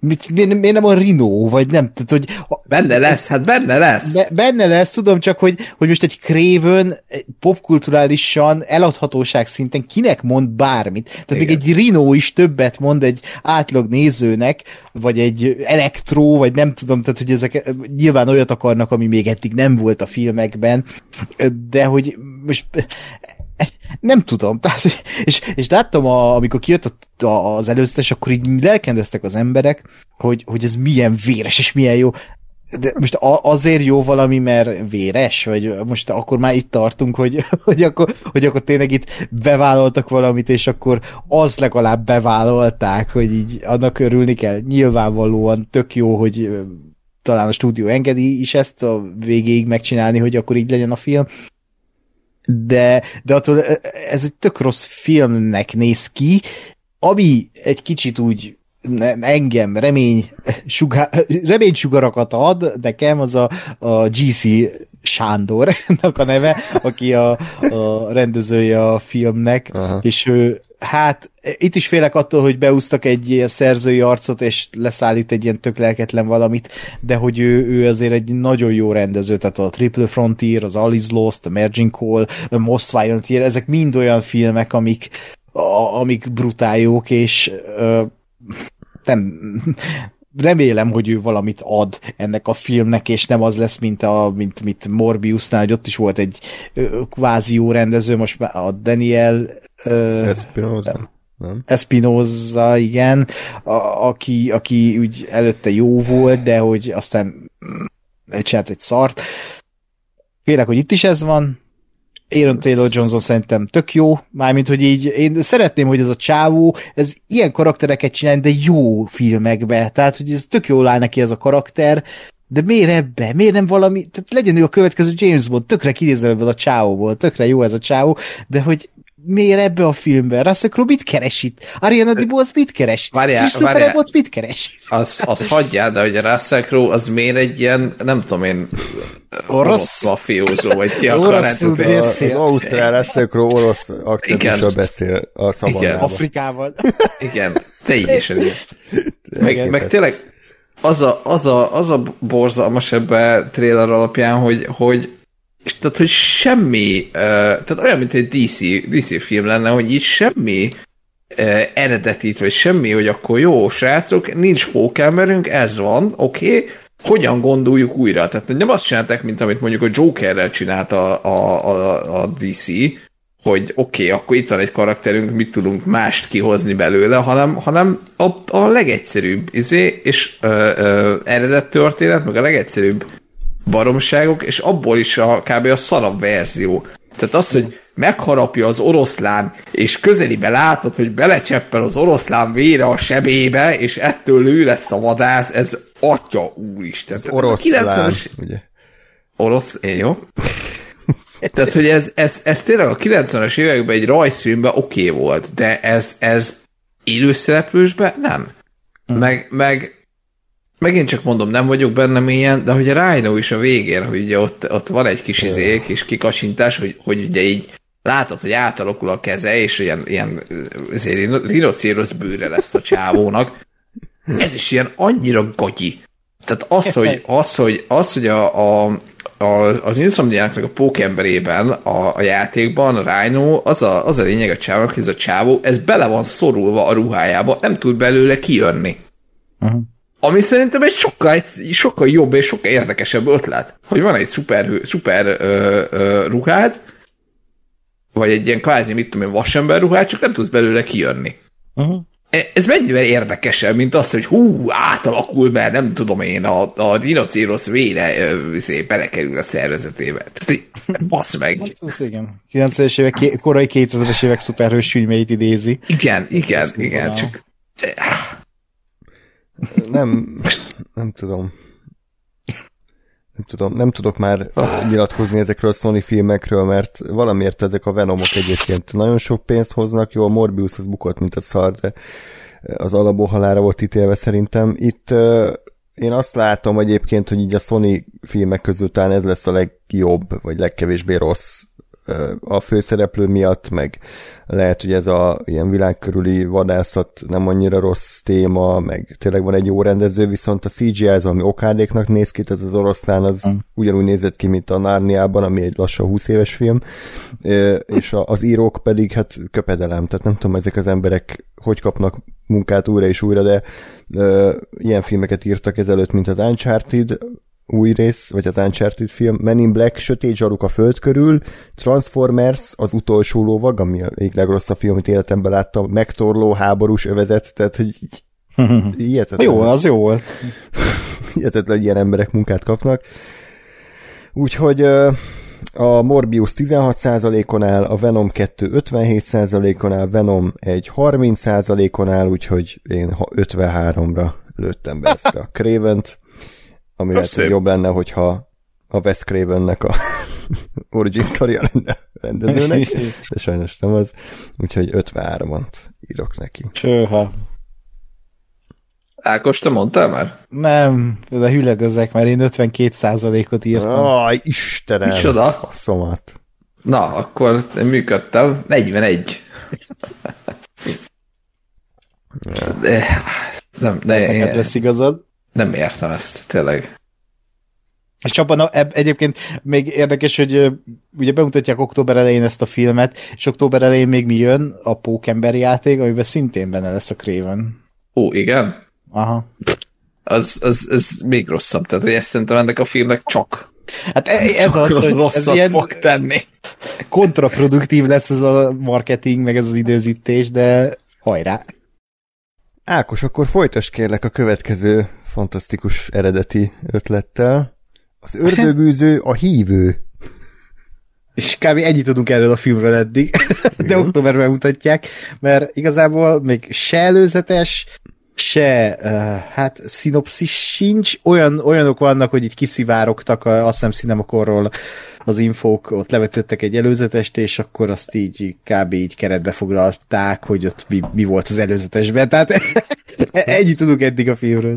Mit, miért, miért nem a Rino, vagy nem, tehát, hogy... Benne lesz, hát benne lesz. Be, benne lesz, tudom, csak, hogy, hogy most egy Craven popkulturálisan eladhatóság szinten kinek mond bármit. Tehát igen. Még egy Rino is többet mond egy átlag nézőnek, vagy egy Electro, vagy nem tudom, tehát, hogy ezek nyilván olyat akarnak, ami még eddig nem volt a filmekben, de hogy most nem tudom, tehát, és, és láttam, a, amikor kijött a, a, az előzetes, akkor így lelkendeztek az emberek, hogy, hogy ez milyen véres, és milyen jó. De most a, azért jó valami, mert véres? Vagy most akkor már itt tartunk, hogy, hogy, akkor, hogy akkor tényleg itt bevállaltak valamit, és akkor az legalább bevállalták, hogy így annak örülni kell. Nyilvánvalóan tök jó, hogy talán a stúdió engedi is ezt a végéig megcsinálni, hogy akkor így legyen a film. De, de attól ez egy tök rossz filmnek néz ki, ami egy kicsit úgy engem remény sugár, reménysugarakat ad, nekem az a, a gé cé Sándornak a neve, aki a, a rendezője a filmnek, aha. És ő, hát itt is félek attól, hogy beúztak egy ilyen szerzői arcot, és leszállít egy ilyen tök lelketlen valamit, de hogy ő, ő azért egy nagyon jó rendező, tehát a Triple Frontier, az All is Lost, a Merging Call, a Most Violent Year, ezek mind olyan filmek, amik, a, amik brutál jók, és ö, nem, remélem, hogy ő valamit ad ennek a filmnek, és nem az lesz, mint a mint, mint Morbiusnál, hogy ott is volt egy ö, kvázi jó rendező, most a Daniel ö, Espinosa, nem? Espinosa, igen, a, aki, aki úgy előtte jó volt, de hogy aztán csinált egy szart. Félek, hogy itt is ez van. Aaron Taylor Johnson szerintem tök jó, mármint, hogy így én szeretném, hogy ez a csávó, ez ilyen karaktereket csinál, de jó filmekbe, tehát, hogy ez tök jól áll neki ez a karakter, de miért ebbe? Miért nem valami, tehát legyen ő a következő James Bond, tökre kinézem ebből a csávóból, tökre jó ez a csávó, de hogy miért ebbe a filmben? Russell Crowe mit keres itt? Ariana DeBose mit keres? Christopher Abbott mit keres? Az, az hagyjál, de hogy a Russell Crowe az miért egy ilyen, nem tudom én, orosz mafiózó, vagy ki akar. Az Ausztrál Russell Crowe orosz akcentussal beszél a szavanában. Afrikával. Igen, teljesen igen. Meg, meg tényleg az a, az a, az a borzalmas ebbe trailer alapján, hogy, hogy és tehát, hogy semmi, uh, tehát olyan, mint egy dé cé, dé cé film lenne, hogy így semmi uh, eredetít, vagy semmi, hogy akkor jó, srácok, nincs hókámerünk, ez van, oké, okay, hogyan gondoljuk újra? Tehát nem azt csinálták, mint amit mondjuk a Jokerrel csinált a, a, a, a dé cé, hogy oké, okay, akkor itt van egy karakterünk, mit tudunk mást kihozni belőle, hanem, hanem a, a legegyszerűbb izé, és uh, uh, eredet történet, meg a legegyszerűbb baromságok, és abból is a, kb. A szarabb verzió. Tehát az, hogy megharapja az oroszlán, és közelibe látod, hogy belecseppel az oroszlán vére a sebébe, és ettől ő lesz a vadász, ez atya úristen. Az oroszlán, kilencvenes... ugye? Orosz, én jó? Tehát, hogy ez, ez, ez tényleg a kilencvenes években egy rajzfilmben oké okay volt, de ez, ez élőszereplősben nem. Meg, meg megint csak mondom, nem vagyok benne mélyen, de hogy a Rhino is a végén, hogy ugye ott, ott van egy kis izé, kis kikacsintás, hogy, hogy ugye így látod, hogy átalakul a keze, és ilyen, ilyen rinocérosz bőre lesz a csávónak. Ez is ilyen annyira gagyi. Tehát az, hogy, az, hogy, az, hogy a, a, a, az Insomniáknak a pókemberében, a, a játékban, a Rhino, az a, az a lényeg a csávónak, hogy ez a csávó, ez bele van szorulva a ruhájába, nem tud belőle kijönni. Uh-huh. Ami szerintem egy sokkal, egy sokkal jobb és sokkal érdekesebb ötlet, hogy van egy szuper, szuper ö, ö, ruhád, vagy egy ilyen kvázi, mit tudom én, vasember ruhád, csak nem tudsz belőle kijönni. Uh-huh. Ez mennyivel érdekesebb, mint az, hogy hú, átalakul, mert nem tudom én, a, a dinocérosz vére belekerül a szervezetébe. Tehát, basz meg. Hát, igen. kilencvenes évek, korai kétezres évek szuperhős filmjeit idézi. Igen, igen, igen, van. Csak... Nem, nem tudom. Nem tudom, nem tudok már nyilatkozni ezekről a Sony filmekről, mert valamiért ezek a Venomok egyébként nagyon sok pénzt hoznak, jó, a Morbius az bukott, mint a szar, de az alapból halálra volt ítélve szerintem. Itt uh, én azt látom egyébként, hogy így a Sony filmek közül talán ez lesz a legjobb, vagy legkevésbé rossz a főszereplő miatt, meg lehet, hogy ez a ilyen világkörüli vadászat nem annyira rossz téma, meg tényleg van egy jó rendező, viszont a cé gé í az, ami okádéknak néz ki, tehát az oroszlán az mm. ugyanúgy nézett ki, mint a Nárniában, ami egy lassan húsz éves film, és az írók pedig hát köpedelem, tehát nem tudom, ezek az emberek hogy kapnak munkát újra és újra, de ilyen filmeket írtak ezelőtt, mint az Uncharted új rész, vagy az Uncharted film, Men in Black, Sötét zsaruk a föld körül, Transformers, az utolsó lovag, ami a legrosszabb film, amit életemben láttam, megtorló, háborús övezet, tehát, hogy hihetetlen. Jó, az jó volt. Hihetetlen, hogy ilyen emberek munkát kapnak. Úgyhogy a Morbius tizenhat százalékon áll, a Venom kettő ötvenhét százalékon áll, Venom egy harminc százalékon áll, úgyhogy én ötvenháromra lőttem be ezt a Cravent, ami lehet, hogy jobb lenne, hogyha a Wes Cravennek a origin story-a lenne rendezőnek, de sajnos nem az, úgyhogy ötvenhármat írok neki. Csőha. Ákos, te mondtál már? Nem, de hülegezek, mert én ötvenkét százalékot írtam. Aj, Istenem! Micsoda? Passzomat. Na, akkor működtem. negyvenegy. De, nem, de Neked lesz igazad. Nem értem ezt, tényleg. És Csaba, egyébként még érdekes, hogy ugye bemutatják október elején ezt a filmet, és október elején még mi jön? A Pókember játék, amiben szintén benne lesz a Craven. Ó, igen? Aha. Az, az, az még rosszabb, tehát hogy ezt szerintem ennek a filmnek csak hát ez az, hogy rosszat ez ilyen fog tenni. Kontraproduktív lesz ez a marketing, meg ez az időzítés, de hajrá! Ákos, akkor folytasd kérlek a következő fantasztikus eredeti ötlettel. Az ördögűző a hívő. És kb. Ennyit tudunk erről a filmről eddig, de októberben mutatják, mert igazából még se előzetes, se, uh, hát szinopszis sincs, olyan, olyanok vannak, hogy így kiszivárogtak, a, azt hiszem Cinemakorról az infók, ott levetettek egy előzetest, és akkor azt így kb. Így keretbe foglalták, hogy ott mi, mi volt az előzetesben, tehát ennyit tudunk eddig a filmről.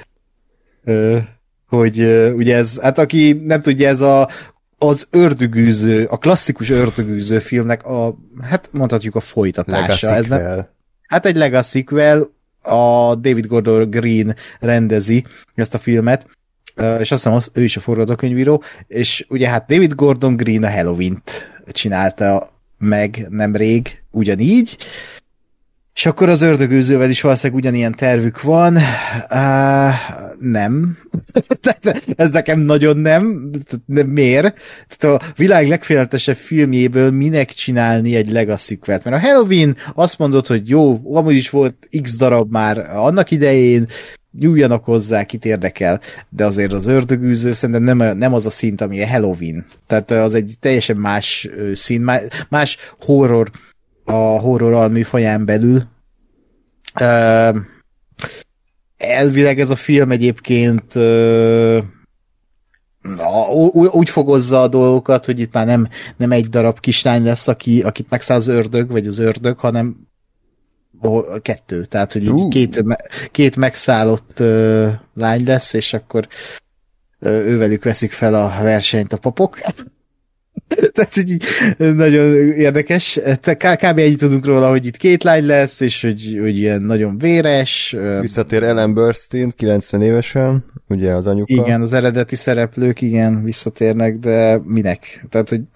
Uh, hogy uh, ugye ez, hát aki nem tudja, ez a az ördögűző, a klasszikus ördögűző filmnek a, hát mondhatjuk a folytatása. Ez nem, hát egy legacy-vel, a David Gordon Green rendezi ezt a filmet, és azt hiszem, ő is a forgatókönyvíró, és ugye hát David Gordon Green a Halloween-t csinálta meg nemrég, ugyanígy, és akkor az ördögűzővel is valószínűleg ugyanilyen tervük van. Uh, nem. Ez nekem nagyon nem. Miért? Tehát a világ legfélelmetesebb filmjéből minek csinálni egy legacy-vet? Mert a Halloween azt mondod, hogy jó, amúgy is volt x darab már annak idején, nyúljanak hozzá, kit érdekel, de azért az ördögűző szerintem nem, nem az a szint, ami a Halloween. Tehát az egy teljesen más szín, más horror a horror alműfaján belül. Uh, elvileg ez a film egyébként uh, úgy fogozza a dolgokat, hogy itt már nem, nem egy darab kislány lesz, aki, akit megszáll az ördög, vagy az ördög, hanem oh, kettő. Tehát, hogy így két, két megszállott uh, lány lesz, és akkor uh, ővelük veszik fel a versenyt a papok. Tehát így nagyon érdekes. Kb. Ennyit tudunk róla, hogy itt két lány lesz, és hogy, hogy ilyen nagyon véres. Visszatér Ellen Burstyn, kilencven évesen, ugye az anyuka. Igen, az eredeti szereplők, igen, visszatérnek, de minek? Tehát, hogy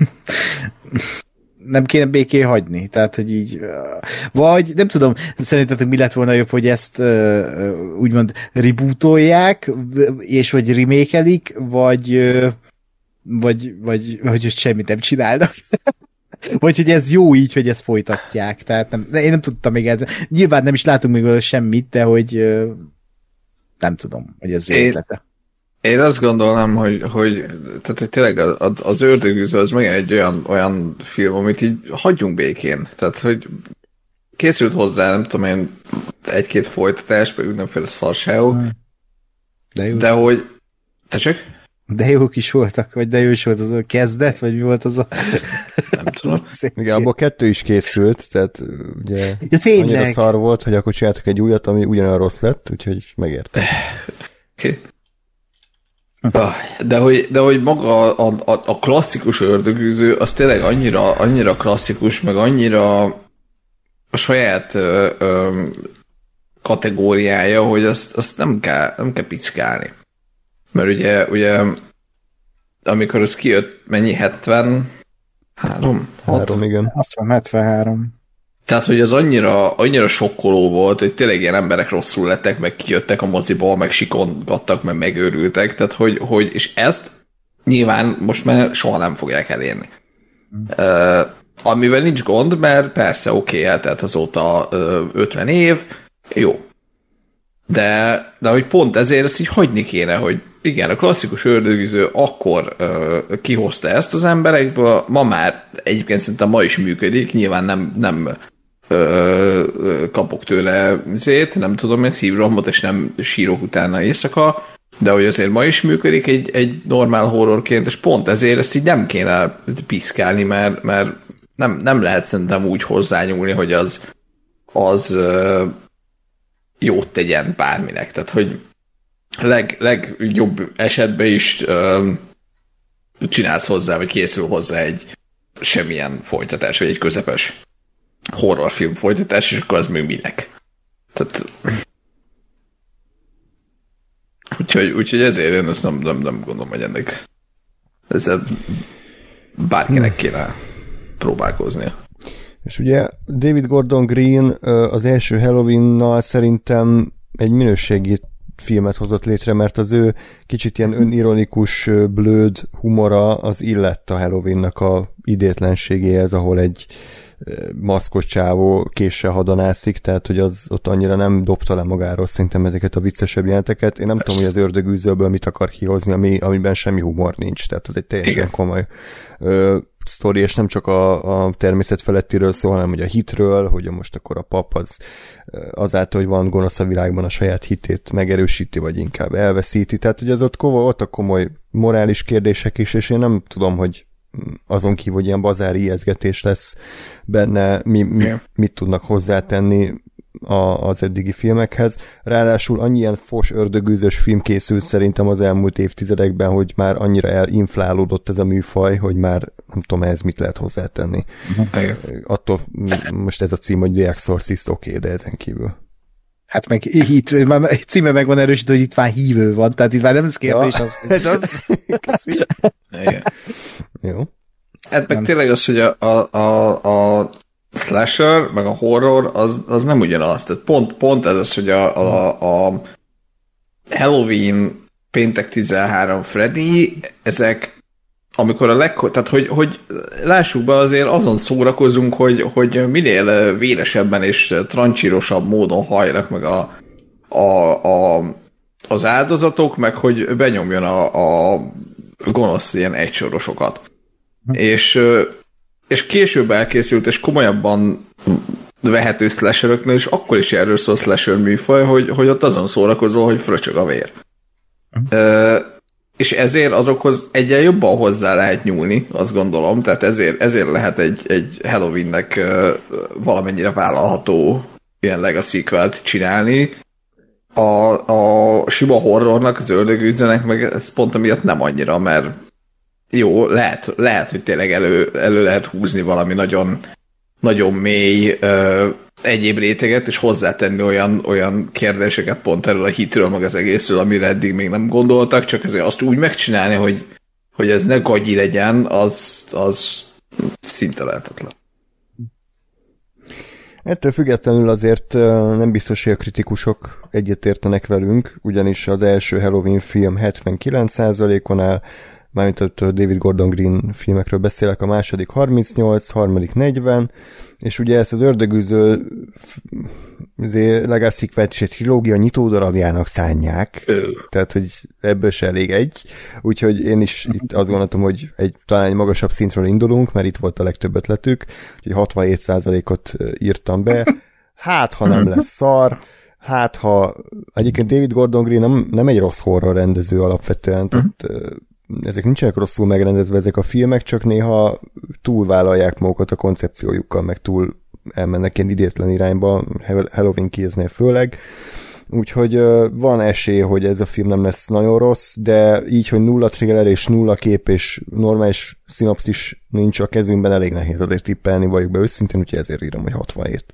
nem kéne béké hagyni. Tehát, hogy így vagy, nem tudom, szerintetek mi lett volna jobb, hogy ezt úgymond rebootolják, és vagy remake-elik, vagy Vagy, vagy, vagy semmit nem csinálnak. Vagy hogy ez jó így, hogy ezt folytatják. Tehát nem, én nem tudtam még ez. Nyilván nem is látunk még semmit, de hogy nem tudom, hogy ez jó ötlete. Én azt gondolnám, hogy, hogy, tehát, hogy tényleg az, az ördögűző az meg egy olyan, olyan film, amit így hagyjunk békén. Tehát, hogy készült hozzá, nem tudom én, egy-két folytatás, pedig mindenféle szarságok. De, de hogy... Tessék? De jók is voltak, vagy de jó is volt az a kezdet, vagy mi volt az a... Nem tudom. Igen, abból kettő is készült, tehát ugye ja, annyira szar volt, hogy akkor csináltak egy újat, ami ugyanolyan rossz lett, úgyhogy megérte. Oké. Okay. De hogy, de hogy maga a, a, a klasszikus ördögűző, az tényleg annyira, annyira klasszikus, meg annyira a saját ö, ö, kategóriája, hogy azt, azt nem kell, nem kell pickálni. Mert ugye, ugye amikor az kijött, mennyi, hetvenhárom? Három, igen. Azt hiszem hetvenhárom. Tehát, hogy az annyira, annyira sokkoló volt, hogy tényleg ilyen emberek rosszul lettek, meg kijöttek a moziból, meg sikongattak, meg megőrültek, tehát, hogy, hogy és ezt nyilván most már soha nem fogják elérni. Mm. Uh, amivel nincs gond, mert persze oké, okay, tehát azóta uh, ötven év, jó. De, de hogy pont ezért ezt így hagyni kéne, hogy igen, a klasszikus ördögüző akkor uh, kihozta ezt az emberekből, ma már egyébként szerintem ma is működik, nyilván nem, nem uh, kapok tőle zét, nem tudom, én szívrombot, és nem sírok utána éjszaka, de hogy azért ma is működik egy, egy normál horrorként, és pont ezért ezt így nem kéne piszkálni, mert, mert nem, nem lehet szerintem úgy hozzányúlni, hogy az, az uh, jót tegyen bárminek. Tehát, hogy leg, legjobb esetben is uh, csinálsz hozzá, vagy készül hozzá egy semmilyen folytatás, vagy egy közepes horrorfilm folytatás, és akkor az még minek. Tehát úgyhogy, úgyhogy ezért én ezt nem, nem, nem gondolom, hogy ennek ezzel bárkinek kéne próbálkoznia. És ugye David Gordon Green az első Halloweennal szerintem egy minőségi filmet hozott létre, mert az ő kicsit ilyen önironikus, blőd humora az illett a Halloweennak a idétlenségéhez, ahol egy maszkos csávó késsel hadonászik, tehát hogy az ott annyira nem dobta le magáról szerintem ezeket a viccesebb jelenteket. Én nem Persze. tudom, hogy az ördögűzőből mit akar kihozni, ami, amiben semmi humor nincs, tehát az egy teljesen Igen. komoly ö, sztori, és nem csak a, a természet felettiről szól, hanem hogy a hitről, hogy most akkor a pap az azáltal, hogy van gonosz a világban, a saját hitét megerősíti, vagy inkább elveszíti, tehát hogy az ott, komoly, ott a komoly morális kérdések is, és én nem tudom, hogy azon kívül, hogy ilyen bazári ijeszgetés lesz benne, mi, mi, yeah. mit tudnak hozzátenni a, az eddigi filmekhez. Ráadásul annyi ilyen fos, ördögűzös film készült szerintem az elmúlt évtizedekben, hogy már annyira elinflálódott ez a műfaj, hogy már nem tudom, ez mit lehet hozzátenni. Uh-huh. Attól most ez a cím, hogy The Exorcist, oké, okay, de ezen kívül. Hát meg itt már címe meg van erősítve, hogy itt már hívő van, tehát itt már nem ez kérdés. Ja, az, ez az. Jó. Hát meg nem tényleg az, hogy a, a, a, a slasher, meg a horror, az, az nem ugyanaz. Tehát pont, pont ez az, hogy a, a, a Halloween, péntek tizenhárom Freddy, ezek amikor a leg... Tehát, hogy, hogy lássuk be, azért azon szórakozunk, hogy, hogy minél véresebben és trancsírosabb módon hajnak meg a, a, a, az áldozatok, meg hogy benyomjon a, a gonosz ilyen egysorosokat. Hm. És, és később elkészült, és komolyabban vehető slasheröknél, és akkor is erről szól slasher műfaj, hogy, hogy ott azon szórakozol, hogy fröcsög a vér. Hm. És ezért azokhoz egyen jobban hozzá lehet nyúlni, azt gondolom, tehát ezért, ezért lehet egy, egy Halloweennek valamennyire vállalható ilyen legacy sequelt csinálni. A, a sima horrornak, az ördögűzőnek meg ez pont amiatt nem annyira, mert jó, lehet, lehet hogy tényleg elő, elő lehet húzni valami nagyon, nagyon mély ö, egyéb réteget, és hozzátenni olyan, olyan kérdéseket pont erről a hitről, meg az egészről, amire eddig még nem gondoltak, csak azért azt úgy megcsinálni, hogy, hogy ez ne gagyi legyen, az, az szinte lehetetlen. Ettől függetlenül azért nem biztos, hogy a kritikusok egyetértenek velünk, ugyanis az első Halloween film hetvenkilenc százalékon áll, mármint a David Gordon Green filmekről beszélek, a második harmincnyolc, harmadik negyven, és ugye ezt az ördögűző legalább szikvát is egy trilógia nyitódarabjának szánják, Ö. tehát, hogy ebből se elég egy, úgyhogy én is itt azt gondoltam, hogy egy, talán egy magasabb szintről indulunk, mert itt volt a legtöbb ötletük, úgyhogy hatvanhét százalékot írtam be, hát ha nem lesz szar, hát ha egyébként David Gordon Green nem, nem egy rossz horror rendező alapvetően, tehát ezek nincsenek rosszul megrendezve ezek a filmek, csak néha túlvállalják magukat a koncepciójukkal, meg túl elmennek ilyen idétlen irányba, Halloween Kills-nél főleg, úgyhogy uh, van esély, hogy ez a film nem lesz nagyon rossz, de így, hogy nulla trailer és nulla kép és normális szinopszis nincs a kezünkben, elég nehéz azért tippelni, vagyok be őszintén, úgyhogy ezért írom, hogy hatvanhét.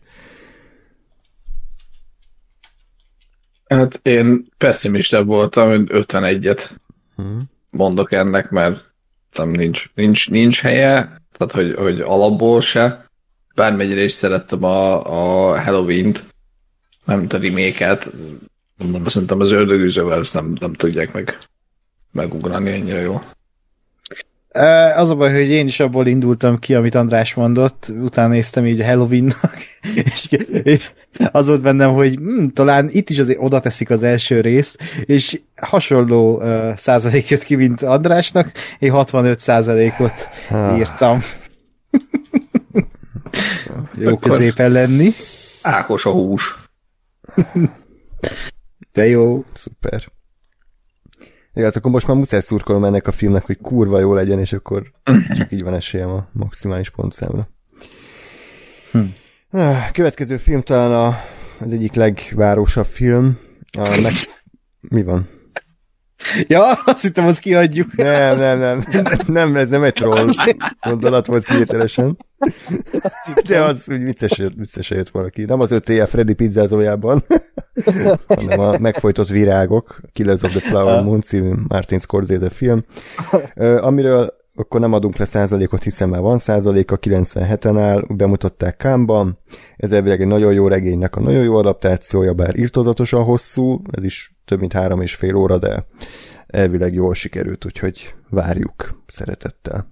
Hát én pessimista voltam, hogy ötvenegyet Hmm. mondok ennek, mert nem nincs, nincs, nincs helye, tehát hogy, hogy alapból se. Bármennyire is szerettem a, a Halloween-t, nem a remake-et, mondom, szerintem az ördögűzővel ezt nem, nem tudják meg megugrani ennyire jól. Az a baj, hogy én is abból indultam ki, amit András mondott, utána néztem így a Halloween-nak, és az volt bennem, hogy hm, talán itt is azért oda teszik az első részt, és hasonló uh, százalék jött ki, mint Andrásnak, én hatvanöt százalékot írtam. Jó középen lenni. Ákos a hús. De jó. Szuper. Igen, hát akkor most már muszáj szurkolom ennek a filmnek, hogy kurva jó legyen, és akkor csak így van esélyem a maximális pontszámra. Hm. Következő film talán a, az egyik legvárosabb film. A meg... Mi van? Ja, azt hittem, azt kiadjuk. Nem, nem, nem. Nem, ez nem egy troll gondolat volt kivételesen. De az úgy vicces, vicces jött valaki. Nem az öt éjjel Freddy pizzázójában, hanem a Megfojtott virágok, Killers of the Flower Moon című Martin Scorsese film, amiről akkor nem adunk le százalékot, hiszen már van százaléka, kilencvenheten áll, bemutatták Cannes-ban. Ez elvileg egy nagyon jó regénynek a nagyon jó adaptációja, bár irtózatosan hosszú, ez is több mint három és fél óra, de elvileg jól sikerült, úgyhogy várjuk szeretettel.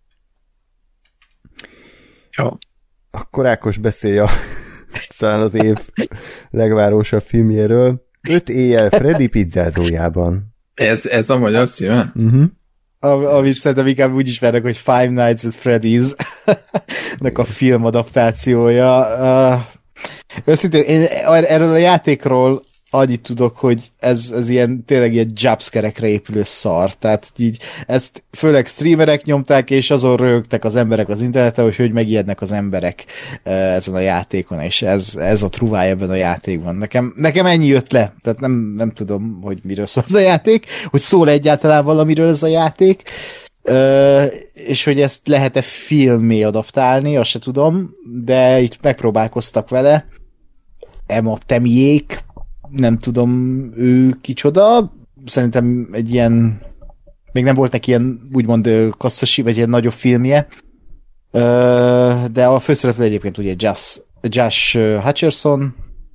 Jó. Akkor Ákos beszélj a talán az év legvárosabb filmjéről. Öt éjjel Freddy pizzázójában. Ez, ez a magyar címe? Uh-huh. Amit szerintem inkább úgy ismernek, hogy Five Nights at Freddy's nek a filmadaptációja. Uh, őszintén, én erről a játékról annyit tudok, hogy ez, ez ilyen, tényleg ilyen jumpscare-ekre épülő szar. Tehát így ezt főleg streamerek nyomták, és azon röhögtek az emberek az interneten, hogy hogy megijednek az emberek ezen a játékon, és ez, ez a truváj ebben a játékban. Nekem, nekem ennyi jött le, tehát nem, nem tudom, hogy miről szól ez a játék, hogy szól egyáltalán valamiről ez a játék, Uh, és hogy ezt lehet-e filmé adaptálni, azt se tudom, de itt megpróbálkoztak vele. Emma Temiék, nem tudom ő kicsoda, szerintem egy ilyen, még nem volt neki ilyen úgymond kasszasi, vagy ilyen nagyobb filmje, de a főszereplő egyébként ugye Josh, Josh Hutcherson,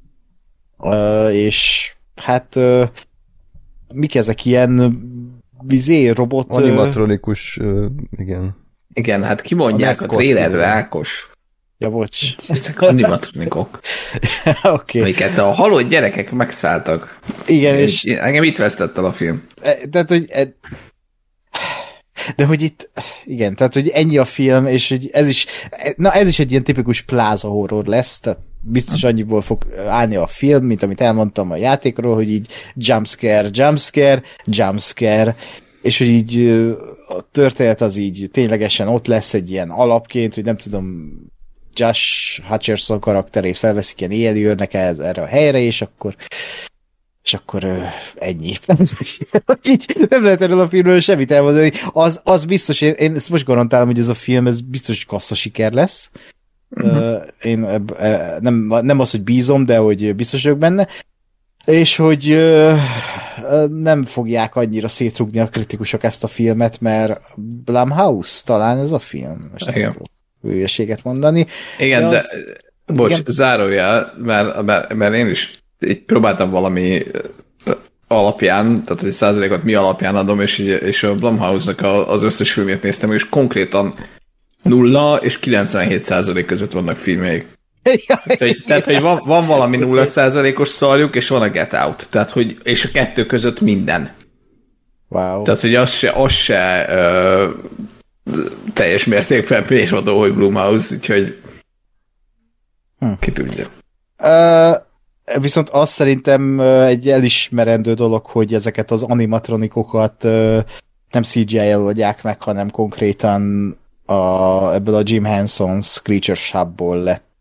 és hát mik ezek ilyen vizé, robot... Animatronikus, igen. Igen, hát kimondják a, a trailerről, Ákos. Ja, bocs. Ezek animatronikok. Oké. Okay. Amiket a halott gyerekek megszálltak. Igen, Én, és... Engem itt vesztett el a film. Tehát, hogy... De hogy itt... Igen, tehát, hogy ennyi a film, és hogy ez is... Na, ez is egy ilyen tipikus pláza horror lesz, tehát biztos annyiból fog állni a film, mint amit elmondtam a játékról, hogy így jumpscare, jumpscare, jumpscare, és hogy így a történet az így ténylegesen ott lesz egy ilyen alapként, hogy nem tudom, Josh Hutcherson karakterét felveszik ilyen élőrnek erre a helyre, és akkor és akkor ö, ennyi. Így nem lehet erről a filmről semmit elmondani. Az, az biztos, én, én ezt most garantálom, hogy ez a film, ez biztos kassza siker lesz. Uh-huh. Uh, én eb, e, nem, nem az, hogy bízom, de hogy biztos vagyok benne. És hogy uh, nem fogják annyira szétrugni a kritikusok ezt a filmet, mert Blumhouse talán ez a film. Most nem tudok hülyeséget mondani. Igen, de, az... de bocs, igen? Zárójel, mert, mert, mert én is így próbáltam valami alapján, tehát egy százalékot mi alapján adom, és, és a Blumhouse-nak az összes filmjét néztem, és konkrétan nulla és kilencvenhét százalék között vannak filmjeik. Tehát, hogy, tehát, hogy van, van valami nulla százalékos szarjuk, és van a Get Out. Tehát, hogy, és a kettő között minden. Wow. Tehát, hogy az se, az se ö, teljes mértékben pénzadó, hogy Blumhouse, úgyhogy hm. ki tudja. Uh... Viszont az szerintem egy elismerendő dolog, hogy ezeket az animatronikokat nem cé gé í-jel oldják meg, hanem konkrétan a, ebből a Jim Henson's Creature Shopból lett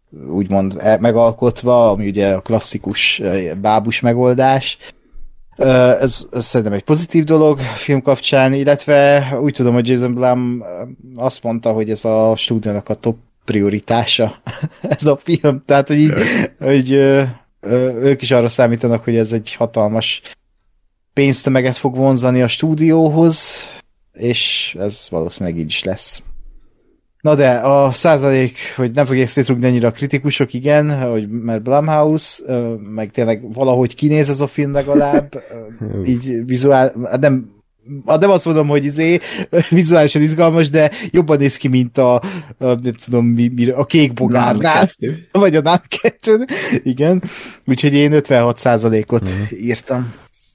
úgymond megalkotva, ami ugye a klasszikus bábus megoldás. Ez, ez szerintem egy pozitív dolog a film kapcsán, illetve úgy tudom, hogy Jason Blum azt mondta, hogy ez a stúdiónak a top prioritása ez a film, tehát hogy, így, hogy ö, ö, ők is arra számítanak, hogy ez egy hatalmas pénztömeget fog vonzani a stúdióhoz, és ez valószínűleg így is lesz. Na de a százalék, hogy nem fogják szétrugni annyira a kritikusok, igen, hogy mert Blumhouse, meg tényleg valahogy kinéz ez a film legalább, így vizuál, nem, nem azt mondom, hogy izé, vizuálisan izgalmas, de jobban néz ki, mint a, a nem tudom, mi, mi, a kék bogárnál, vagy a Nun kettőn, igen, úgyhogy én ötvenhat százalékot uh-huh. írtam.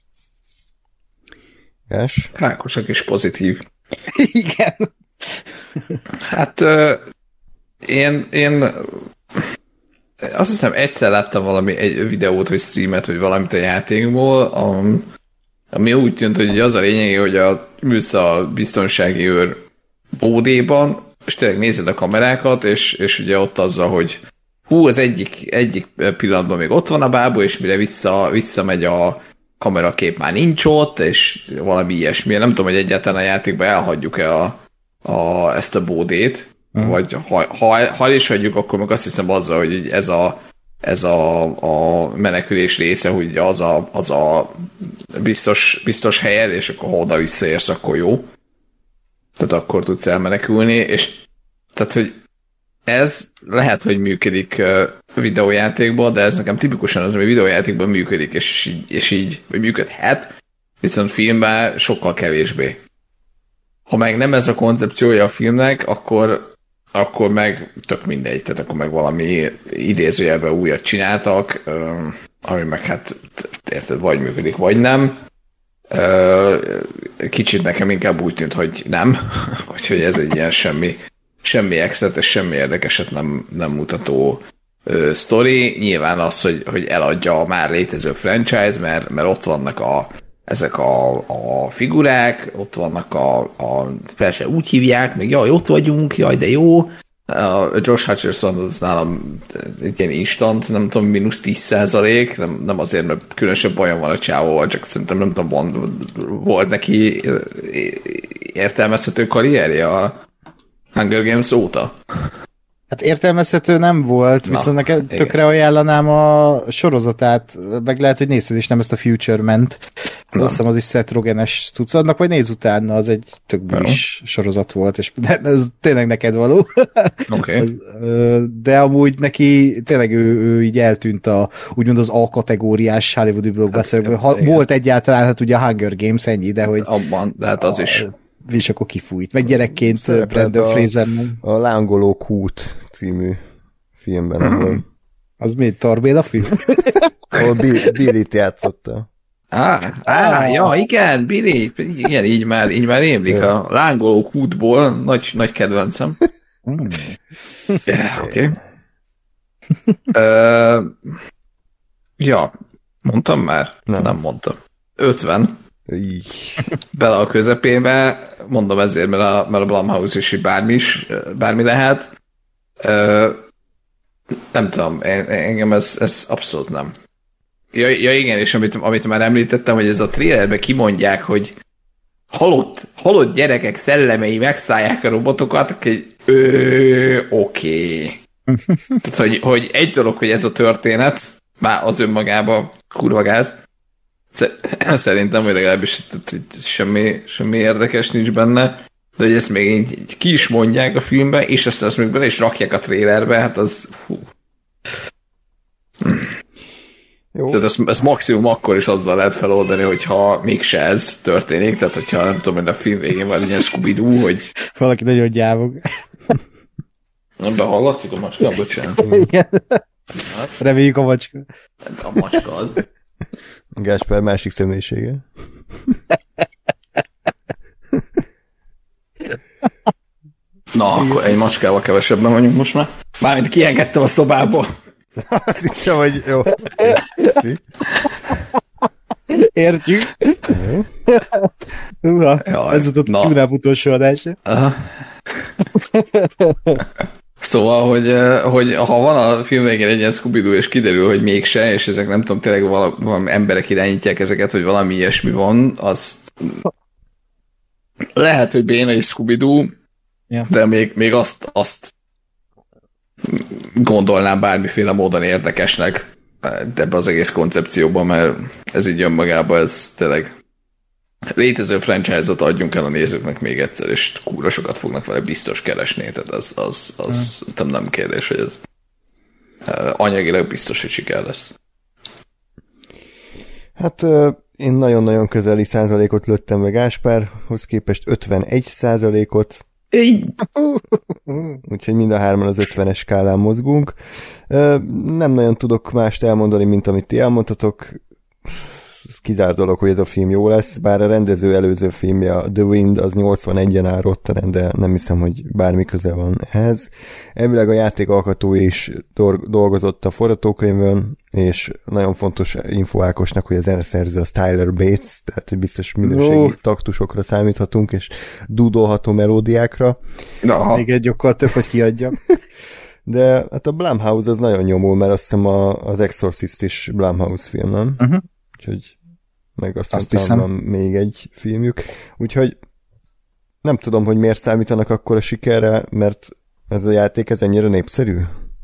Yes. Hákosak is pozitív. Igen. Hát uh, én, én azt hiszem egyszer láttam valami egy videót, vagy streamet, vagy valamit a játékból, ami úgy tűnt, hogy az a lényeg, hogy a ülsz a biztonsági őr bódéban, és tényleg nézed a kamerákat, és, és ugye ott azzal, hogy hú, az egyik, egyik pillanatban még ott van a bábú, és mire vissza, visszamegy a kamerakép, már nincs ott, és valami ilyesmi. Nem tudom, hogy egyáltalán a játékban elhagyjuk-e a A, ezt a bódét, uh-huh. vagy ha, ha, ha is hagyjuk, akkor meg azt hiszem azzal, hogy ez a, ez a, a menekülés része, hogy az a, az a biztos, biztos helyed, és akkor ha oda visszaérsz, akkor jó. Tehát akkor tudsz elmenekülni, és tehát, hogy ez lehet, hogy működik videójátékban, de ez nekem tipikusan az, ami videójátékban működik, és így, és így vagy működhet, viszont filmben sokkal kevésbé. Ha meg nem ez a koncepciója a filmnek, akkor, akkor meg tök mindegy, tehát akkor meg valami idézőjelben újat csináltak, ami meg hát érted, vagy működik, vagy nem. Kicsit nekem inkább úgy tűnt, hogy nem, vagy hogy ez egy ilyen semmi, semmi extra, és semmi érdekeset nem, nem mutató ö, sztori. Nyilván az, hogy, hogy eladja a már létező franchise, mert, mert ott vannak a ezek a, a figurák, ott vannak a, a persze úgy hívják, meg jaj, ott vagyunk, jaj, de jó. A Josh Hutcherson az nálam egy ilyen instant, nem tudom, mínusz tíz százalék, nem, nem azért, mert különösebb bajom van a csávóval, csak szerintem nem tudom, van, volt neki értelmezhető karrierje a Hunger Games óta. Hát értelmezhető nem volt, Na, viszont neked tökre ajánlanám a sorozatát, meg lehet, hogy nézted is, nem ezt a Future ment. Azt hiszem, az is Seth Rogen-es tudsz adnak, vagy nézz utána, az egy tök bűs sorozat volt, és ez tényleg neked való. Okay. De amúgy neki tényleg ő, ő így eltűnt a, úgymond az A-kategóriás hollywoodi blockbusterből. Hát, volt egyáltalán, hát ugye a Hunger Games ennyi, de hogy... Abban, de hát az a, is... És akkor kifújt. Meg gyerekként Brandon Fraser. A Lángoló Kút című filmben, ahol... Az mi? Torbéla film? Ahol Billy-t játszotta. Á, á, ja, igen, Billy, igen, így már, így már rémlik a Lángoló Kútból, nagy, nagy kedvencem. Mm. Yeah, oké. Okay. uh, ja, mondtam már? Nem, Nem mondtam. ötven. Bele a közepébe, mondom ezért, mert a, mert a Blumhouse is bármi is, bármi lehet. Uh, nem tudom, engem ez, ez abszolút nem. Ja, ja igen, és amit, amit már említettem, hogy ez a trailerben kimondják, hogy halott, halott gyerekek szellemei megszállják a robotokat, hogy oké. Okay. Tehát, hogy, hogy egy dolog, hogy ez a történet, már az önmagában kurva gáz. Szerintem, hogy legalábbis semmi, semmi érdekes nincs benne, de hogy ezt még így ki is mondják a filmben, és azt, azt még bele is rakják a trailerbe, hát az... Hú. Jó. Tehát ezt, ezt maximum akkor is azzal lehet feloldani, hogyha mégse ez történik, tehát hogyha nem tudom, hogy a film végén van egy ilyen Scooby-Doo, hogy... Valaki nagyon gyávog. Nem, de hallatszik a macska? Bocsánat. Igen. Reméljük a macska. A macska az. Gásper másik személyisége. Na, akkor egy macskával kevesebben vagyunk most már. Mármint kiengedtem a szobából. Azt hittem, hogy jó. Értjük. Uha, ez volt a tűnáp utolsó adása. Szóval, hogy, hogy ha van a film végén egy ilyen Scooby-Doo, és kiderül, hogy mégse, és ezek nem tudom, tényleg vala, valami emberek irányítják ezeket, hogy valami ilyesmi van, azt lehet, hogy béna és Scooby-Doo, ja. De még, még azt, azt gondolnám bármiféle módon érdekesnek ebbe az egész koncepcióban, mert ez így önmagában, ez tényleg létező franchise-ot adjunk el a nézőknek még egyszer, és kúra sokat fognak vele biztos keresni, tehát az, az, az hmm. nem kérdés, hogy ez anyagilag biztos, hogy siker lesz. Hát én nagyon-nagyon közeli százalékot lőttem meg Gáspárhoz képest ötvenegy százalékot. Úgyhogy mind a hárman az ötvenes skálán mozgunk. Nem nagyon tudok mást elmondani, mint amit ti elmondtatok. Kizár dolog, hogy ez a film jó lesz, bár a rendező előző filmje, a The Wind, az nyolcvanegyen áll Rotteren, de nem hiszem, hogy bármi köze van ehhez. Elvileg a játék alkotó is dolgozott a forgatókönyvön, és nagyon fontos info Ákosnak, hogy a zeneszerző a Tyler Bates, tehát hogy biztos minőségi oh. taktusokra számíthatunk, és dúdolható melódiákra. Na, még egy okkal több, hogy kiadjam. De hát a Blumhouse az nagyon nyomul, mert azt hiszem a, az Exorcist is Blumhouse film, nem? Uh-huh. Úgyhogy meg azt, azt hiszem van még egy filmjük. Úgyhogy nem tudom, hogy miért számítanak akkor a sikerre, mert ez a játék ez ennyire népszerű?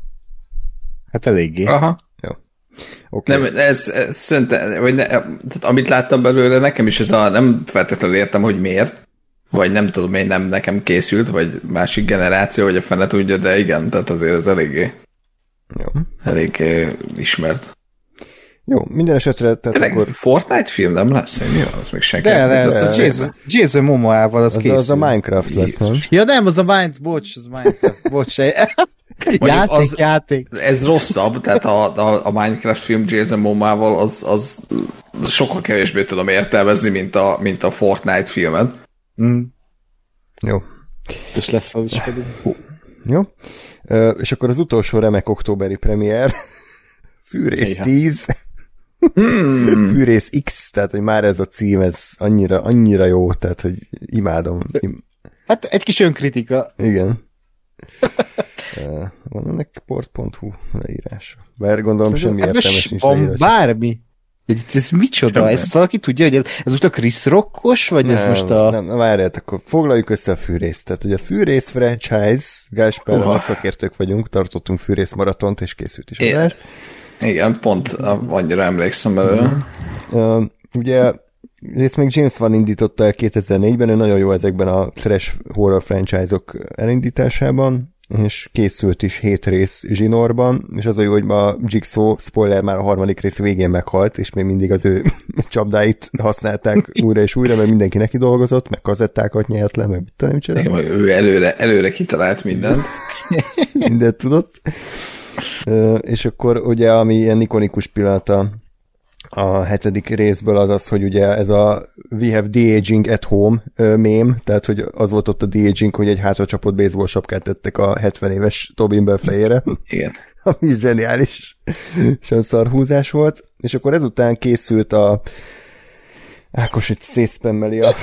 Hát eléggé. Aha. Jó. Okay. Nem, ez, ez szerintem, vagy ne, tehát amit láttam belőle, nekem is ez a, nem feltétlenül értem, hogy miért, vagy nem tudom, én nem nekem készült, vagy másik generáció, vagy a fene tudja, de igen, tehát azért ez eléggé, jó. eléggé ismert. Jó, minden esetre... Tehát tényleg akkor... Fortnite film nem lesz? Hogy mi van? Az még senki. De, de, ez az Jason, Jason Momoával az, az készül. Az a Minecraft lesz, nem? Ja nem, az a Minecraft, bocs, az Minecraft, bocs. játék, az, játék. Ez rosszabb, tehát a, a, a Minecraft film Jason Momoával az, az sokkal kevésbé tudom értelmezni, mint a, mint a Fortnite filmet. Mm. Jó. És lesz az is pedig. Jó. Uh, és akkor az utolsó remek októberi premier Fűrész tíz hmm. Fűrész X, tehát hogy már ez a cím, ez annyira, annyira jó, tehát hogy imádom. Im- hát egy kis önkritika. Igen. uh, van ennek port pont hu leírása. Bár gondolom semmi értelmes nincs leírása. Bármi. Ez micsoda? Semmi. Ezt valaki tudja, hogy ez, ez most a Chris Rockos, vagy nem, ez most a... Nem, nem, várját, akkor foglaljuk össze a Fűrészt. Tehát, hogy a Fűrész franchise, Gáspárral uh. szakértők vagyunk, tartottunk Fűrész maratont, és készült is adás. Igen, pont annyira emlékszem belőle. Uh, ugye ezt még James Wan indította el kétezer-négyben, ő nagyon jó ezekben a trash horror franchise-ok elindításában, és készült is hét rész zsinórban, és az a jó, hogy a Jigsaw, spoiler, már a harmadik rész végén meghalt, és még mindig az ő csapdáit használták újra és újra, mert mindenki neki dolgozott, meg kazettákat nyert le, meg tudom, mit csinál. Ő előre, előre kitalált mindent. Mindent tudott. Uh, és akkor ugye, ami ilyen ikonikus pillanata a hetedik részből az az, hogy ugye ez a We have de-aging at home uh, mém, tehát hogy az volt ott a de-aging, hogy egy hátracsapott baseball sapkát tettek a hetven éves Tobin Bell fejére. Igen. Ami zseniális szarhúzás volt. És akkor ezután készült a Ákos itt szétszpemmeli a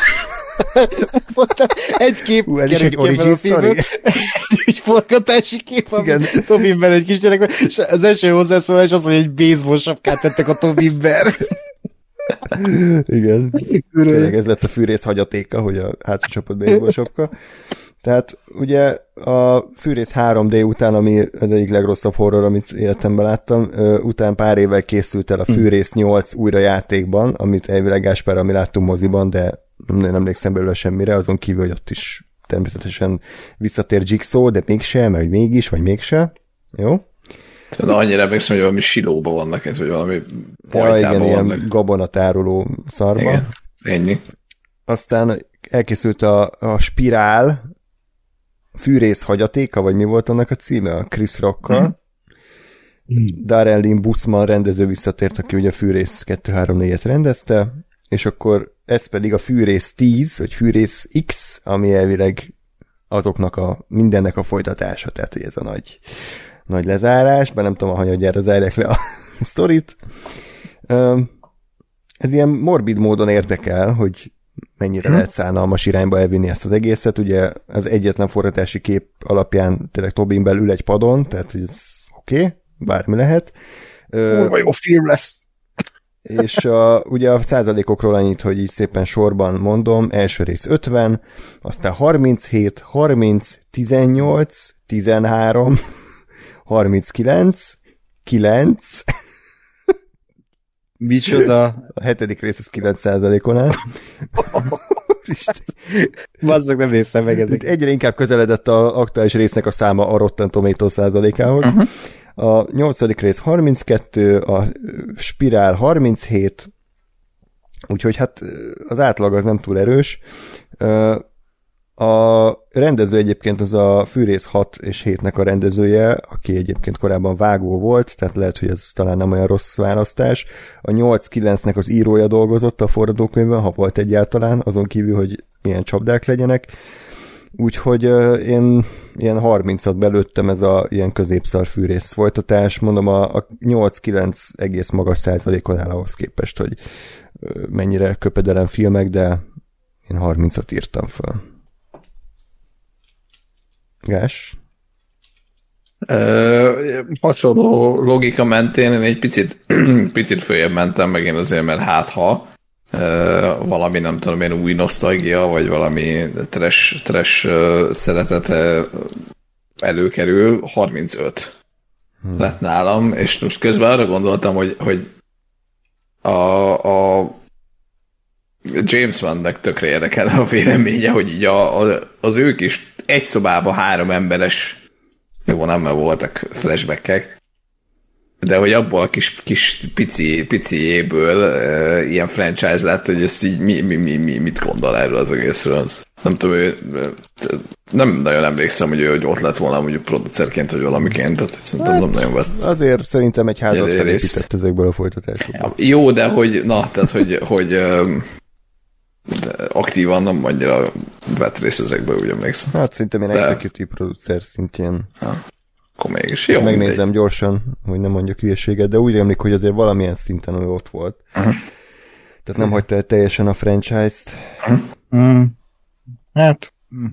egy kép, Hú, ez is egy origin story. Egy forgatási kép, ami Tobinben egy kis gyerek, és az első hozzászólás az, hogy egy baseball sapkát tettek a Tobinben. Igen. Tényleg ez lett a Fűrész hagyatéka, hogy a hátracsapott baseball sapka. Tehát ugye a Fűrész három dé után, ami az egyik legrosszabb horror, amit életemben láttam, után pár évvel készült el a Fűrész nyolc újra játékban, amit elvileg Gáspár, ami láttunk moziban, de nem emlékszem belőle semmire, azon kívül, hogy ott is természetesen visszatér Jigsaw, de mégse, vagy mégis, vagy mégse. Jó? De annyira emlékszem, hogy valami silóba vannak, vagy valami pajtában ja, igen, vannak. Ilyen gabonatároló szarba. Igen, ennyi. Aztán elkészült a, a Spirál Fűrész hagyatéka, vagy mi volt annak a címe? A Chris Rockkal. Mm. Darren Lynn Busman rendező visszatért, aki ugye a Fűrész kettő három négyet rendezte, és akkor ez pedig a Fűrész tíz, vagy Fűrész X, ami elvileg azoknak a mindennek a folytatása, tehát hogy ez a nagy, nagy lezárás, bár nem tudom, a hanyadjára zárják le a sztorit. Ez ilyen morbid módon érdekel, hogy mennyire lehet szánalmas irányba elvinni ezt az egészet. Ugye az egyetlen forgatási kép alapján tényleg Tobin belül ül egy padon, tehát hogy ez oké, okay, bármi lehet. Vagy jó film lesz. És a, ugye a százalékokról annyit, hogy így szépen sorban mondom, első rész ötven, aztán harminchét, harminc, tizennyolc, tizenhárom, harminckilenc, kilenc, micsoda? A hetedik rész az kilenc százalékon áll. Bazzak, nem néztem meg ezek. Itt egyre inkább közeledett a aktuális résznek a száma a Rotten Tomatoes százalékához. Uh-huh. A nyolcadik rész harminckettő, a Spirál harminchét, úgyhogy hát az átlag az nem túl erős. A rendező egyébként az a Fűrész hat és hétnek a rendezője, aki egyébként korábban vágó volt, tehát lehet, hogy ez talán nem olyan rossz választás. A nyolc kilencnek az írója dolgozott a forradókönyvben, ha volt egyáltalán, azon kívül, hogy milyen csapdák legyenek. Úgyhogy uh, én ilyen harmincat belőttem, ez a ilyen középszar Fűrész folytatás. Mondom, a, a nyolc kilenc egész magas százalékon áll ahhoz képest, hogy uh, mennyire köpedelem filmek, de én harmincat írtam föl. Gás? Uh, hasonló logika mentén én egy picit, picit följebb mentem, meg én azért, mert hát ha uh, valami, nem tudom, ilyen új nosztalgia, vagy valami trash, trash uh, szeretet uh, előkerül, harmincöt hmm. lett nálam, és most közben arra gondoltam, hogy, hogy a, a James Wan-nek tökre érdekel a véleménye, hogy így a, a, az ők is egy szobában három emberes, jó, nem, mert voltak flashbackek, de hogy abból a kis, kis pici, piciéből uh, ilyen franchise lett, hogy ezt így mi, mi, mi, mi, mit gondol erről az egészről. Nem tudom, ő, nem nagyon emlékszem, hogy ő hogy ott lett volna mondjuk producerként, vagy valamiként, tehát szerintem hát, nem nagyon veszt. Azért szerintem egy házat felépített ezekből a folytatásokból. Jó, de hogy, na, tehát hogy, hogy um, de aktívan nem annyira vett rész ezekből, úgy emlékszem. Hát szerintem én de... executive producer szintjén. Ha, akkor mégis jó. Megnézem mindegy. Gyorsan, hogy nem mondjak hülyeséget, de úgy emlik, hogy azért valamilyen szinten ő ott volt. Uh-huh. Tehát nem hagyta el teljesen a franchise-t. Uh-huh. Mm. Hát,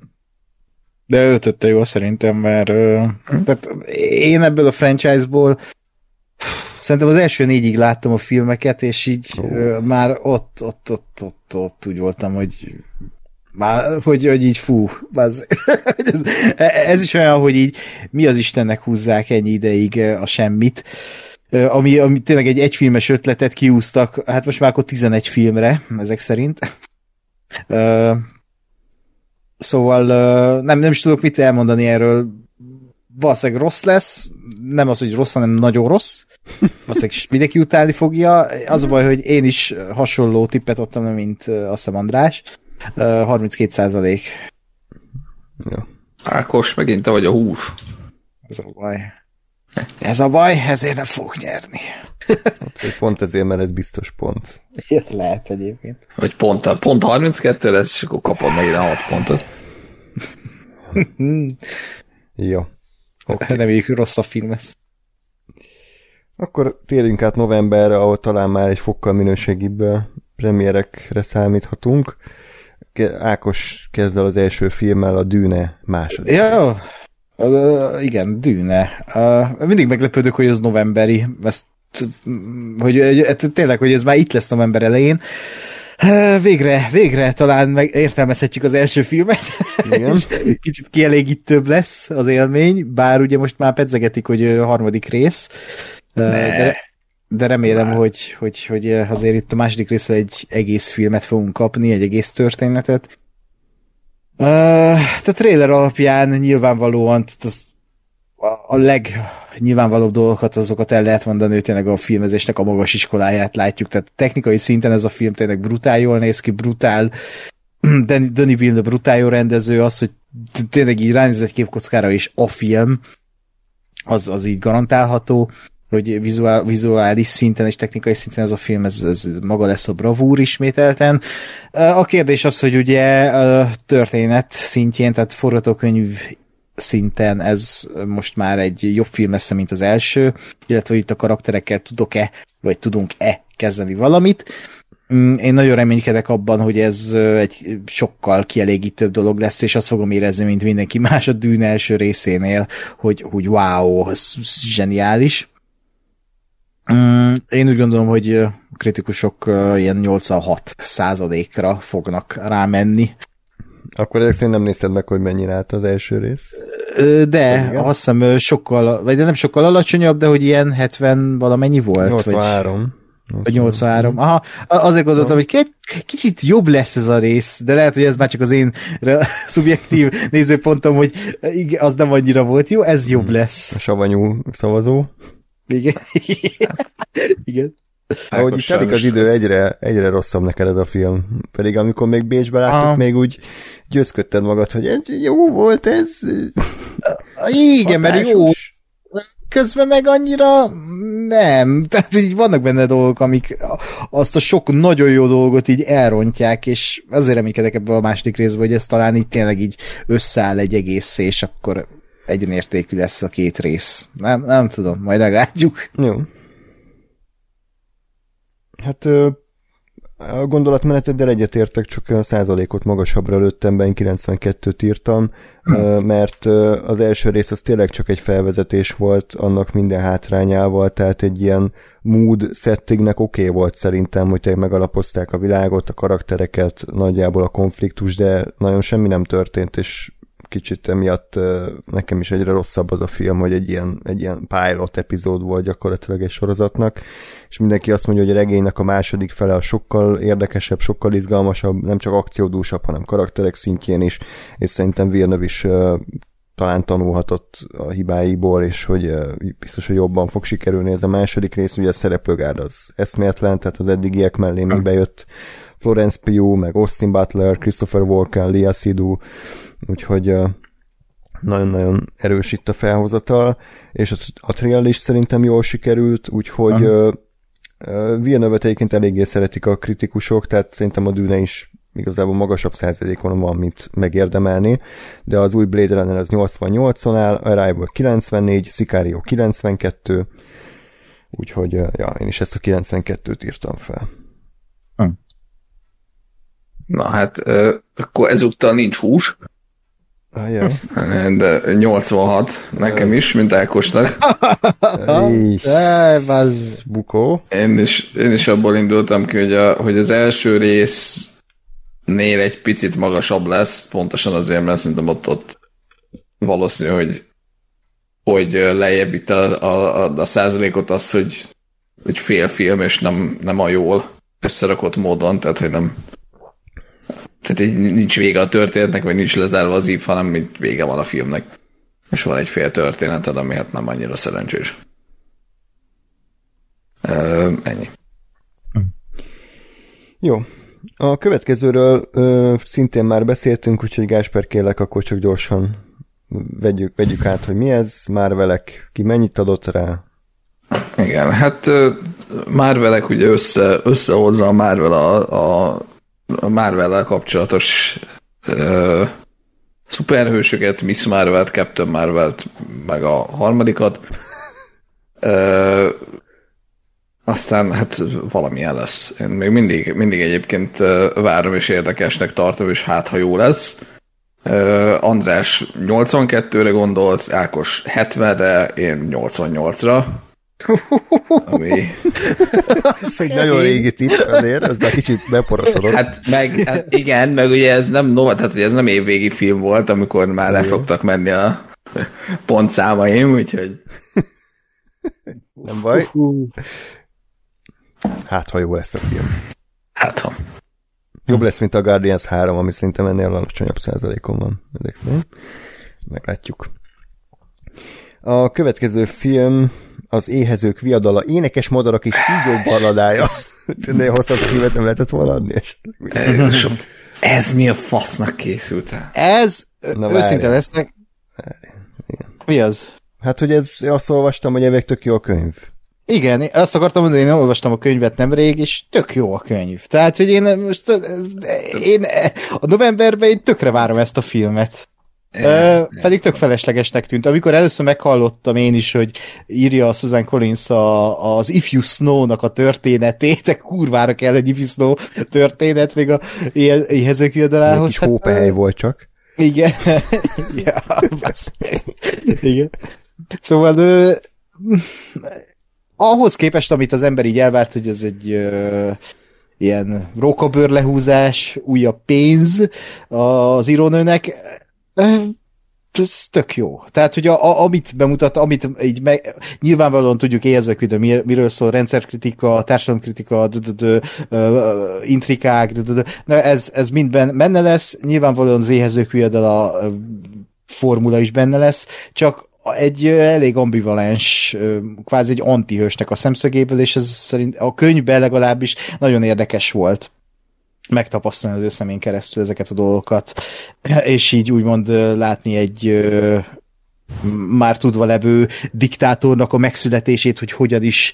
de ő tette jól szerintem, mert uh-huh. tehát én ebből a franchise-ból szerintem az első négyig láttam a filmeket, és így oh. uh, már ott, ott, ott, ott, ott úgy voltam, hogy már, hogy, hogy így fú, ez, ez is olyan, hogy így mi az Istennek húzzák ennyi ideig a semmit, uh, ami, ami tényleg egy egyfilmes ötletet kiúztak, hát most már akkor tizenegy filmre, ezek szerint. Uh, szóval uh, nem, nem is tudok mit elmondani erről, valószínűleg rossz lesz, nem az, hogy rossz, hanem nagyon rossz. Valószínűleg mindenki utálni fogja. Az a baj, hogy én is hasonló tippet adtam, mint azt hiszem András. harminckét százalék. Ja. Ákos, megint te vagy a hús. Ez a baj. Ez a baj, ezért nem fog nyerni. Hát, pont ezért, mert ez biztos pont. Lehet egyébként. Vagy pont, pont harminckettő lesz, és akkor kapod meg ide hat pontot. Jó. Okay. Reméljük, rossz a film ez. Akkor térjünk át novemberre, ahol talán már egy fokkal minőségibb premierekre számíthatunk. Ákos kezd el az első filmmel, a Dűne második. Ja, uh, igen, Dűne. Uh, mindig meglepődök, hogy ez novemberi. Ezt, hogy, tényleg, hogy ez már itt lesz november elején. Végre, végre talán meg értelmezhetjük az első filmet. Igen. Kicsit kielégítőbb lesz az élmény, bár ugye most már pedzegetik, hogy a harmadik rész. De, de remélem, hogy, hogy, hogy azért itt a második részre egy egész filmet fogunk kapni, egy egész történetet. Tehát a trailer alapján nyilvánvalóan az a legnyilvánvalóbb dolgokat, azokat el lehet mondani, hogy tényleg a filmezésnek a magas iskoláját látjuk, tehát technikai szinten ez a film tényleg brutál jól néz ki, brutál, Denis Villeneuve brutál jó rendező, az, hogy tényleg így ránéz egy képkockára, és a film, az, az így garantálható, hogy vizuál, vizuális szinten és technikai szinten ez a film, ez, ez maga lesz a bravúr ismételten. A kérdés az, hogy ugye a történet szintjén, tehát forgatókönyv szinten ez most már egy jobb film lesz, mint az első, illetve itt a karakterekkel tudok-e, vagy tudunk-e kezdeni valamit. Én nagyon reménykedek abban, hogy ez egy sokkal kielégítőbb dolog lesz, és azt fogom érezni, mint mindenki más a Dűne első részénél, hogy, hogy wow, ez zseniális. Én úgy gondolom, hogy a kritikusok ilyen nyolcvanhat százalékra fognak rámenni. Akkor ezek szerint nem nézted meg, hogy mennyire állt az első rész? De azt hiszem sokkal, vagy nem sokkal alacsonyabb, de hogy ilyen hetven valamennyi volt? nyolcvanhárom. Vagy nyolcvanhárom. Aha, azért gondoltam, hogy k- kicsit jobb lesz ez a rész, de lehet, hogy ez már csak az én szubjektív nézőpontom, hogy igen, az nem annyira volt jó, ez jobb lesz. A savanyú szavazó. Igen. Igen. Ahogy itt telik az idő, egyre, egyre rosszabb neked ez a film. Pedig amikor még Bécsbe láttuk, ah. még úgy győzködted magad, hogy ez jó volt ez. Igen, mert jó. Közben meg annyira nem. Tehát így vannak benne dolgok, amik azt a sok nagyon jó dolgot így elrontják, és azért reménykedek ebből a második részből, hogy ez talán így tényleg így összeáll egy egész, és akkor egyenértékű lesz a két rész. Nem, nem tudom, majd meglátjuk. Jó. Hát a gondolatmeneteddel egyetértek, csak a százalékot magasabbra lőttem be, én kilencvenkettőt írtam, mert az első rész az tényleg csak egy felvezetés volt annak minden hátrányával, tehát egy ilyen mood settingnek oké okay volt szerintem, hogy tényleg megalapozták a világot, a karaktereket, nagyjából a konfliktus, de nagyon semmi nem történt, és kicsit emiatt nekem is egyre rosszabb az a film, hogy egy ilyen, egy ilyen pilot epizód volt gyakorlatilag egy sorozatnak, és mindenki azt mondja, hogy a regénynek a második fele a sokkal érdekesebb, sokkal izgalmasabb, nem csak akciódúsabb, hanem karakterek szintjén is, és szerintem Villeneuve is uh, talán tanulhatott a hibáiból, és hogy uh, biztos, hogy jobban fog sikerülni ez a második rész, ugye a szereplőgárd az eszméletlen, tehát az eddigiek mellé még bejött Florence Pugh, meg Austin Butler, Christopher Walken, Lea Seydoux, úgyhogy uh, nagyon-nagyon erős itt a felhozatal, és a, a trail is szerintem jól sikerült, úgyhogy uh, uh, Villeneuve-t egyébként eléggé szeretik a kritikusok, tehát szerintem a Dűne is igazából magasabb százalékon van, mint megérdemelni, de az új Blade Runner az nyolcvannyolcon áll, Arrival kilencvennégy, Sicario kilencvenkettő, úgyhogy uh, ja, én is ezt a kilencvenkettőt írtam fel. Hm. Na hát, uh, akkor ezúttal nincs hús. Ah, ja. De nyolcvanhat nekem is, mint Ákosnak. Bukó. Én is, én is abból indultam ki, hogy, a, hogy az első résznél egy picit magasabb lesz, pontosan azért, mert szerintem ott, ott valószínű, hogy, hogy lejjebb itt a, a, a százalékot az, hogy, hogy fél film, és nem, nem a jól összerakott módon, tehát hogy nem tehát így nincs vége a történetnek, vagy nincs lezárva az ív, hanem mint vége van a filmnek. És van egy fél történeted, ami hát nem annyira szerencsés. Ö, ennyi. Jó. A következőről ö, szintén már beszéltünk, úgyhogy Gásper, kérlek, akkor csak gyorsan vegyük, vegyük át, hogy mi ez. Marvelek, ki mennyit adott rá? Igen, hát Marvelek ugye össze, összehozza a Marvel a, a a Marvel-lel kapcsolatos uh, szuperhősöket, Miss Marvel-t, Captain Marvel-t, meg a harmadikat. Uh, aztán hát valamilyen lesz. Én még mindig, mindig egyébként uh, várom és érdekesnek tartom, és hát ha jó lesz. Uh, András nyolcvankettőre gondolt, Ákos hetvenre, én nyolcvannyolcra. Ami... Ez egy nagyon régi tipp azért, ez már kicsit beporosodott. Hát meg, hát igen, meg ugye ez nem nova, tehát ez nem évvégi film volt, amikor már le szoktak menni a pontszámaim, úgyhogy... Nem baj. Hát, ha jó lesz a film. Hát, ha. Jobb lesz, mint a Guardians három, ami szerintem ennél alacsonyabb százalékon van. Ezek szerint. Meglátjuk. A következő film az Éhezők viadala, énekes madarak és kígyók balladája. Ennél hosszabb filmet nem lehetett volna adni esetleg. Ez, ez mi a fasznak készült? Ez, Na, őszinte lesznek. Mi az? Hát, hogy ez, azt olvastam, hogy ebben tök jó a könyv. Igen, azt akartam mondani, én olvastam a könyvet nemrég, és tök jó a könyv. Tehát, hogy én most én a novemberben én tökre várom ezt a filmet. Ö, pedig tök feleslegesnek tűnt. Amikor először meghallottam én is, hogy írja a Susan Collins a, az If You Snow-nak a történetét, de kurvára kell egy If You Snow történet, még a éhezők viadalához. Egy kis hópehely volt csak. Igen. Ja, igen. Szóval ö, ahhoz képest, amit az ember így elvárt, hogy ez egy ö, ilyen rókabőr lehúzás, újabb pénz az írónőnek, ez tök jó. Tehát, hogy a, a, amit bemutat, amit így meg, nyilvánvalóan tudjuk éhezők, hogy mir, miről szól, rendszerkritika, társadalomkritika, intrikák, ez, ez mind benne lesz, nyilvánvalóan az éhezők viadala formula is benne lesz, csak egy elég ambivalens, kvázi egy antihősnek a szemszögéből, és ez szerint a könyvben legalábbis nagyon érdekes volt megtapasztalni az ő szemén keresztül ezeket a dolgokat, és így úgymond látni egy már tudva levő diktátornak a megszületését, hogy hogyan is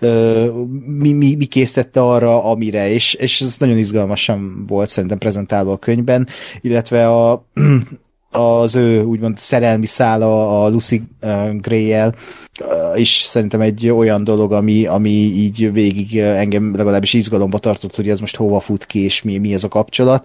mi, mi, mi készítette arra, amire, és, és ez nagyon izgalmasan volt szerintem prezentálva a könyvben, illetve a az ő úgymond szerelmi szála a Lucy Gray-jel is szerintem egy olyan dolog, ami, ami így végig engem legalábbis izgalomba tartott, hogy ez most hova fut ki, és mi, mi ez a kapcsolat.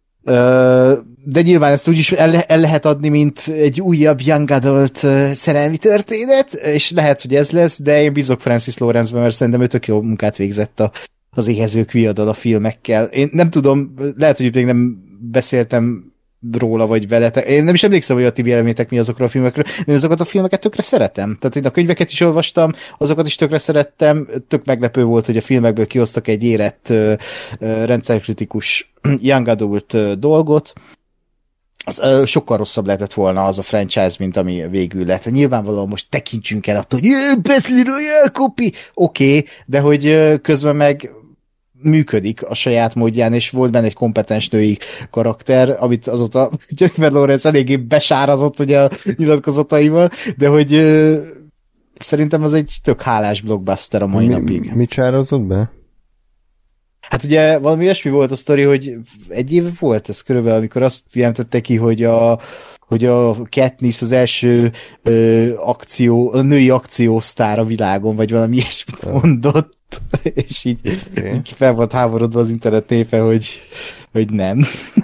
De nyilván ezt úgyis el, el lehet adni, mint egy újabb young adult szerelmi történet, és lehet, hogy ez lesz, de én bízok Francis Lawrence-ben, mert szerintem ő tök jó munkát végzett a, az éhezők viadal a filmekkel. Én nem tudom, lehet, hogy még nem beszéltem róla, vagy vele. Én nem is emlékszem, hogy a ti véleményetek mi azokról a filmekről, de azokat a filmeket tökre szeretem. Tehát én a könyveket is olvastam, azokat is tökre szerettem. Tök meglepő volt, hogy a filmekből kihoztak egy érett uh, uh, rendszerkritikus young adult uh, dolgot. Az, uh, sokkal rosszabb lehetett volna az a franchise, mint ami végül lett. Nyilvánvalóan most tekintsünk el attól, hogy Battle Royale copy, oké, okay, de hogy uh, közben meg működik a saját módján, és volt benne egy kompetens női karakter, amit azóta Jennifer Lawrence eléggé besárazott ugye a nyilatkozataival, de hogy ö, szerintem az egy tök hálás blockbuster a mai mi, napig. Mit sárazott be? Hát ugye valami ilyesmi volt a sztori, hogy egy év volt ez körülbelül, amikor azt jelentette ki, hogy a hogy a Katniss az első ö, akció, a női akciósztár a világon, vagy valami ilyesmit mondott, és így, okay. így fel volt háborodva az internet népe, hogy, hogy nem.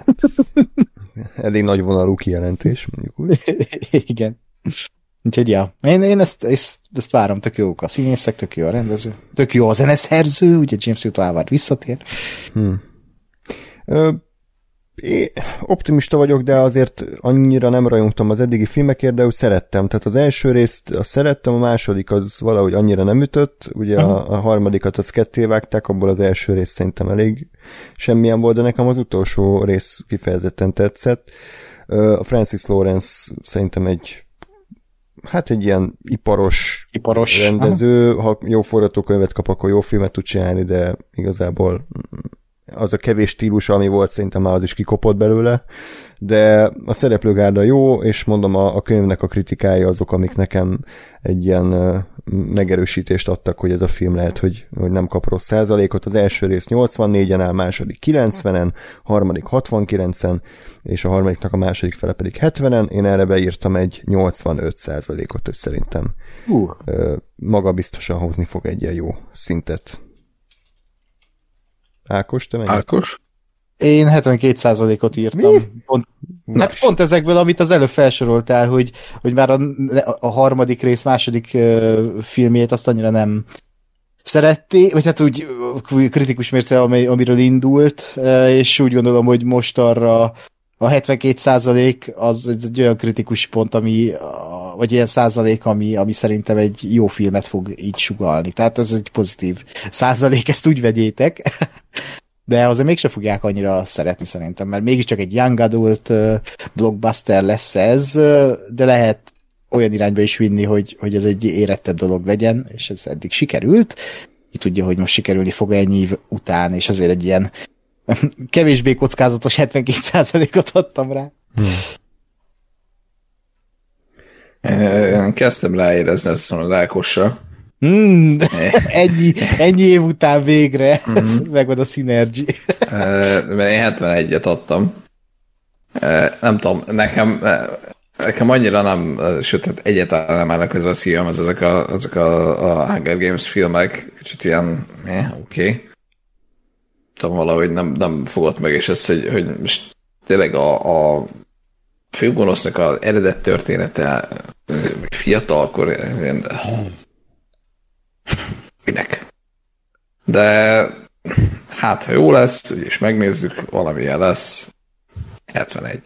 Elég nagy vonalú kijelentés, mondjuk úgy. Igen. Úgyhogy ja, én, én ezt, ezt, ezt várom, tök jók a színészek, tök jó a rendező, tök jó a zeneszerző, ugye James Newton Howard visszatér. Hmm. Ö, Én optimista vagyok, de azért annyira nem rajongtam az eddigi filmekért, de úgy szerettem. Tehát az első részt azt szerettem, a második az valahogy annyira nem ütött, ugye a, a harmadikat az ketté vágták, abból az első rész szerintem elég semmilyen volt, de nekem az utolsó rész kifejezetten tetszett. A Francis Lawrence szerintem egy hát egy ilyen iparos, iparos. rendező, ha jó forgatókönyvet kap, akkor jó filmet tud csinálni, de igazából az a kevés stílus, ami volt, szerintem már az is kikopott belőle, de a szereplőgárda jó, és mondom, a, a könyvnek a kritikája azok, amik nekem egy ilyen uh, megerősítést adtak, hogy ez a film lehet, hogy, hogy nem kap rossz százalékot. Az első rész nyolcvannégyen áll, második kilencvenen, harmadik hatvankilencen, és a harmadiknak a második fele pedig hetvenen. Én erre beírtam egy nyolcvanöt százalékot, hogy szerintem uh. Uh, maga biztosan hozni fog egy ilyen jó szintet. Ákos, te meg? Ákos? Én hetvenkét százalékot írtam. Pont, hát pont ezekből, amit az előbb felsoroltál, hogy, hogy már a, a harmadik rész, második uh, filmjét azt annyira nem szeretté, vagy hát úgy kritikus mérce, amely, amiről indult, uh, és úgy gondolom, hogy most arra a hetvenkét százalék az egy olyan kritikus pont, ami, vagy ilyen százalék, ami, ami szerintem egy jó filmet fog így sugallni. Tehát ez egy pozitív százalék, ezt úgy vegyétek. De azért mégse fogják annyira szeretni szerintem, mert mégiscsak egy young adult blockbuster lesz ez, de lehet olyan irányba is vinni, hogy, hogy ez egy érettebb dolog legyen, és ez eddig sikerült. Ki tudja, hogy most sikerülni fog ennyi év után, és azért egy ilyen kevésbé kockázatos hetvenkét százalékot adtam rá. Hmm. Kezdtem ráérezni azt a Lákosra. Mm, ennyi, ennyi év után végre mm-hmm. megvan a szinergy. Én hetvenegyet adtam. Nem tudom, nekem Nekem annyira nem, sőt, hát egyáltalán nem állnak közben a szívem, ez ezek a, ezek a, a Hunger Games filmek, kicsit ilyen, eh, oké. Okay. Tudom, valahogy nem, nem fogott meg, és ez, hogy, hogy most tényleg a, a főgonosznak az eredet története fiatalkor, ilyen, minek? De hát, ha jó lesz, és megnézzük, valamilyen lesz, hetvenegy.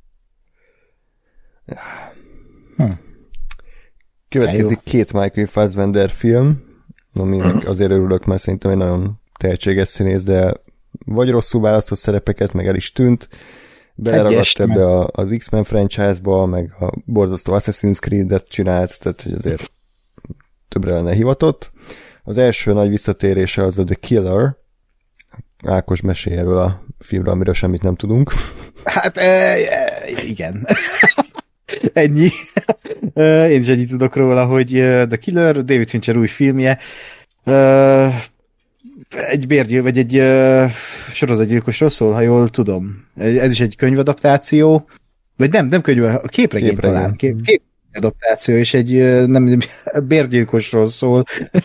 Hm. Következik két Michael Fassbender film, aminek hm. azért örülök, mert szerintem egy nagyon tehetséges színész, de vagy rosszul választott szerepeket, meg el is tűnt, beleragadt ebbe a, az X-Men franchise-ba, meg a borzasztó Assassin's Creed-et csinált, tehát hogy azért többre lenne hivatott. Az első nagy visszatérése az a The Killer, Ákos mesél erről a filmről, amiről semmit nem tudunk. Hát e, e, igen. Ennyi. Én is ennyit tudok róla, hogy The Killer, David Fincher új filmje, egy bérgyil, vagy egy sorozatgyilkosról szól, ha jól tudom. Ez is egy könyvadaptáció, vagy nem, nem könyv, a képregény, képregény. talán. Kép, képregény és egy nem, bérgyilkosról szól.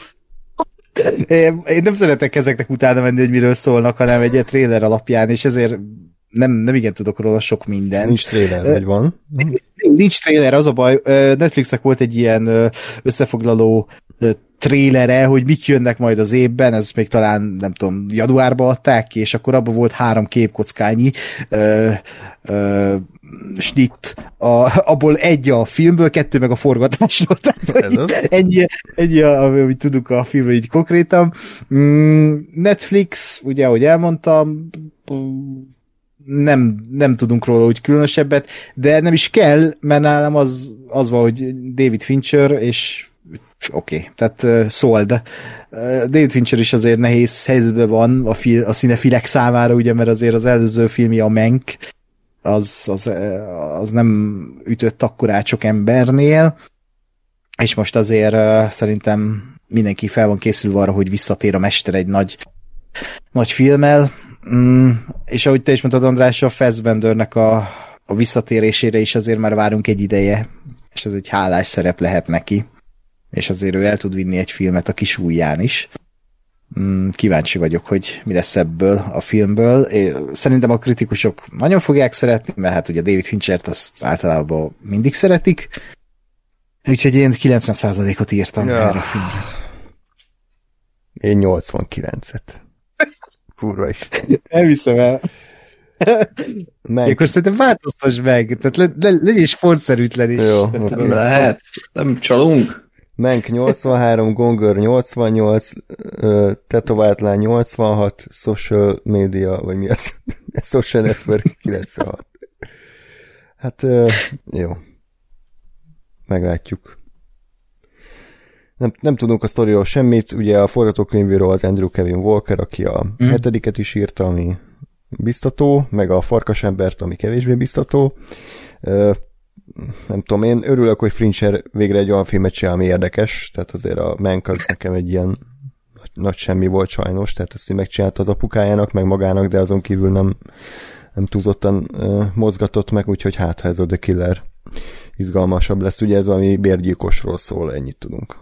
Én nem szeretek ezeknek utána menni, hogy miről szólnak, hanem egy trailer alapján, és ezért nem, nem igen tudok róla sok minden. Nincs trailer, vagy van? Nincs trailer, az a baj. Netflixnek volt egy ilyen összefoglaló trailere, hogy mit jönnek majd az évben, ez még talán, nem tudom, januárban adták ki, és akkor abban volt három képkockányi ö, ö, snitt, a, abból egy a filmből, kettő meg a forgatásról. Tehát, ennyi, ennyi, amit tudunk a filmről így konkrétan. Netflix, ugye, ahogy elmondtam, nem, nem tudunk róla úgy különösebbet, de nem is kell, mert nálam az, az van, hogy David Fincher, és oké, okay, tehát uh, sold. Uh, David Fincher is azért nehéz helyzetben van a, fi- a színefilek számára, ugye, mert azért az előző filmje, a Mank, az, az, az nem ütött akkorát sok embernél, és most azért uh, szerintem mindenki fel van készülve arra, hogy visszatér a mester egy nagy, nagy filmmel, mm, és ahogy te is mondtad, András, a Fassbendernek a, a visszatérésére is azért már várunk egy ideje, és ez egy hálás szerep lehet neki, és azért ő el tud vinni egy filmet a kis ujján is. Kíváncsi vagyok, hogy mi lesz ebből a filmből. Szerintem a kritikusok nagyon fogják szeretni, mert hát ugye David Finchert azt általában mindig szeretik. Úgyhogy én kilencven százalékot írtam ja. erre a filmre. Én nyolcvankilencet. Kurva Isten. Elviszem el. Meg. Akkor szerintem változtass meg. Tehát le, le, legyél sportszerűtlen is. Jó, nem lehet. Nem csalunk. Mank nyolcvanhárom, Gonger nyolcvannyolc, uh, Tetováltlán nyolcvanhat, Social Media, vagy mi az? Social Network kilencvenhat. Hát, uh, jó. Meglátjuk. Nem, nem tudunk a sztoriról semmit, ugye a forgatókönyvíró az Andrew Kevin Walker, aki a mm. hetediket is írta, ami biztató, meg a Farkasembert, ami kevésbé biztató. Uh, nem tudom, én örülök, hogy Fincher végre egy olyan filmet csinál, ami érdekes, tehát azért a Mank az nekem egy ilyen nagy, nagy semmi volt sajnos, tehát ezt így megcsinálta az apukájának, meg magának, de azon kívül nem, nem túlzottan uh, mozgatott meg, úgyhogy hát, ha ez a The Killer izgalmasabb lesz, ugye ez valami bérgyilkosról szól, ennyit tudunk.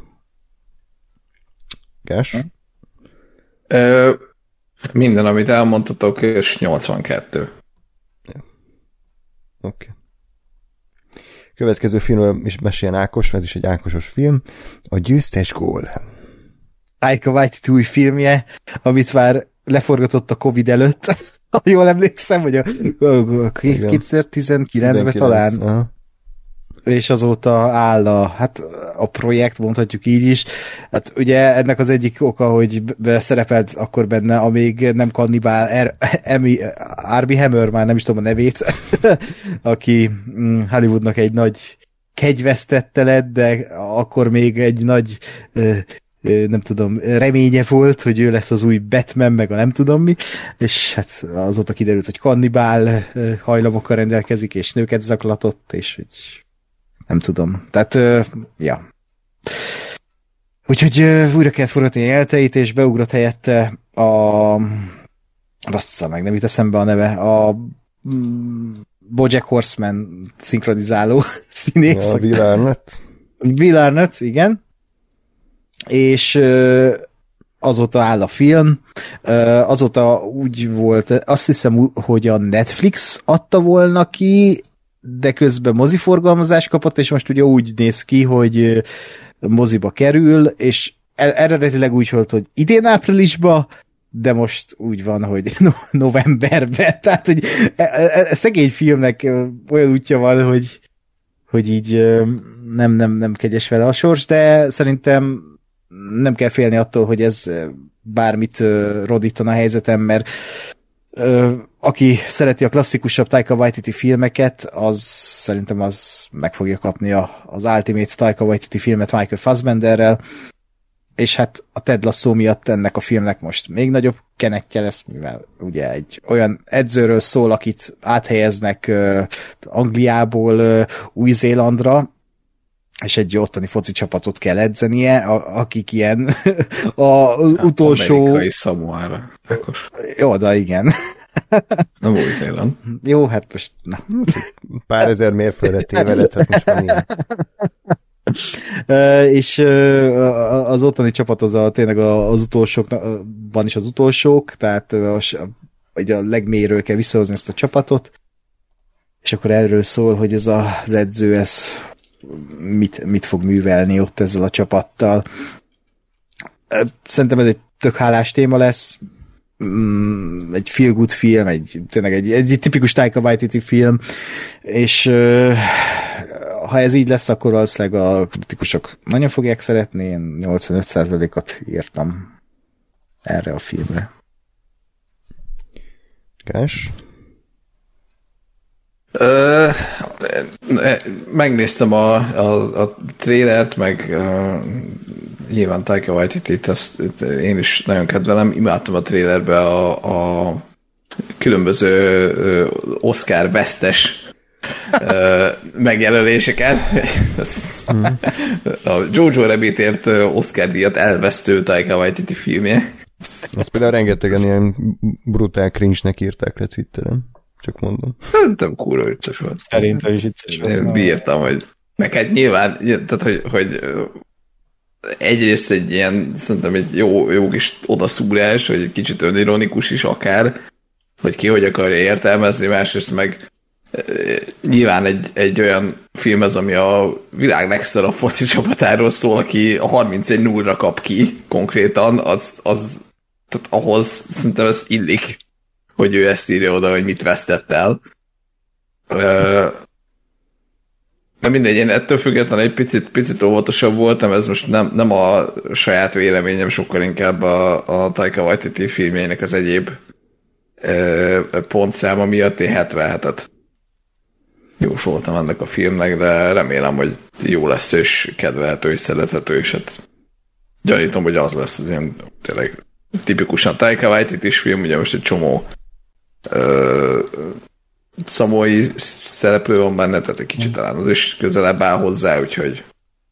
Gás? Ö, minden, amit elmondtatok, és nyolcvankettő. Ja. Oké. Okay. Következő filmről is meséljen Ákos, ez is egy Ákosos film. A Győztes gól. Taika Waititi új filmje, amit már leforgatott a Covid előtt, ha jól emlékszem, hogy a kétezer-tizenkilencben talán. Aha. És azóta áll a, hát a projekt, mondhatjuk így is. Hát ugye ennek az egyik oka, hogy szerepelt akkor benne, amíg nem kannibál er, Emi, Armie Hammer, már nem is tudom a nevét, aki Hollywoodnak egy nagy kegyvesztette lett, de akkor még egy nagy nem tudom, reménye volt, hogy ő lesz az új Batman, meg a nem tudom mi, és hát azóta kiderült, hogy kannibál hajlamokkal rendelkezik, és nőket zaklatott, és hogy nem tudom. Tehát, uh, ja. Úgyhogy uh, újra kellett forgatni a jelteit, és beugrott helyette a... Bassza meg, nem jut eszembe a neve. A mm, BoJack Horseman szinkronizáló színész. A Will Arnett. Will Arnett, igen. És azóta áll a film. Azóta úgy volt, azt hiszem, hogy a Netflix adta volna ki, de közben moziforgalmazás kapott, és most ugye úgy néz ki, hogy moziba kerül, és eredetileg úgy volt, hogy idén áprilisba, de most úgy van, hogy no- novemberben. Tehát, hogy e- e- szegény filmnek olyan útja van, hogy, hogy így nem, nem, nem kegyes vele a sors, de szerintem nem kell félni attól, hogy ez bármit rodítana a helyzetem, mert aki szereti a klasszikusabb Taika Waititi filmeket, az szerintem az meg fogja kapni a, az Ultimate Taika Waititi filmet Michael Fassbenderrel, és hát a Ted Lasso miatt ennek a filmnek most még nagyobb kenekje lesz, mivel ugye egy olyan edzőről szól, akit áthelyeznek uh, Angliából uh, Új-Zélandra, és egy ottani foci csapatot kell edzenie, a, akik ilyen a utolsó... Amerikai Samoára. Jó, de igen. Nem Új-Zéland. Jó, hát most... Na. Pár ezer mérföldet tévedett, hát most van ilyen. Uh, és uh, az ottani csapat az a, tényleg az utolsókban is az utolsók, tehát uh, a, a legmélyről kell visszahozni ezt a csapatot, és akkor erről szól, hogy ez a, az edző ez mit, mit fog művelni ott ezzel a csapattal. Uh, szerintem ez egy tök hálás téma lesz, mm, egy feel good film, egy, tényleg egy, egy, egy tipikus Taika Waititi film, és uh, ha ez így lesz, akkor valószínűleg a kritikusok nagyon fogják szeretni, én nyolcvanöt százalékot írtam erre a filmre. Kás? Ö, megnéztem a, a, a trailert, meg uh, nyilván Taika Waititit, azt én is nagyon kedvelem, imádtam a trailerbe a, a különböző uh, Oscar vesztes megjelöléseket. A Jojo Rabbitért Oscar díjat elvesztő Taika Waititi filmje. Azt például rengetegen ilyen brutál cringe-nek írták le Twitteren. Csak mondom. Szerintem kurva vicces volt. Szerintem is vicces volt. Én bírtam, hogy meg hát nyilván, tehát, hogy, hogy egyrészt egy ilyen, szerintem egy jó, jó kis odaszúrás, hogy egy kicsit önironikus is akár, hogy ki hogy akarja értelmezni, másrészt meg nyilván egy, egy olyan film ez, ami a világ legszarabb foci csapatáról szól, aki a harmincegy nullra kap ki konkrétan, az, az tehát ahhoz szerintem ez illik, hogy ő ezt írja oda, hogy mit vesztett el. De mindegy, én ettől függetlenül egy picit, picit óvatosabb voltam, ez most nem, nem a saját véleményem, sokkal inkább a, a Taika Waititi filmjeinek az egyéb pontszáma miatt én hetvenhetet jósoltam ennek a filmnek, de remélem, hogy jó lesz, és kedvelhető, és szerethető, és hát gyanítom, hogy az lesz, az ilyen tényleg tipikusan Taika Waititis film, ugye most egy csomó ö, szamói szereplő van benne, tehát egy kicsit talán az is közelebb áll hozzá, úgyhogy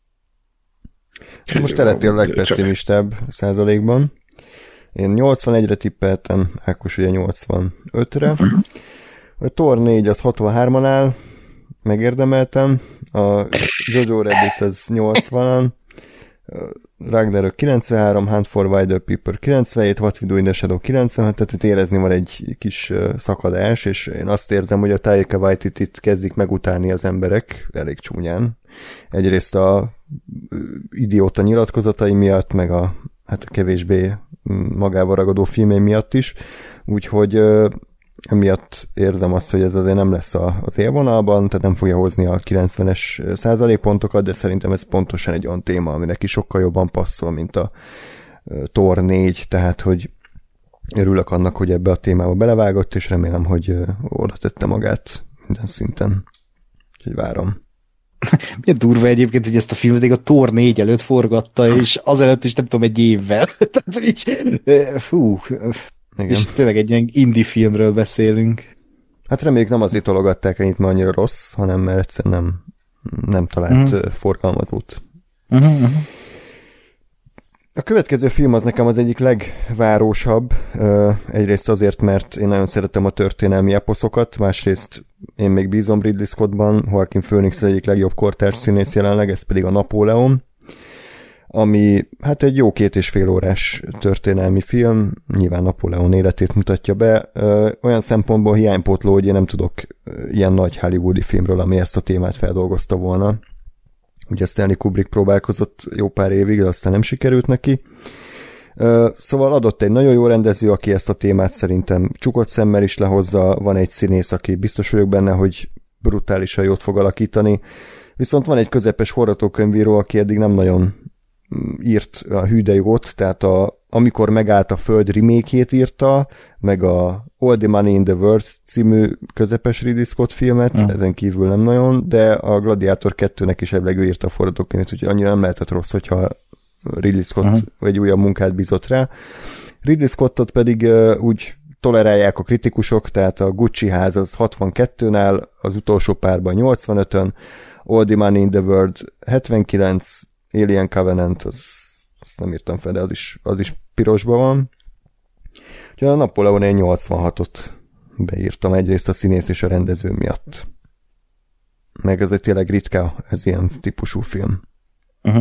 most te lettél a legpesszimistább százalékban. Én nyolcvanegyre tippeltem, Ákos ugye nyolcvanötre. A Thor négy az hatvanhárman áll, megérdemeltem. A Jojo Rabbit az nyolcvanan, Ragnarök kilencvenhárom, Hunt for Wilder People kilencvenhét, What We Do in the Shadow kilencvenhat, tehát érezni van egy kis szakadás, és én azt érzem, hogy a Taika Waititit kezdik megutálni az emberek, elég csúnyán. Egyrészt a idióta nyilatkozatai miatt, meg a hát kevésbé magával ragadó filmé miatt is, úgyhogy emiatt érzem azt, hogy ez azért nem lesz a, az élvonalban, tehát nem fogja hozni a kilencvenes százalékpontokat, de szerintem ez pontosan egy olyan téma, ami neki sokkal jobban passzol, mint a Thor négy, tehát hogy örülök annak, hogy ebbe a témába belevágott, és remélem, hogy oda tette magát minden szinten. Úgyhogy várom. Milyen durva egyébként, hogy ezt a filmet a Thor négy előtt forgatta, és azelőtt is nem tudom, egy évvel. Tehát így, hú, igen. És tényleg egy ilyen indie filmről beszélünk. Hát reméljük nem azért tologatták ennyit, mert annyira rossz, hanem mert egyszerűen nem, nem talált uh-huh. forgalmazót. Uh-huh, uh-huh. A következő film az nekem az egyik legvárósabb. Egyrészt azért, mert én nagyon szeretem a történelmi eposzokat, másrészt én még bízom Ridley Scottban, Joaquin Phoenix az egyik legjobb kortárs színész jelenleg, ez pedig a Napóleon, ami hát egy jó két és fél órás történelmi film, nyilván Napóleon életét mutatja be. Olyan szempontból hiánypótló, hogy én nem tudok ilyen nagy hollywoodi filmről, ami ezt a témát feldolgozta volna. Ugye Stanley Kubrick próbálkozott jó pár évig, de aztán nem sikerült neki. Szóval adott egy nagyon jó rendező, aki ezt a témát szerintem csukott szemmel is lehozza, van egy színész, aki biztos vagyok benne, hogy brutálisan jót fog alakítani, viszont van egy közepes forgatókönyvíró, aki eddig nem nagyon írt a hű de jót, tehát a, amikor megállt a Föld remake-jét írta, meg a All the Money in the World című közepes Ridley Scott filmet, mm. ezen kívül nem nagyon, de a Gladiator kettőnek is elvileg ő írta a forgatókönyvet, úgyhogy annyira nem lehetett rossz, hogyha Ridley Scott uh-huh. egy újabb munkát bízott rá. Ridley Scottot pedig uh, úgy tolerálják a kritikusok, tehát a Gucci ház az hatvankettőn áll, az utolsó párban nyolcvanötön, All the Money in the World hetvenkilenc, Alien Covenant, az, azt nem írtam fel, de az is, az is pirosban van. Úgyhogy a Napóleon én nyolcvanhatot beírtam egyrészt a színész és a rendező miatt. Meg ez egy tényleg ritka, ez ilyen típusú film. Uh-huh.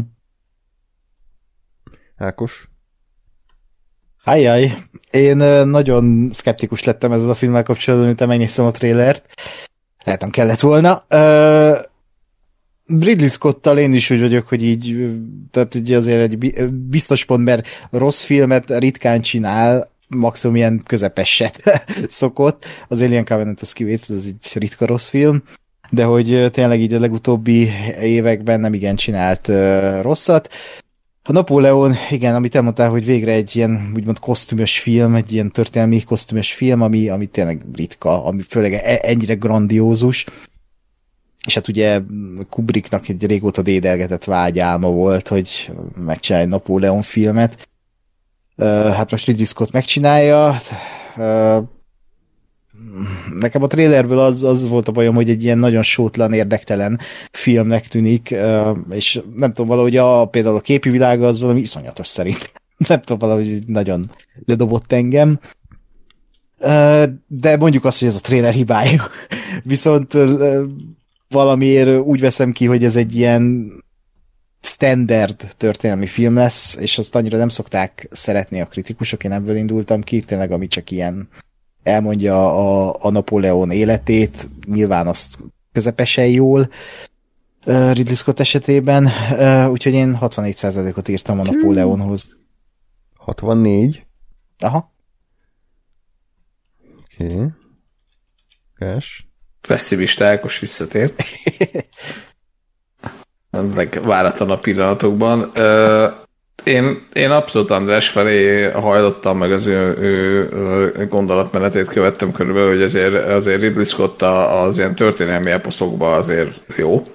Ákos? Hájjaj, én nagyon szkeptikus lettem ezzel a filmmel kapcsolatban, miután megnéztem a trélert. Lehet nem kellett volna. Uh, Ridley Scottal én is úgy vagyok, hogy így, tehát ugye azért egy biztos pont, mert rossz filmet ritkán csinál, maximum ilyen közepeset szokott. Az Alien Covenant az kivétel, ez egy ritka rossz film, de hogy tényleg így a legutóbbi években nem igen csinált uh, rosszat. A Napóleon, igen, amit elmondtál, hogy végre egy ilyen úgymond kosztümös film, egy ilyen történelmi kosztümös film, ami, ami tényleg ritka, ami főleg ennyire grandiózus. És hát ugye Kubricknak egy régóta dédelgetett vágyálma volt, hogy megcsinálja Napóleon filmet. Hát most Ridley Scott megcsinálja. Nekem a trailerből az, az volt a bajom, hogy egy ilyen nagyon sótlan, érdektelen filmnek tűnik, és nem tudom, valahogy a, például a képi világa az valami iszonyatos szerint. Nem tudom, valahogy nagyon ledobott engem. De mondjuk azt, hogy ez a trailer hibája. Viszont valamiért úgy veszem ki, hogy ez egy ilyen standard történelmi film lesz, és azt annyira nem szokták szeretni a kritikusok, én ebből indultam ki, tényleg ami csak ilyen elmondja a, a Napóleon életét, nyilván azt közepesen jól uh, Ridley Scott esetében, uh, úgyhogy én hatvannégy százalékot írtam a Napóleonhoz. hatvannégy? Aha. Oké. Okay. Yes. Pessimista Ákos visszatért. Váratlanabb pillanatokban. Uh, Én, én abszolút András felé hajlottam, meg az ő, ő, ő gondolatmenetét követtem körülbelül, hogy azért, azért Ridley Scott az ilyen történelmi eposzokban azért jó.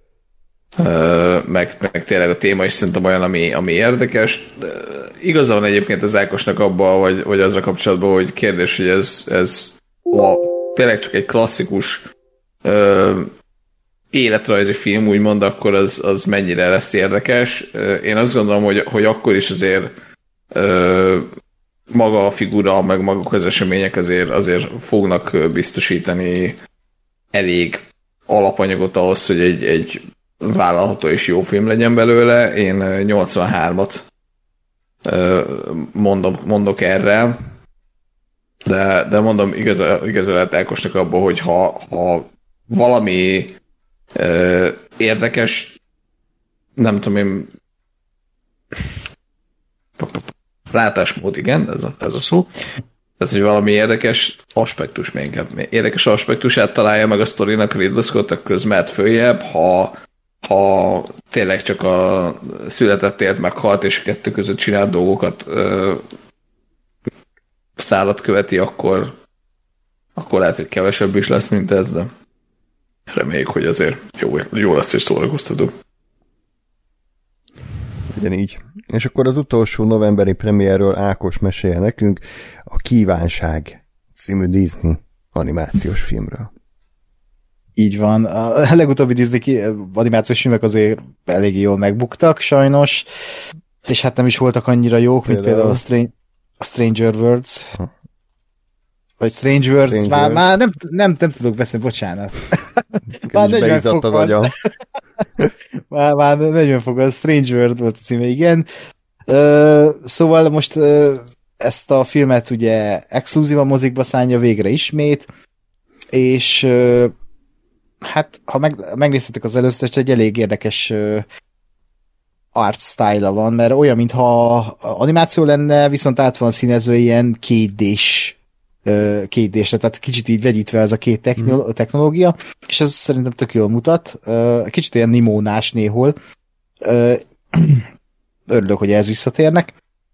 Meg, meg tényleg a téma is szerintem olyan, ami, ami érdekes. Igaza van egyébként az Ákosnak abban, vagy, vagy azzal kapcsolatban, hogy kérdés, hogy ez, ez a, tényleg csak egy klasszikus ö, életrajzi film, úgymond, akkor az, az mennyire lesz érdekes. Én azt gondolom, hogy, hogy akkor is azért ö, maga a figura, meg maguk az események azért, azért fognak biztosítani elég alapanyagot ahhoz, hogy egy, egy vállalható és jó film legyen belőle. Én nyolcvanhármat ö, mondom, mondok erre, de, de mondom, igaz, igaz lehet Ákosnak abban, hogy ha, ha valami Uh, érdekes, nem tudom én, látásmód, igen, ez a, ez a szó. Tehát, hogy valami érdekes aspektus, még inkább érdekes aspektusát találja meg a sztorinak Ridley Scott, akkor az mehet följebb, ha, ha tényleg csak a született élt meghalt, és a kettő között csinált dolgokat uh, szállat követi, akkor, akkor lehet, hogy kevesebb is lesz, mint ez, de reméljük, hogy azért jó, jó lesz és szórakoztató. Legyen így. És akkor az utolsó novemberi premierről Ákos mesélje nekünk a Kívánság című Disney animációs filmről. Így van. A legutóbbi Disney animációs filmek azért eléggé jól megbuktak, sajnos. És hát nem is voltak annyira jók, mint Például, például a, Stran- a Stranger Worlds. Vagy Strange Worlds, Strange már, Worlds. már nem, nem, nem tudok beszélni, bocsánat. Már beizzadt az agyam. már, már negyven fok, a Strange World volt a címe, igen. Uh, szóval most uh, ezt a filmet ugye exkluzívan mozikba szánja végre ismét, és uh, hát, ha meg, megnéztetek az előztest, egy elég érdekes uh, art style van, mert olyan, mintha animáció lenne, viszont át van színezve ilyen kétdés kétdésre, tehát kicsit így vegyítve ez a két technol- technológia, és ez szerintem tök jól mutat. Kicsit ilyen nimónás néhol. Örülök, hogy ez visszatérnek.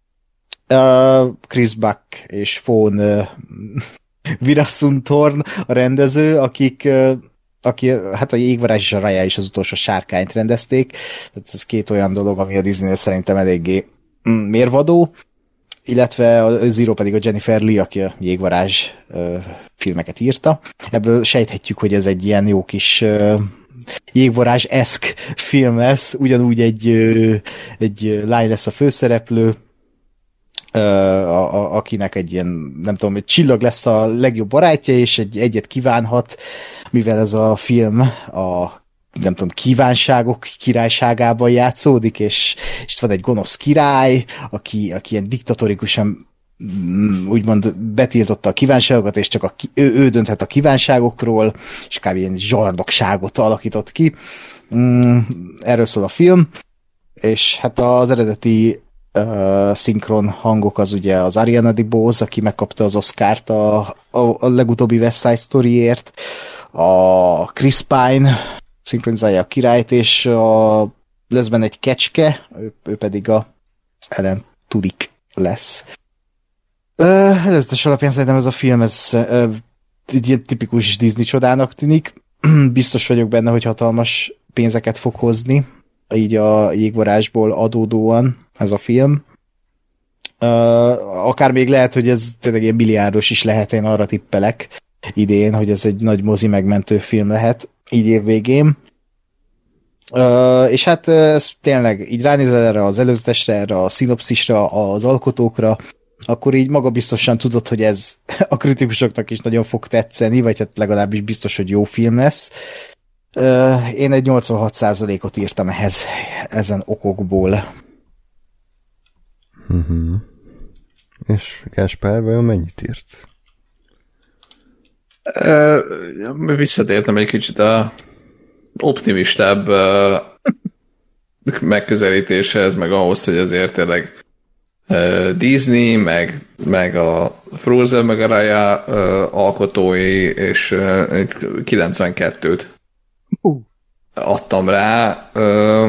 Chris Buck és Fawn Virasun Thorn a rendező, akik aki, hát a Jégvarázs és a Raya is az utolsó sárkányt rendezték. Tehát ez két olyan dolog, ami a Disney-nél szerintem eléggé mérvadó, illetve a Zero pedig a Jennifer Lee, aki a Jégvarázs uh, filmeket írta. Ebből sejthetjük, hogy ez egy ilyen jó kis uh, Jégvarázs-eszk film lesz, ugyanúgy egy, uh, egy lány lesz a főszereplő, uh, a, a, akinek egy ilyen, nem tudom, egy csillag lesz a legjobb barátja, és egy egyet kívánhat, mivel ez a film a nem tudom, kívánságok királyságában játszódik, és, és van egy gonosz király, aki, aki ilyen diktatorikusan úgymond betiltotta a kívánságokat, és csak a, ő, ő dönthet a kívánságokról, és kb. Ilyen zsardokságot alakított ki. Erről szól a film, és hát az eredeti uh, szinkron hangok az ugye az Ariana DeBose, aki megkapta az Oscart a, a, a legutóbbi West Side Storyért, a Chris Pine szinkronizálja a királyt, és a, lesz benne egy kecske, ő, ő pedig a Ellen Tudyk lesz. Előzetes alapján szerintem ez a film ez ö, egy ilyen tipikus Disney csodának tűnik. Biztos vagyok benne, hogy hatalmas pénzeket fog hozni, így a Jégvarázsból adódóan ez a film. Ö, akár még lehet, hogy ez tényleg ilyen milliárdos is lehet, én arra tippelek idén, hogy ez egy nagy mozi megmentő film lehet, így év végén. Uh, és hát ez tényleg így ránézel erre az előzetesre, erre a szinopszisra, az alkotókra, akkor így magabiztosan tudod, hogy ez a kritikusoknak is nagyon fog tetszeni, vagy hát legalábbis biztos, hogy jó film lesz. Uh, én egy nyolcvanhat százalékot írtam ehhez, ezen okokból. Uh-huh. És Gáspár, vajon mennyit írt? Uh, visszatértem egy kicsit a optimistább uh, megközelítéshez, meg ahhoz, hogy azért tényleg uh, Disney, meg, meg a Frozen, meg a Raya uh, alkotói, és uh, kilencvenkettőt uh. adtam rá. Uh,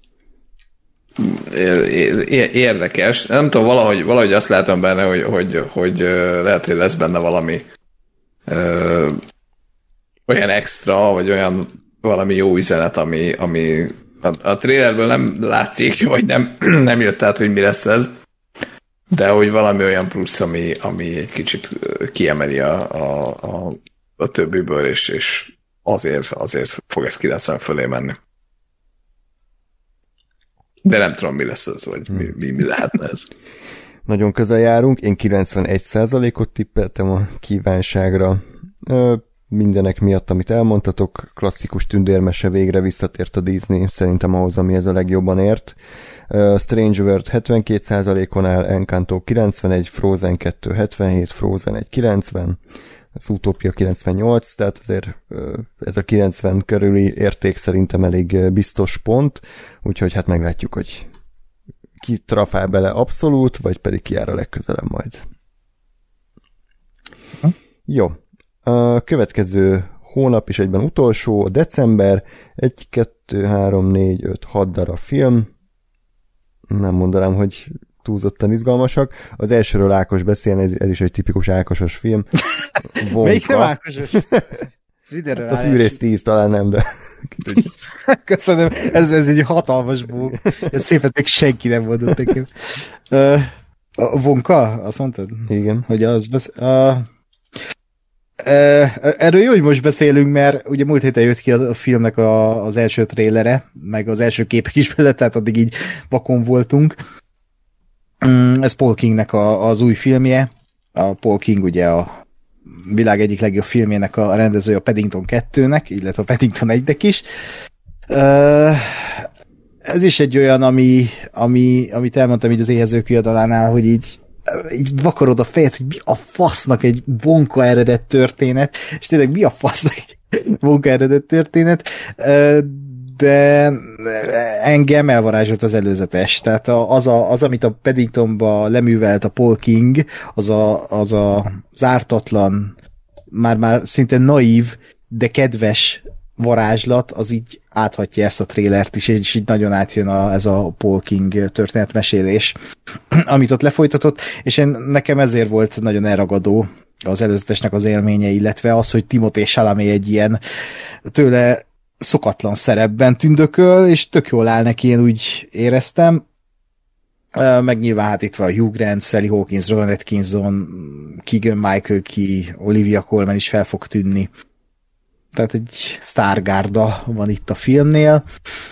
érdekes. Nem tudom, valahogy, valahogy azt látom benne, hogy, hogy, hogy lehet, hogy lesz benne valami uh, olyan extra, vagy olyan valami jó üzenet, ami, ami a, a trailerből nem látszik, vagy nem, nem jött át, hogy mi lesz ez, de hogy valami olyan plusz, ami, ami egy kicsit kiemeli a, a, a, a többiből, és, és azért, azért fog ez kilencven fölé menni. De nem tudom, mi lesz ez, vagy mi, mi, mi lehetne ez. Nagyon közel járunk, én kilencvenegy százalékot tippeltem a kívánságra. Ö, mindenek miatt, amit elmondtatok, klasszikus tündérmese végre visszatért a Disney, szerintem ahhoz, ami ez a legjobban ért. Uh, Strange World hetvenkét százalékon áll, Encanto kilencvenegy, Frozen kettő hetvenhét, Frozen egy kilencven, az Utopia kilencvennyolc, tehát azért uh, ez a kilencven körüli érték szerintem elég uh, biztos pont, úgyhogy hát meglátjuk, hogy ki trafál bele abszolút, vagy pedig ki jár a legközelebb majd. Hm? Jó. A következő hónap is egyben utolsó, december, egy, kettő, három, négy, öt, hat darab film. Nem mondanám, hogy túlzottan izgalmasak. Az elsőről Ákos beszélni, ez is egy tipikus Ákosos film. Melyik nem Ákosos? Hát a Fűrész tíz talán nem, de... Köszönöm, ez, ez egy hatalmas bók. Ez szépen még senki nem mondott nekem. Uh, a Vonka, azt mondtad? Igen. Hogy az besz... Uh, Erről jó, hogy most beszélünk, mert ugye múlt héten jött ki a filmnek a, az első trélere, meg az első képek is bele, tehát addig így vakon voltunk. Ez Paul Kingnek a, az új filmje. A Paul King ugye a világ egyik legjobb filmjének a rendezője a Paddington kettőnek, illetve a Paddington egynek is. Ez is egy olyan, ami, ami, amit elmondtam így az Éhezők viadalánál, hogy így így vakarod a fejed, hogy mi a fasznak egy Wonka eredet történet, és tényleg mi a fasznak egy Wonka eredet történet, de engem elvarázsolt az előzetes. Tehát az, a, az amit a Paddingtonba leművelt a Paul King, az a, az a zártatlan, már-már szinte naív, de kedves varázslat, az így áthatja ezt a trélert is, és így nagyon átjön a, ez a Paul King történetmesélés, amit ott lefolytatott, és én, nekem ezért volt nagyon elragadó az előzetesnek az élménye, illetve az, hogy Timothée Chalamet egy ilyen tőle szokatlan szerepben tündököl, és tök jól áll neki, én úgy éreztem. Meg nyilván hát itt van Hugh Grant, Sally Hawkins, Rowan Atkinson, Keegan-Michael Key, Olivia Colman is fel fog tűnni. Tehát egy sztárgárda van itt a filmnél,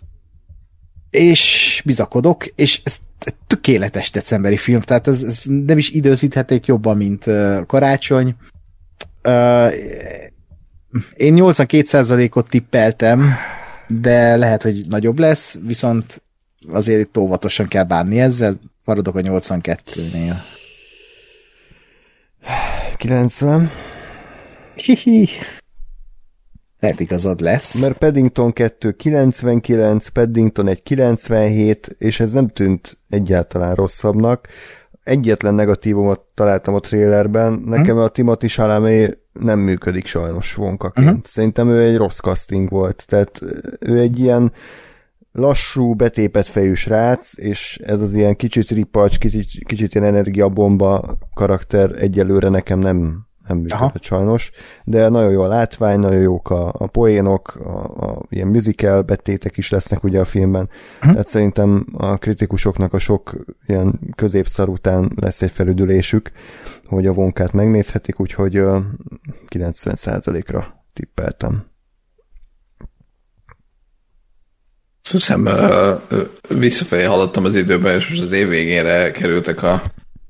és bizakodok, és ez tökéletes decemberi film, tehát ez, ez nem is időzíthették jobban, mint uh, karácsony. Uh, én nyolcvankét százalékot tippeltem, de lehet, hogy nagyobb lesz, viszont azért itt óvatosan kell bánni ezzel, maradok a nyolcvankettőnél. kilencven. Hihi. Lehet igazad lesz. Mert Paddington kettő kilencvenkilenc, Paddington egy kilencvenhét, és ez nem tűnt egyáltalán rosszabbnak. Egyetlen negatívumot találtam a trailerben. Nekem hmm. a Timothée Chalamet nem működik sajnos Wonkaként. Hmm. Szerintem ő egy rossz casting volt. Tehát ő egy ilyen lassú, betépett fejű srác, és ez az ilyen kicsit ripacs, kicsit, kicsit ilyen energiabomba karakter egyelőre nekem nem nem működött sajnos, de nagyon jó a látvány, nagyon jók a, a poénok, a, a ilyen musical betétek is lesznek ugye a filmben, hm. tehát szerintem a kritikusoknak a sok ilyen középszar után lesz egy felüdülésük, hogy a Wonkát megnézhetik, úgyhogy uh, kilencven százalékra tippeltem. Hiszem, visszafelé haladtam az időben, és most az év végére kerültek a,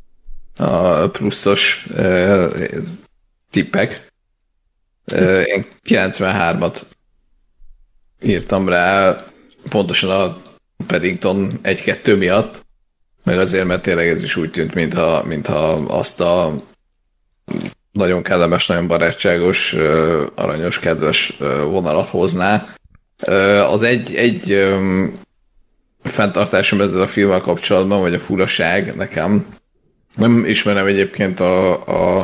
a pluszos uh, tippek. Uh, én kilencvenhármat írtam rá, pontosan a Paddington egy-kettő miatt, meg azért, mert tényleg ez is úgy tűnt, mintha, mintha azt a nagyon kellemes, nagyon barátságos, uh, aranyos, kedves uh, vonalat hozná. Uh, az egy, egy um, fenntartásom ezzel a filmmel kapcsolatban, vagy a furaság nekem. Nem ismerem egyébként a, a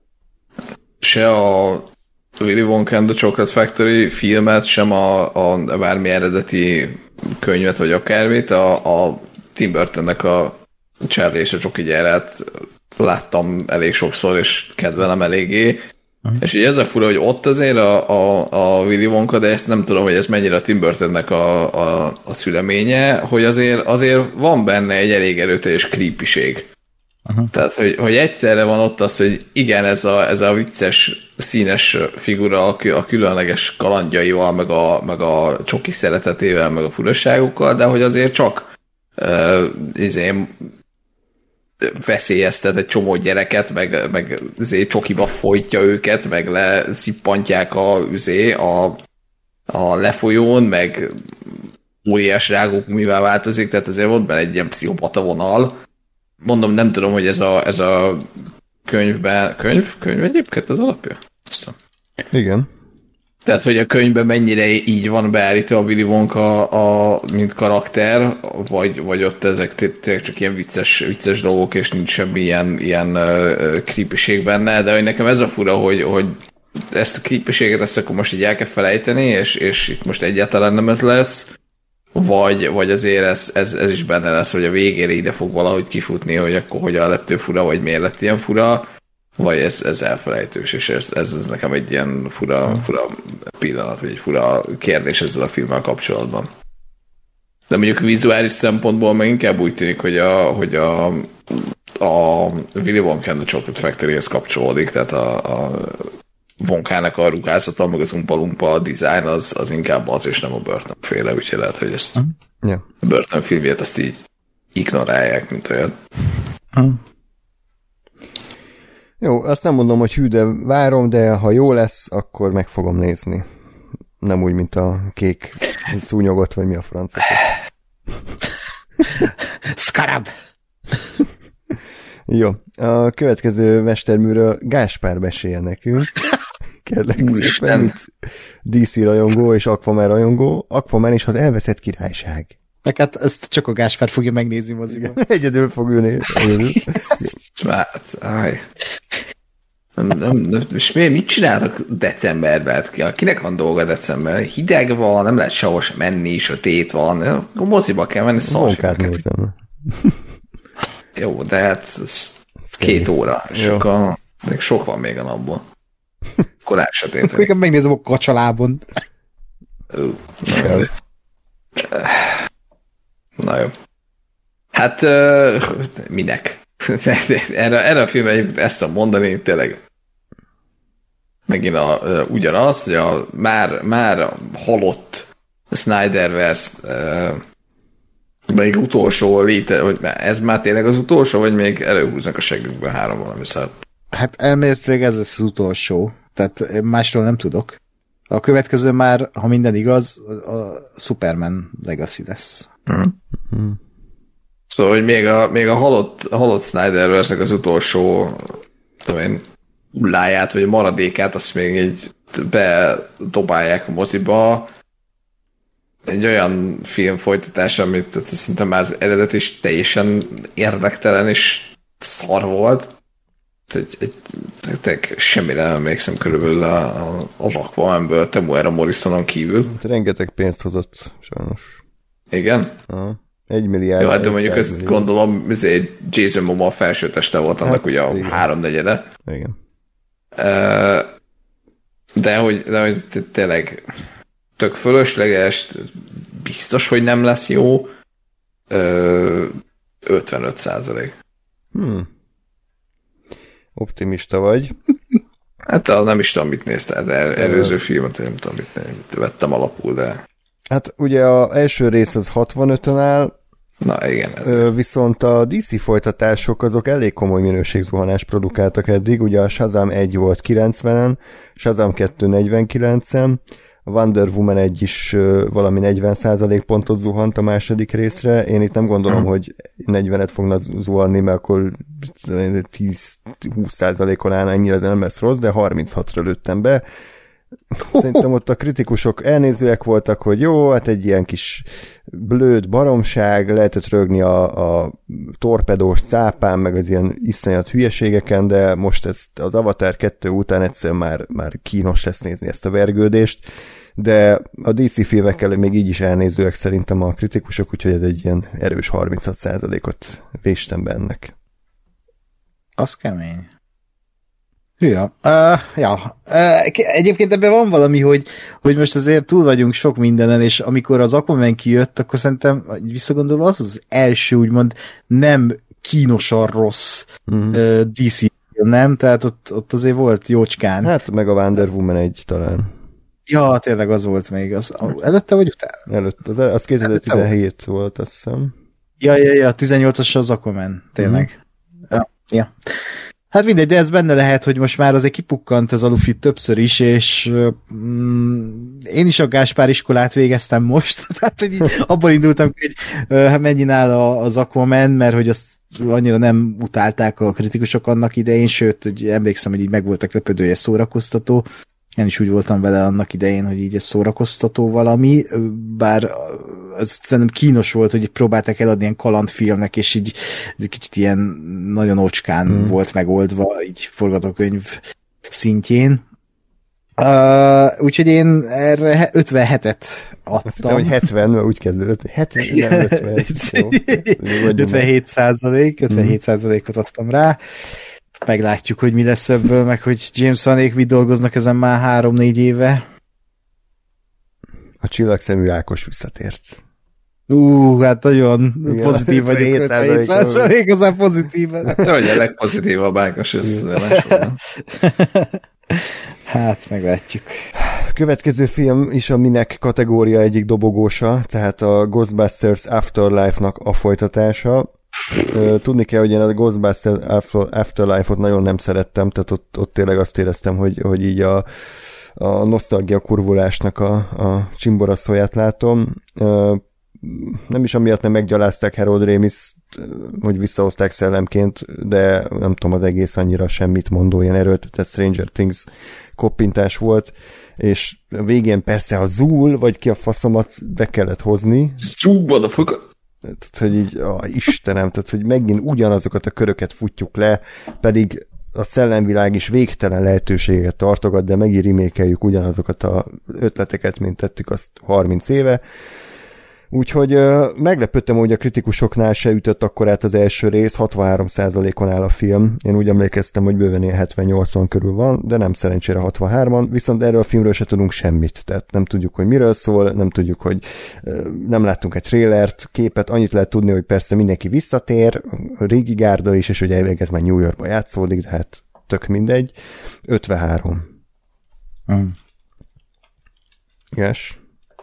se a Willy Wonka and the Chocolate Factory filmet, sem a, a bármi eredeti könyvet, vagy akármit. A, a Tim Burtonnek a Charlie és a Csoki gyárát láttam elég sokszor, és kedvelem eléggé. Uh-huh. És így ez a fura, hogy ott azért a, a, a Willy Wonka, de ezt nem tudom, hogy ez mennyire a Tim Burtonnek a, a, a szüleménye, hogy azért, azért van benne egy elég erőteljes creepység. Uh-huh. Tehát, hogy, hogy egyszerre van ott az, hogy igen, ez a, ez a vicces, színes figura a különleges kalandjaival, meg a, meg a csoki szeretetével, meg a furaságokkal, de hogy azért csak uh, izé, veszélyeztet egy csomó gyereket, meg, meg izé, csokiba folytja őket, meg leszippantják a, izé, a, a lefolyón, meg óriás rágók mivel változik, tehát azért volt benne egy ilyen pszichopata vonal. Mondom, nem tudom, hogy ez a, ez a könyvben... Könyv? Könyv egyébként az alapja? Igen. Tehát, hogy a könyvben mennyire így van beállítva a Willy Wonka, a, mint karakter, vagy, vagy ott ezek tényleg csak ilyen vicces, vicces dolgok, és nincs semmi ilyen, ilyen uh, creepység benne, de hogy nekem ez a fura, hogy, hogy ezt a creepységet ezt akkor most így el kell felejteni, és, és itt most egyáltalán nem ez lesz, vagy, vagy azért ez, ez, ez is benne lesz, hogy a végére ide fog valahogy kifutni, hogy akkor hogyan lett ő fura, vagy miért lett ilyen fura, vagy ez, ez elfelejtős, és ez, ez, ez nekem egy ilyen fura, fura pillanat, vagy egy fura kérdés ezzel a filmmel kapcsolatban. De mondjuk vizuális szempontból meg inkább úgy tűnik, hogy a, hogy a, a Willy Wonka and the Chocolate Factory-hez kapcsolódik, tehát a, a Wonkának a ruházata, meg az umpa-lumpa a design az, az inkább az, és nem a Burton féle, úgyhogy lehet, hogy ezt yeah. a Burton filmjét ezt így ignorálják, mint olyan. Hm. Jó, azt nem mondom, hogy hű, de várom, de ha jó lesz, akkor meg fogom nézni. Nem úgy, mint a kék szúnyogot, vagy mi a francia. Scarab! Jó, a következő mesterműről Gáspár mesél nekünk. Kérlek szépen, mint dé cé rajongó és Aquaman rajongó. Aquaman és az elveszett királyság. Meg hát ezt csak a Gáspár fogja megnézni moziban. Egyedül fog ülni. Egyedül. Hát, áj. Nem, nem, nem, és mi, mit csináltak decemberben? Kinek van dolga decemberben? Hideg van, nem lehet sehol sem menni, sötét van. A moziba kell menni, Munkát nézem. Jó, de hát ez két óra, és akkor még sok van még a napból. Korán sötét. Még megnézem a kacsalábon. Na jó. Na jó. Hát uh, minek? erre, erre a filmre egyébként ezt tudom mondani, tényleg megint a, uh, ugyanaz, hogy a már, már halott Snyderverse uh, még utolsó léte, hogy ez már tényleg az utolsó, vagy még előhúznak a seggükből három valami szart? Hát elméletileg ez lesz az utolsó, tehát másról nem tudok. A következő már, ha minden igaz, a Superman Legacy lesz. Mm. Mm. Szóval, hogy még a, még a halott, a halott Snyderverse-nek az utolsó tudom én, hulláját, vagy a maradékát, azt még így bedobálják a moziba. Egy olyan film folytatás, amit szerintem már az eredet is teljesen érdektelen és szar volt. Egy, egy, egy, egy, semmire nem emlékszem körülbelül a, a, az Aquamanből, Temuera Morrisonon kívül. Rengeteg pénzt hozott, sajnos. Igen? Aha. Egy milliárd. Jó, hát de mondjuk ezt milliárd. Gondolom, ezért Jason Momoa felső teste volt annak hát, ugye a igen. háromnegyede. Igen. De hogy, de hogy tényleg tök fölösleges, biztos, hogy nem lesz jó. ötvenöt százalék. Hmm. Optimista vagy. Hát nem is tudom, mit néztem, de előző filmet nem tudom, mit, mit vettem alapul, de... Hát ugye az első rész az hatvanötön áll, na igen. Ez viszont a dé cé folytatások azok elég komoly minőségzuhanást produkáltak eddig, ugye a Shazam egy volt kilencvenen, Shazam kettő negyvenkilencen, a Wonder Woman egy is valami negyven százalék pontot zuhant a második részre. Én itt nem gondolom, hmm. hogy negyvenet fogna zuhanni, mert akkor tíz-húsz százalékon állna, ennyire nem lesz rossz, de harminchatra lőttem be. Szerintem ott a kritikusok elnézőek voltak, hogy jó, hát egy ilyen kis blőd baromság, lehetett rögni a, a torpedós cápán, meg az ilyen iszonyat hülyeségeken, de most ezt az Avatar kettő után egyszerűen már, már kínos lesz nézni ezt a vergődést, de a dé cé filmekkel még így is elnézőek szerintem a kritikusok, úgyhogy ez egy ilyen erős harminchat százalékot véstem be ennek. Az kemény. Ja, uh, ja. Uh, egyébként ebben van valami, hogy, hogy most azért túl vagyunk sok mindenen, és amikor az Aquaman kijött, akkor szerintem visszagondolva az az első, úgymond nem kínosan rossz mm. uh, dé cé film, nem? Tehát ott, ott azért volt jócskán. Hát meg a Wonder Woman egy talán. Ja, tényleg az volt még. Az, előtte vagy utána? Előtt, az, az kétezer-tizenhét volt, azt hiszem. Ja, ja, ja, tizennyolcas az Aquaman, tényleg. Mm. Ja, ja. Hát mindegy, de ez benne lehet, hogy most már azért kipukkant ez a Luffy többször is, és mm, én is a Gáspár iskolát végeztem most, tehát hogy így abból indultam, hogy uh, mennyi áll az Aquaman, mert hogy azt annyira nem utálták a kritikusok annak idején, sőt, hogy emlékszem, hogy így meg voltak lepődő, hogy ez szórakoztató. Én is úgy voltam vele annak idején, hogy így ez szórakoztató valami, bár az szerintem kínos volt, hogy próbálták eladni ilyen kalandfilmnek, és így ez egy kicsit ilyen nagyon ocskán hmm. volt megoldva, így forgatókönyv szintjén. Uh, úgyhogy én erre ötvenhetet adtam. Azt hittem, hogy hetven, mert úgy kezdődött. hetven, ötven, ötvenhét százalék, ötvenhét százalékot adtam rá. Meglátjuk, hogy mi lesz ebből, meg hogy James Wanék mit dolgoznak ezen már három-négy éve. A csillagszemű Ákos visszatért. Ú, hát nagyon igen, pozitív vagyok. ötvenhét százalék az a pozitív. De hogy a legpozitívabb Ákos, ez hát, meglátjuk. Következő film is a minek kategória egyik dobogósa, tehát a Ghostbusters Afterlife-nak a folytatása. Tudni kell, hogy én a Ghostbusters Afterlife-ot nagyon nem szerettem, tehát ott, ott tényleg azt éreztem, hogy, hogy így a, a nosztalgia kurvulásnak a, a csimboraszóját látom. Nem is amiatt nem meggyalázták Harold Ramis, hogy visszahozták szellemként, de nem tudom, az egész annyira semmit mondó, ilyen erőltetett Stranger Things koppintás volt, és a végén persze a Zul, vagy ki a faszomat be kellett hozni. Zul, motherfucker! Tehát, hogy így, ó, Istenem, tehát, hogy megint ugyanazokat a köröket futjuk le, pedig a szellemvilág is végtelen lehetőséget tartogat, de megint remékeljük ugyanazokat az ötleteket, mint tettük azt harminc éve. Úgyhogy uh, meglepődtem, hogy a kritikusoknál se ütött akkor át az első rész, hatvanhárom százalékon áll a film. Én úgy emlékeztem, hogy bőven ilyen hetven-nyolcvan körül van, de nem szerencsére hatvanhárman, viszont erről a filmről se tudunk semmit. Tehát nem tudjuk, hogy miről szól, nem tudjuk, hogy uh, nem láttunk egy trailert, képet, annyit lehet tudni, hogy persze mindenki visszatér, a régi gárda is, és hogy elvég ez már New Yorkban játszódik, de hát tök mindegy. ötvenhárom. Mm. Yes.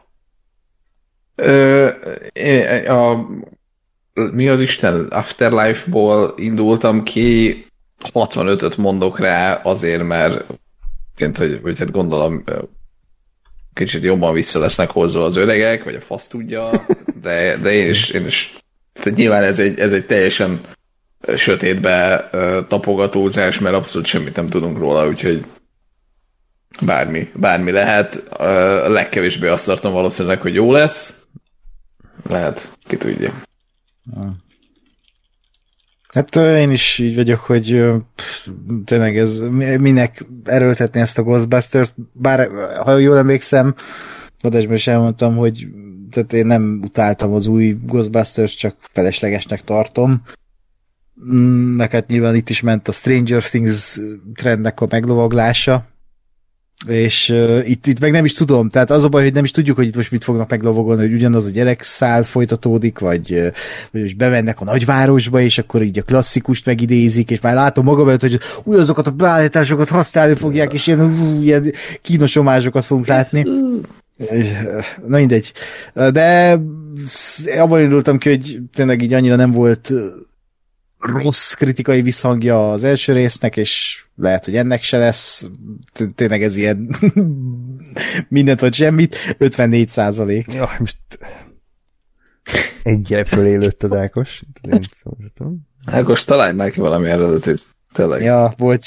Ö, a, mi az Isten? Afterlife-ból indultam ki, hatvanötöt mondok rá azért, mert hogy, hogy hát gondolom kicsit jobban vissza lesznek hozva az öregek, vagy a fasz tudja, de, de én is, én is tehát nyilván ez egy, ez egy teljesen sötétbe tapogatózás, mert abszolút semmit nem tudunk róla, úgyhogy bármi, bármi lehet. A legkevésbé azt tartom valószínűleg, hogy jó lesz. Lehet, ki tudja. Hát én is így vagyok, hogy pff, tényleg ez, minek erőltetni ezt a Ghostbusters, bár ha jól emlékszem, adásban is elmondtam, hogy tehát én nem utáltam az új Ghostbusters, csak feleslegesnek tartom. Meg hát nyilván itt is ment a Stranger Things trendnek a meglovaglása, és uh, itt, itt meg nem is tudom, tehát az a baj, hogy nem is tudjuk, hogy itt most mit fognak meglovagolni, hogy ugyanaz a gyerekszál folytatódik, vagy, uh, vagy most bemennek a nagyvárosba, és akkor így a klasszikust megidézik, és már látom magam előtt, hogy új azokat a beállításokat használni fogják, és ilyen, uh, ilyen kínos omázsokat fogunk látni. Na mindegy. De abban indultam ki, hogy tényleg így annyira nem volt rossz kritikai visszhangja az első résznek, és lehet, hogy ennek se lesz. Tényleg ez ilyen mindent vagy semmit. ötvennégy százalék. Ja, most egyre fölé lőtt az Ákos. Ákos, találj már ki valami eredetit. Tényleg. Ja, bocs.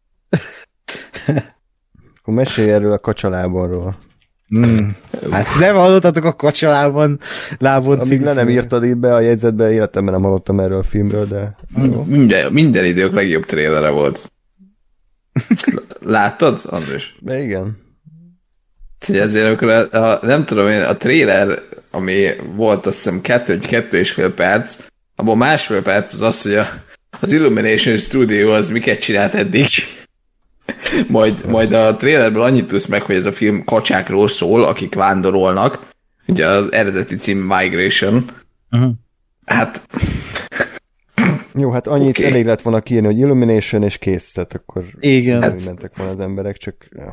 Akkor mesélj erről a kacsalábonról. Mm. Hát nem hallottatok a kacsalában lábon Amíg le nem írtad itt be a jegyzetbe, életemben nem hallottam erről a filmről, de... Minden, minden idők legjobb trélere volt. Láttad, András? De igen. Ezért amikor a, a, nem tudom én, a trailer, ami volt azt hiszem kettő, kettő és fél perc, abban másfél perc az az, hogy a, az Illumination Studio az miket csinált eddig. Majd, majd a trailerből annyit tudsz meg, hogy ez a film kacsákról szól, akik vándorolnak. Ugye az eredeti cím Migration. Uh-huh. Hát... Jó, hát annyit okay. Elég lett volna kiírni, hogy Illumination és kész, tehát akkor igen. Hát... mentek volna az emberek, csak... Ja.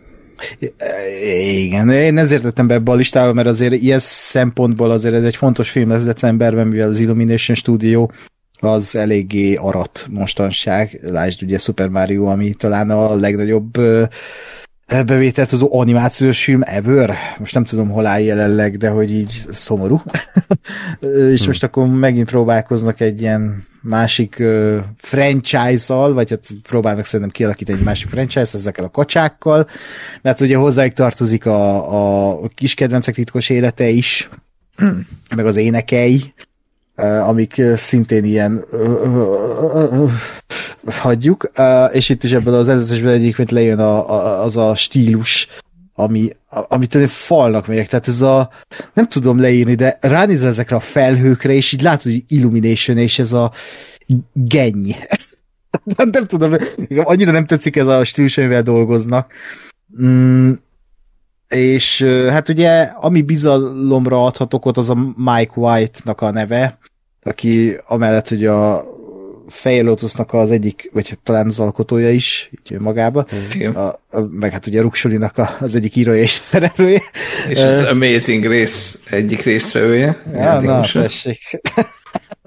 Igen, én ezért tettem be ebbe a listába, mert azért ilyen szempontból azért ez egy fontos film lesz decemberben, mivel az Illumination Studio az eléggé arat mostanság. Lásd ugye Super Mario, ami talán a legnagyobb bevételt hozó animációs film ever. Most nem tudom, hol áll jelenleg, de hogy így szomorú. És hmm. most akkor megint próbálkoznak egy ilyen másik uh, franchise-al, vagy hát próbálnak szerintem kialakítani egy másik franchise ezekkel a kacsákkal, mert ugye hozzájuk tartozik a, a kis kedvencek titkos élete is, hmm. meg az énekei, Uh, amik uh, szintén ilyen uh, uh, uh, uh, hagyjuk, uh, és itt is ebből az előzetesben egyébként lejön a, a, az a stílus, ami, a, amit tényleg falnak megyek, tehát ez a, nem tudom leírni, de ránézel ezekre a felhőkre, és így látod, hogy Illumination, és ez a genny. nem, nem tudom, annyira nem tetszik ez a stílus, amivel dolgoznak. Mm. És hát ugye, ami bizalomra adhatok ott, az a Mike White-nak a neve, aki amellett, hogy a Fehér Lotusnak az egyik, vagy talán az alkotója is, így magába, a, a, meg hát ugye Ruxulinak a, az egyik írója és szereplője. És az uh, Amazing Race egyik résztvevője. Ja, na, tessék.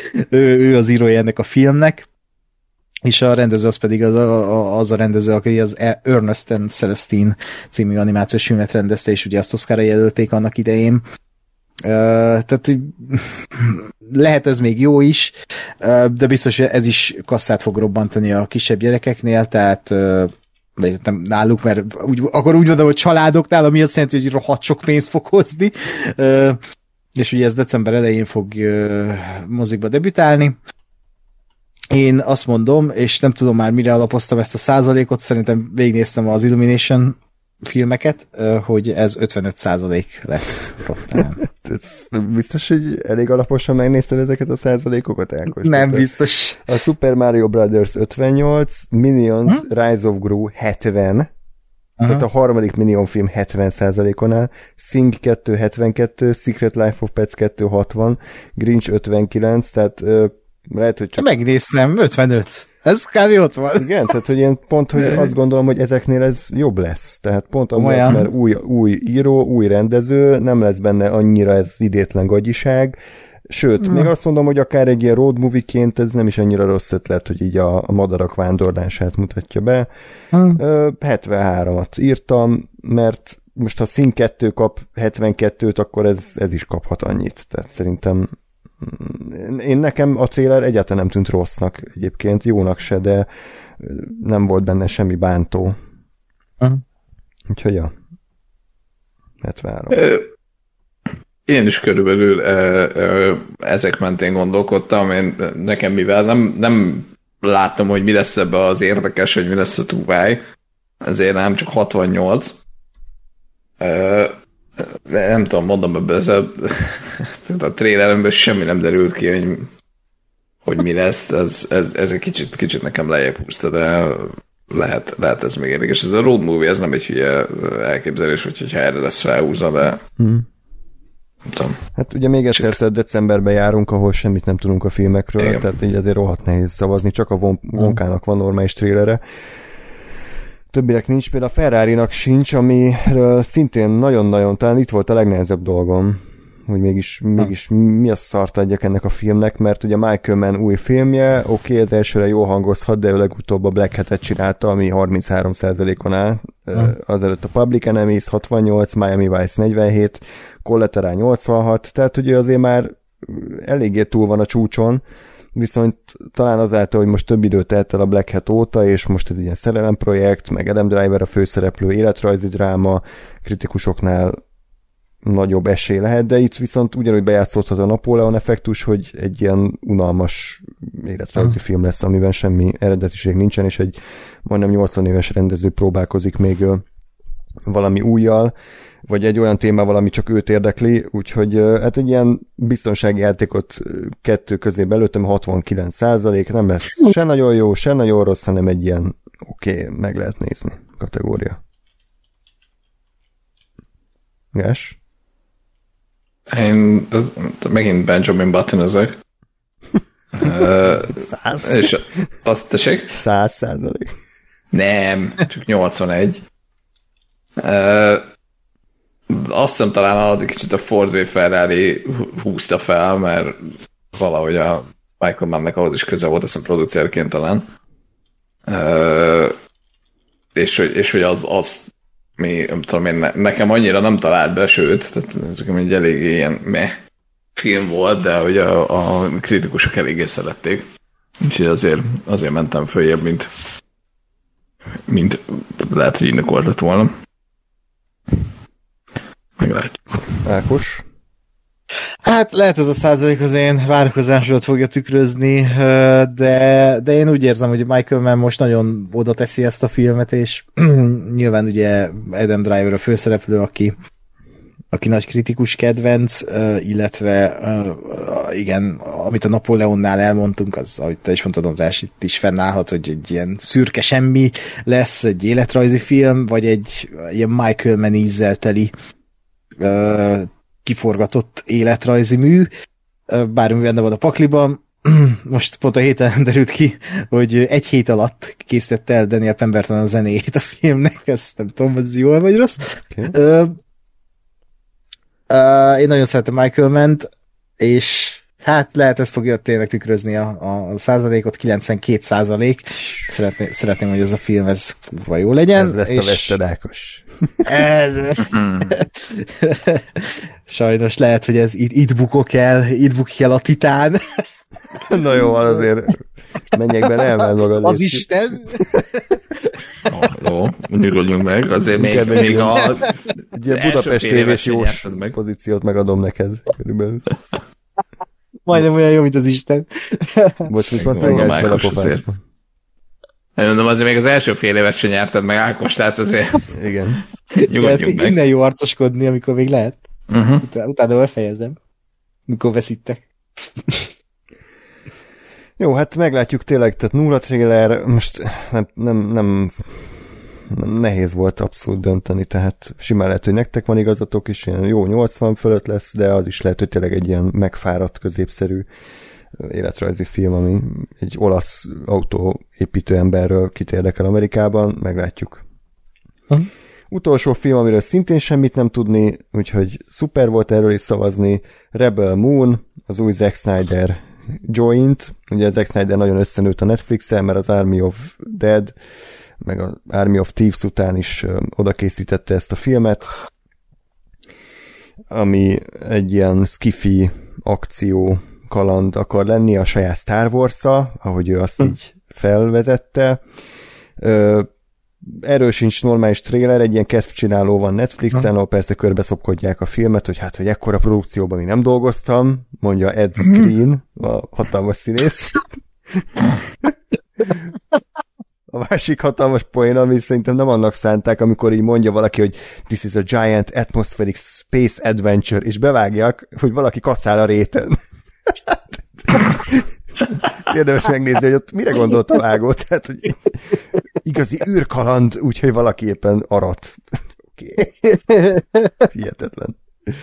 ő, ő az írója ennek a filmnek, és a rendező az pedig az a, az a rendező, aki az Ernest and Celestine című animációs filmet rendezte, és ugye azt Oscarra jelölték annak idején. Uh, tehát lehet ez még jó is, uh, de biztos, hogy ez is kasszát fog robbantani a kisebb gyerekeknél, tehát uh, vagy nem náluk, mert úgy, akkor úgy mondom, hogy családoknál, ami azt jelenti, hogy rohadt sok pénzt fog hozni, uh, és ugye ez december elején fog uh, mozikba debütálni. Én azt mondom, és nem tudom már mire alapoztam ezt a százalékot, szerintem végignéztem az Illumination filmeket, hogy ez ötvenöt százalék lesz. Biztos, hogy elég alaposan megnézted ezeket a százalékokat, Ákos? Nem biztos. A Super Mario Brothers ötvennyolc, Minions hm? Rise of Gru hetven, uh-huh. Tehát a harmadik Minion film hetven százalékon áll, Sing kettő hetvenkettő, Secret Life of Pets kettő hatvan, Grinch ötvenkilenc, tehát uh, lehet, hogy csak... Megnéztem, ötvenöt. Ez kb. Ott van. Igen, tehát hogy én pont, hogy azt gondolom, hogy ezeknél ez jobb lesz. Tehát pont amiatt, mert új, új író, új rendező, nem lesz benne annyira ez idétlen gagyiság, sőt, hmm. még azt mondom, hogy akár egy ilyen road movie-ként ez nem is annyira rossz ötlet, hogy így a, a madarak vándorlását mutatja be. Hmm. hetvenháromat írtam, mert most ha Sing kettő kap hetvenkettőt, akkor ez, ez is kaphat annyit. Tehát szerintem én nekem a trailer egyáltalán nem tűnt rossznak egyébként, jónak se, de nem volt benne semmi bántó. Uh-huh. Úgyhogy ja. hetvenhárom. Én is körülbelül ezek mentén gondolkodtam, én nekem mivel nem, nem láttam, hogy mi lesz ebbe az érdekes, hogy mi lesz a túváj, ezért nem csak hatvannyolc. Nem tudom, mondom, ebben ez a, a traileremből semmi nem derült ki, hogy, hogy mi lesz, ez, ez, ez egy kicsit, kicsit nekem lejjebb húzta, de lehet, lehet ez még érdekes. Ez a road movie, ez nem egy hülye elképzelés, hogy hogyha erre lesz felhúzva, de hmm. nem tudom. Hát ugye még egyszer decemberben járunk, ahol semmit nem tudunk a filmekről, igen. Tehát így azért rohadt nehéz szavazni, csak a von- Vonkának van normális trailere. Többiek nincs, például a Ferrari-nak sincs, amiről szintén nagyon-nagyon, talán itt volt a legnehezebb dolgom, hogy mégis, mégis mi a szart adjak ennek a filmnek, mert ugye Michael Mann új filmje, oké, okay, ez elsőre jól hangozhat, de ő legutóbb a Black Hat-et csinálta, ami harminchárom százalékon áll, hmm. azelőtt a Public Enemies hatvannyolc, Miami Vice negyvenhét, Collateral nyolcvanhat, tehát ugye azért már eléggé túl van a csúcson, viszont talán azáltal, hogy most több időt telt el a Black Hat óta, és most ez ilyen szerelemprojekt, meg Adam Driver a főszereplő, életrajzi dráma, kritikusoknál nagyobb esély lehet, de itt viszont ugyanúgy bejátszódhat a Napóleon effektus, hogy egy ilyen unalmas életrajzi hmm. film lesz, amiben semmi eredetiség nincsen, és egy majdnem nyolcvan éves rendező próbálkozik még valami újjal, vagy egy olyan témával, ami csak őt érdekli, úgyhogy hát egy ilyen biztonsági játékot kettő közé belőttem, hatvankilenc százalék, nem lesz se nagyon jó, se nagyon rossz, hanem egy ilyen oké, okay, meg lehet nézni kategória. Gás? Én megint Benjamin Button ezek. Száz. És azt tessék? Száz százalék. Nem, csak nyolcvanegy. Uh, azt hiszem talán a kicsit a Ford v Ferrari húzta fel, mert valahogy a Michael Mannnek ahhoz is köze volt, azt hiszem producerként talán. Uh, és, és hogy az, az mi, nem tudom én, nekem annyira nem talált be, sőt, tehát ez egy elég ilyen meh film volt, de hogy a, a kritikusok eléggé szerették. Úgyhogy azért, azért mentem följebb, mint, mint lehet, hogy indokolt lett volna. Meglátjuk. Ákos? Hát lehet ez a százalék az én várakozásodat fogja tükrözni, de, de én úgy érzem, hogy Michael Mann most nagyon oda teszi ezt a filmet, és nyilván ugye Adam Driver a főszereplő, aki, aki nagy kritikus kedvenc, illetve igen, amit a Napóleonnál elmondtunk, az, ahogy te is mondtad, András, itt is fennállhat, hogy egy ilyen szürke semmi lesz, egy életrajzi film, vagy egy ilyen Michael Mann ízzel teli kiforgatott életrajzi mű, bármi benne van a pakliban. Most pont a héten derült ki, hogy egy hét alatt készítette el Daniel Pemberton a zenéjét a filmnek, ezt nem tudom, ez jól vagy rossz. Okay. Uh, uh, én nagyon szeretem Michael Mann-t, és Hát lehet, ez fogja tényleg tükrözni a, a százalékot, kilencvenkét százalék. Szeretném, szeretném, hogy ez a film ez kurva jó legyen. Ez lesz és... a Vesztedákos. Ez... Sajnos lehet, hogy ez itt, itt bukok el, itt bukik el a titán. Na jó, azért menjek be, elmen magad. Az Isten! Ó, jó, nyugodjunk meg, azért még, még a ugye Budapest tévés jós pozíciót megadom neked, körülbelül. Majdnem olyan jó, mint az Isten. Bocs, mit mondtál, Meg a Gács, bele a Mákos azért. pofásba. Mondom, azért még az első fél évet se nyerted meg, Ákos, tehát azért Igen. nyugodjunk meg. Innen jó arcoskodni, amikor még lehet. Uh-huh. Utána, utána befejezem. Mikor veszítek. Jó, hát meglátjuk tényleg, tehát nulla trailer, most nem, nem, nem, nem nehéz volt abszolút dönteni, tehát simán lehet, hogy nektek van igazatok is, ilyen jó nyolcvan fölött lesz, de az is lehet, hogy tényleg egy ilyen megfáradt, középszerű életrajzi film, ami egy olasz autóépítő emberről kit érdekel Amerikában, meglátjuk. Uh-huh. Utolsó film, amiről szintén semmit nem tudni, úgyhogy szuper volt erről is szavazni, Rebel Moon, az új Zack Snyder joint, ugye Zack Snyder nagyon összenőtt a Netflixen, mert az Army of Dead, meg az Army of Thieves után is ö, oda készítette ezt a filmet, ami egy ilyen skifi akció kaland akar lenni a saját Star Wars-a, ahogy ő azt így felvezette. Ö, erről sincs normális trailer, egy ilyen kedvcsináló van Netflixen, ahol persze körbeszopkodják a filmet, hogy hát, hogy ekkora produkcióban mi nem dolgoztam, mondja Ed Skrein, a hatalmas színész. A másik hatalmas poén, ami szerintem nem annak szánták, amikor így mondja valaki, hogy this is a giant atmospheric space adventure, és bevágják, hogy valaki kasszál a réten. Érdemes megnézni, hogy ott mire gondolt a vágó, tehát, hogy igazi űrkaland, úgyhogy valaki éppen arat. Oké. Okay. Hihetetlen.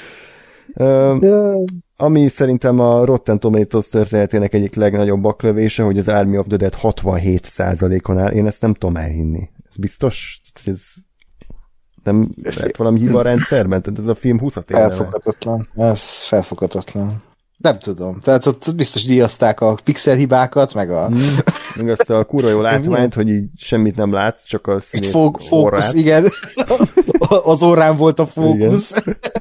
Uh, ami szerintem a Rotten Tomatoes történetének egyik legnagyobb baklövése, hogy az Army of the Dead hatvanhét százalékon áll. Én ezt nem tudom elhinni. Ez biztos? Ez nem lehet valami hiba a rendszerben? Tehát ez a film húszat éve. Felfoghatatlan. Ez felfoghatatlan. Nem tudom. Tehát ott biztos díjazták a pixel hibákat, meg a... Hmm. Meg azt a kurva jó látványt, hogy így semmit nem látsz, csak a színész fók, fókusz, igen. Az órán volt a fókusz.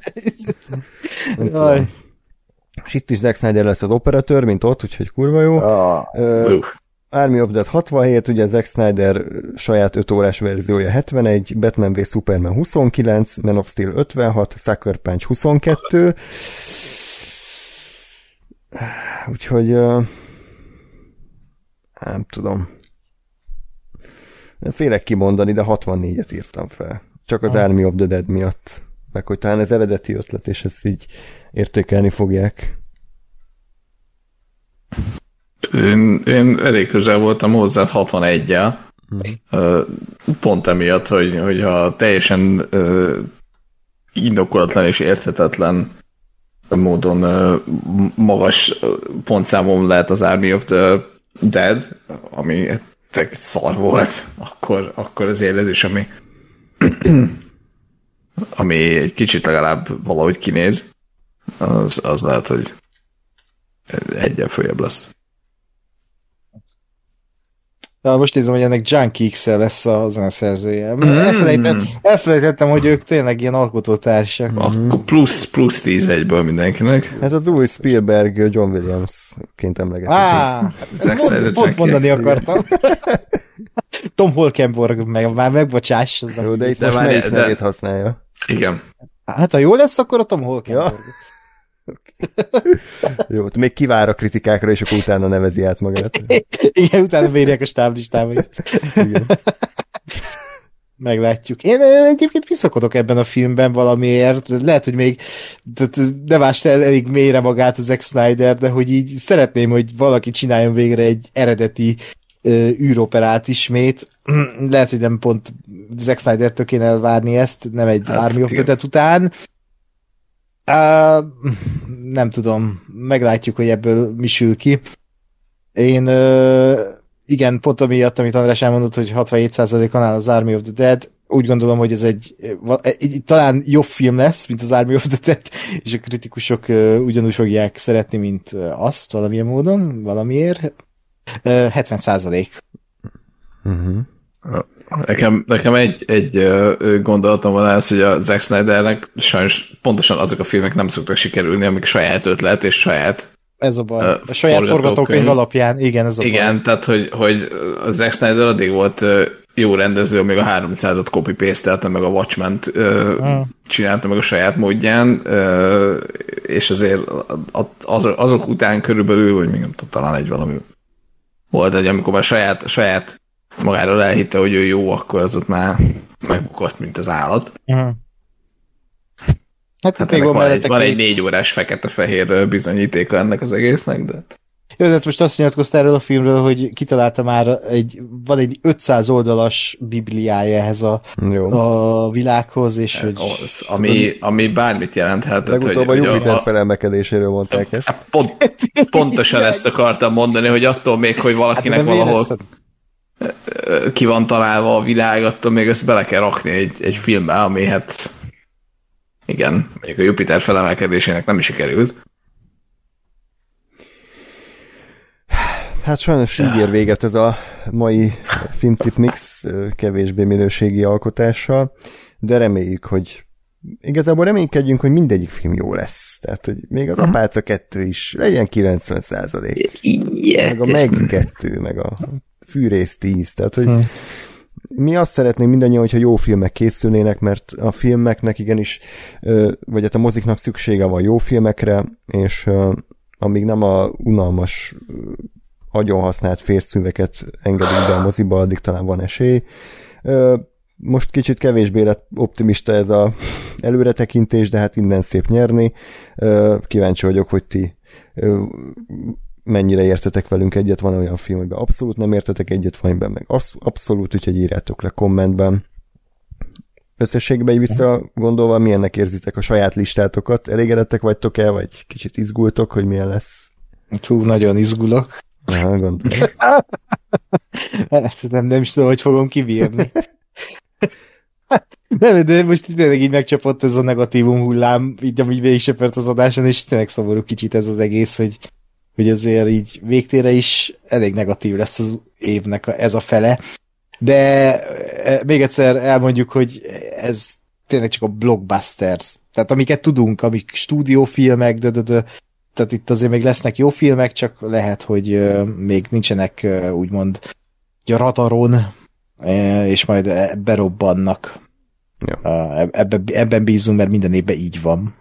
És itt is Zack Snyder lesz az operatőr, mint ott, úgyhogy kurva jó. Ah. Uh, Army of Dead hatvanhét, ugye Zack Snyder saját öt órás verziója hetvenegy, Batman v Superman huszonkilenc, Man of Steel ötvenhat, Sucker Punch huszonkettő. Úgyhogy uh, nem tudom. Félek kimondani, de hatvannégyet írtam fel. Csak az Army of the Dead miatt. Meg hogy talán ez eredeti ötlet, és ezt így értékelni fogják. Én, én elég közel voltam hozzá hatvanegyel. Uh-huh. Pont emiatt, hogy, hogy ha teljesen uh, indokolatlan és érthetetlen módon uh, magas pontszámom lehet az Army of the Dead, ami egy szar volt, akkor, akkor azért ez is, ami ami egy kicsit legalább valahogy kinéz, az, az lehet, hogy egyen följebb lesz. Ja, most nézem, hogy ennek Junkie X lesz a zeneszerzője. Mm. Elfelejtettem, elfelejtettem, hogy ők tényleg ilyen alkotótársak. Akkor plusz, plusz tíz egyből mindenkinek. Hát az új Spielberg John Williams-ként emlegetett. Á, pont, pont mondani akartam. Tom Holkenborg meg, már megbocsáss. Az jó, de itt de most melyik de... nevét használja? Igen. Hát ha jó lesz, akkor a Tom Holkenborg. Ja. Jó, még kivár a kritikákra, és akkor utána nevezi át magát. Igen, utána vérják a stáblistába is. Igen. Meglátjuk. Én egyébként visszakodok ebben a filmben valamiért. Lehet, hogy még nem ásta el elég mélyre magát az Zack Snyder, de hogy így szeretném, hogy valaki csináljon végre egy eredeti uh, űroperát ismét. Lehet, hogy nem pont Zack Snyder-től kéne elvárni ezt, nem egy hát, Army of the Dead után. Uh, nem tudom, meglátjuk, hogy ebből mi sül ki. Én uh, igen, pont amiatt, amit András elmondott, hogy hatvanhét százalékon áll az Army of the Dead, úgy gondolom, hogy ez egy, egy talán jobb film lesz, mint az Army of the Dead, és a kritikusok uh, ugyanúgy fogják szeretni, mint uh, azt valamilyen módon, valamiért. Uh, hetven százalék. Uh-huh. Nekem, nekem egy, egy gondolatom van ez, hogy a Zack Snydernek sajnos pontosan azok a filmek nem szoktak sikerülni, amik saját ötlet és saját ez a baj. A saját forgatókönyv alapján, igen, ez a baj. Igen, tehát, hogy, hogy a Zack Snyder addig volt jó rendező, amíg a háromszázat copy-paste-elte, meg a Watchmen-t hmm. csinálta meg a saját módján, és azért azok után körülbelül, vagy még nem tudom, talán egy valami volt, egy amikor már saját, saját magáról elhitte, hogy ő jó, akkor az ott már megbukott, mint az állat. Uh-huh. Hát, hát ennek van, egy, van egy négy órás fekete-fehér bizonyítéka ennek az egésznek, de... Jó, de most azt nyilatkoztál erről a filmről, hogy kitalálta már egy, van egy ötszáz oldalas bibliája ehhez a, a világhoz, és hogy... Az, ami, ami bármit jelenthet. Legutóbb a Jupiter a... felelmekedéséről mondták ezt. Pont, pontosan ezt akartam mondani, hogy attól még, hogy valakinek hát, valahol érezted? Ki van találva a világ, attól még ezt bele kell rakni egy, egy filmbe, ami hát igen, mondjuk a Jupiter felemelkedésének nem is sikerült. Hát sajnos így ér véget ez a mai Filmtip Mix kevésbé minőségi alkotással, de reméljük, hogy igazából reménykedjünk, hogy mindegyik film jó lesz. Tehát, hogy még az Apáca kettő is legyen kilencven százalék. Meg a Meg kettő, meg a Fűrész tíz. Tehát, hogy hmm. mi azt szeretnénk mindannyian, hogyha jó filmek készülnének, mert a filmeknek igenis, vagy hát a moziknak szüksége van jó filmekre, és amíg nem a unalmas agyon használt fércszűveket engedünk be a moziba, addig talán van esély. Most kicsit kevésbé lett optimista ez az előretekintés, de hát innen szép nyerni. Kíváncsi vagyok, hogy ti mennyire értetek velünk egyet, van olyan film, amiben abszolút nem értetek egyet, van amiben meg abszolút, úgyhogy írjátok le kommentben. Összességben így visszagondolva, milyennek érzitek a saját listátokat? Elégedettek vagytok el, vagy kicsit izgultok, hogy milyen lesz? Hú, nagyon izgulok. Aha, gondolom. nem, nem is tudom, hogy fogom kibírni. Nem, de most tényleg így megcsapott ez a negatívum hullám, így amígy végig söpört az adáson, és tényleg szomorú kicsit ez az egész, hogy, hogy azért így végtére is elég negatív lesz az évnek a, ez a fele. De még egyszer elmondjuk, hogy ez tényleg csak a blockbusters. Tehát amiket tudunk, amik stúdiófilmek, de, de, de, tehát itt azért még lesznek jó filmek, csak lehet, hogy uh, még nincsenek uh, úgymond a radaron, uh, és majd berobbannak. Ja. Uh, ebben, ebben bízunk, mert minden évben így van.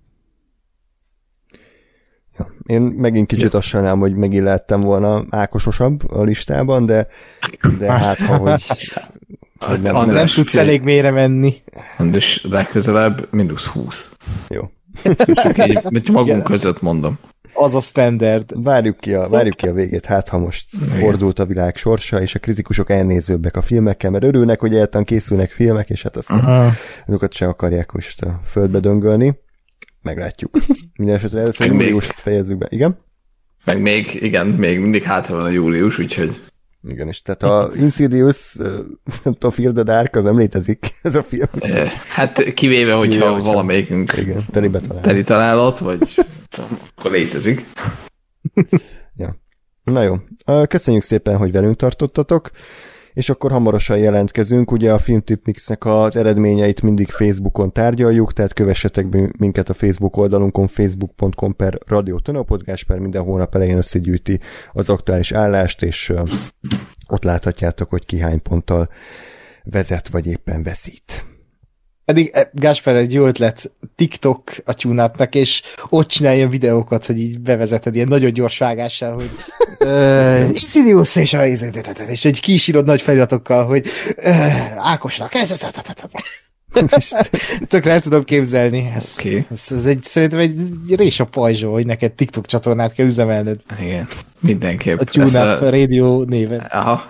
Ja. Én megint kicsit ja. azt sajnálom, hogy megint lehettem volna ákososabb a listában, de, de hát ha, hogy, hogy nem, András, nem tudsz elég mélyre menni. És legközelebb mínusz húsz. Jó. Csak így, magunk igen. között mondom. Az a standard. Várjuk ki a, várjuk ki a végét, hát ha most igen. fordult a világ sorsa, és a kritikusok elnézőbbek a filmekkel, mert örülnek, hogy egyáltalán készülnek filmek, és hát aztán uh-huh. azokat sem akarják most a földbe döngölni. Meglátjuk. Minden esetre először júliust fejezzük be. Igen? Meg még, igen, még mindig hátra van a július, úgyhogy... Igen, és tehát a Insidious, nem tudom, Fear the Dark, az nem létezik, ez a film. Hát kivéve, hogyha kivéve, valamelyikünk igen, teli betalálat. Teli találat, vagy akkor létezik. Ja. Na jó. Köszönjük szépen, hogy velünk tartottatok, és akkor hamarosan jelentkezünk. Ugye a Filmtip Mixnek az eredményeit mindig Facebookon tárgyaljuk, tehát kövessetek minket a Facebook oldalunkon, facebook pont com per Radio Tonopodcast, per minden hónap elején összegyűjti az aktuális állást, és ott láthatjátok, hogy ki hány ponttal vezet, vagy éppen veszít. Pedig Gáspár, egy jó ötlet, TikTok a tune-upnak, és ott csinálja videókat, hogy így bevezeted ilyen nagyon gyors vágással, hogy Insidious és a és egy kísírod nagy feliratokkal, hogy Ákosnak ez tökre el tudom képzelni. Ez, okay. ez, ez egy, szerintem egy rés a pajzsó, hogy neked TikTok csatornát kell üzemelned. Igen, mindenképp. A tune-up a... rádió néven. Aha.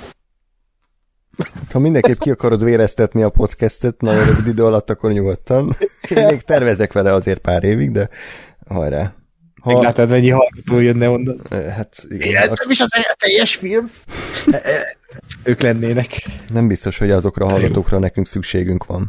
Ha mindenképp ki akarod véreztetni a podcastet nagyon rövid idő alatt, akkor nyugodtan. Én még tervezek vele azért pár évig, de hajrá. Ha... Látod, mennyi hallgató jönne onnan. Hát igen. Ez nem is az a teljes film. Ők lennének. Nem biztos, hogy azokra a hallgatókra nekünk szükségünk van.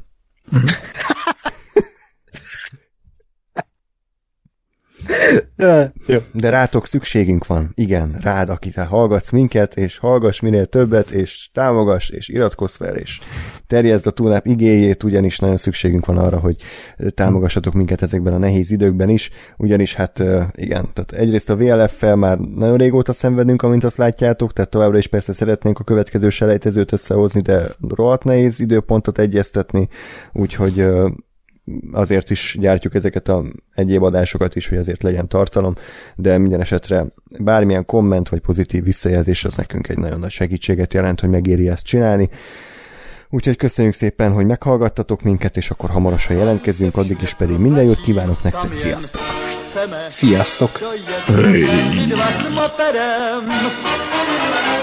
De rátok szükségünk van. Igen, rád, aki te hallgatsz minket, és hallgass minél többet, és támogass, és iratkozz fel, és terjeszd a túlnáp igéjét, ugyanis nagyon szükségünk van arra, hogy támogassatok minket ezekben a nehéz időkben is, ugyanis hát igen, tehát egyrészt a vé el ef-fel már nagyon régóta szenvedünk, amint azt látjátok, tehát továbbra is persze szeretnénk a következő selejtezőt összehozni, de rohadt nehéz időpontot egyeztetni, úgyhogy azért is gyártjuk ezeket a egyéb adásokat is, hogy azért legyen tartalom, de minden esetre bármilyen komment vagy pozitív visszajelzés az nekünk egy nagyon nagy segítséget jelent, hogy megéri ezt csinálni. Úgyhogy köszönjük szépen, hogy meghallgattatok minket, és akkor hamarosan jelentkezünk, addig is pedig minden jót kívánok nektek, sziasztok! Sziasztok! Hey.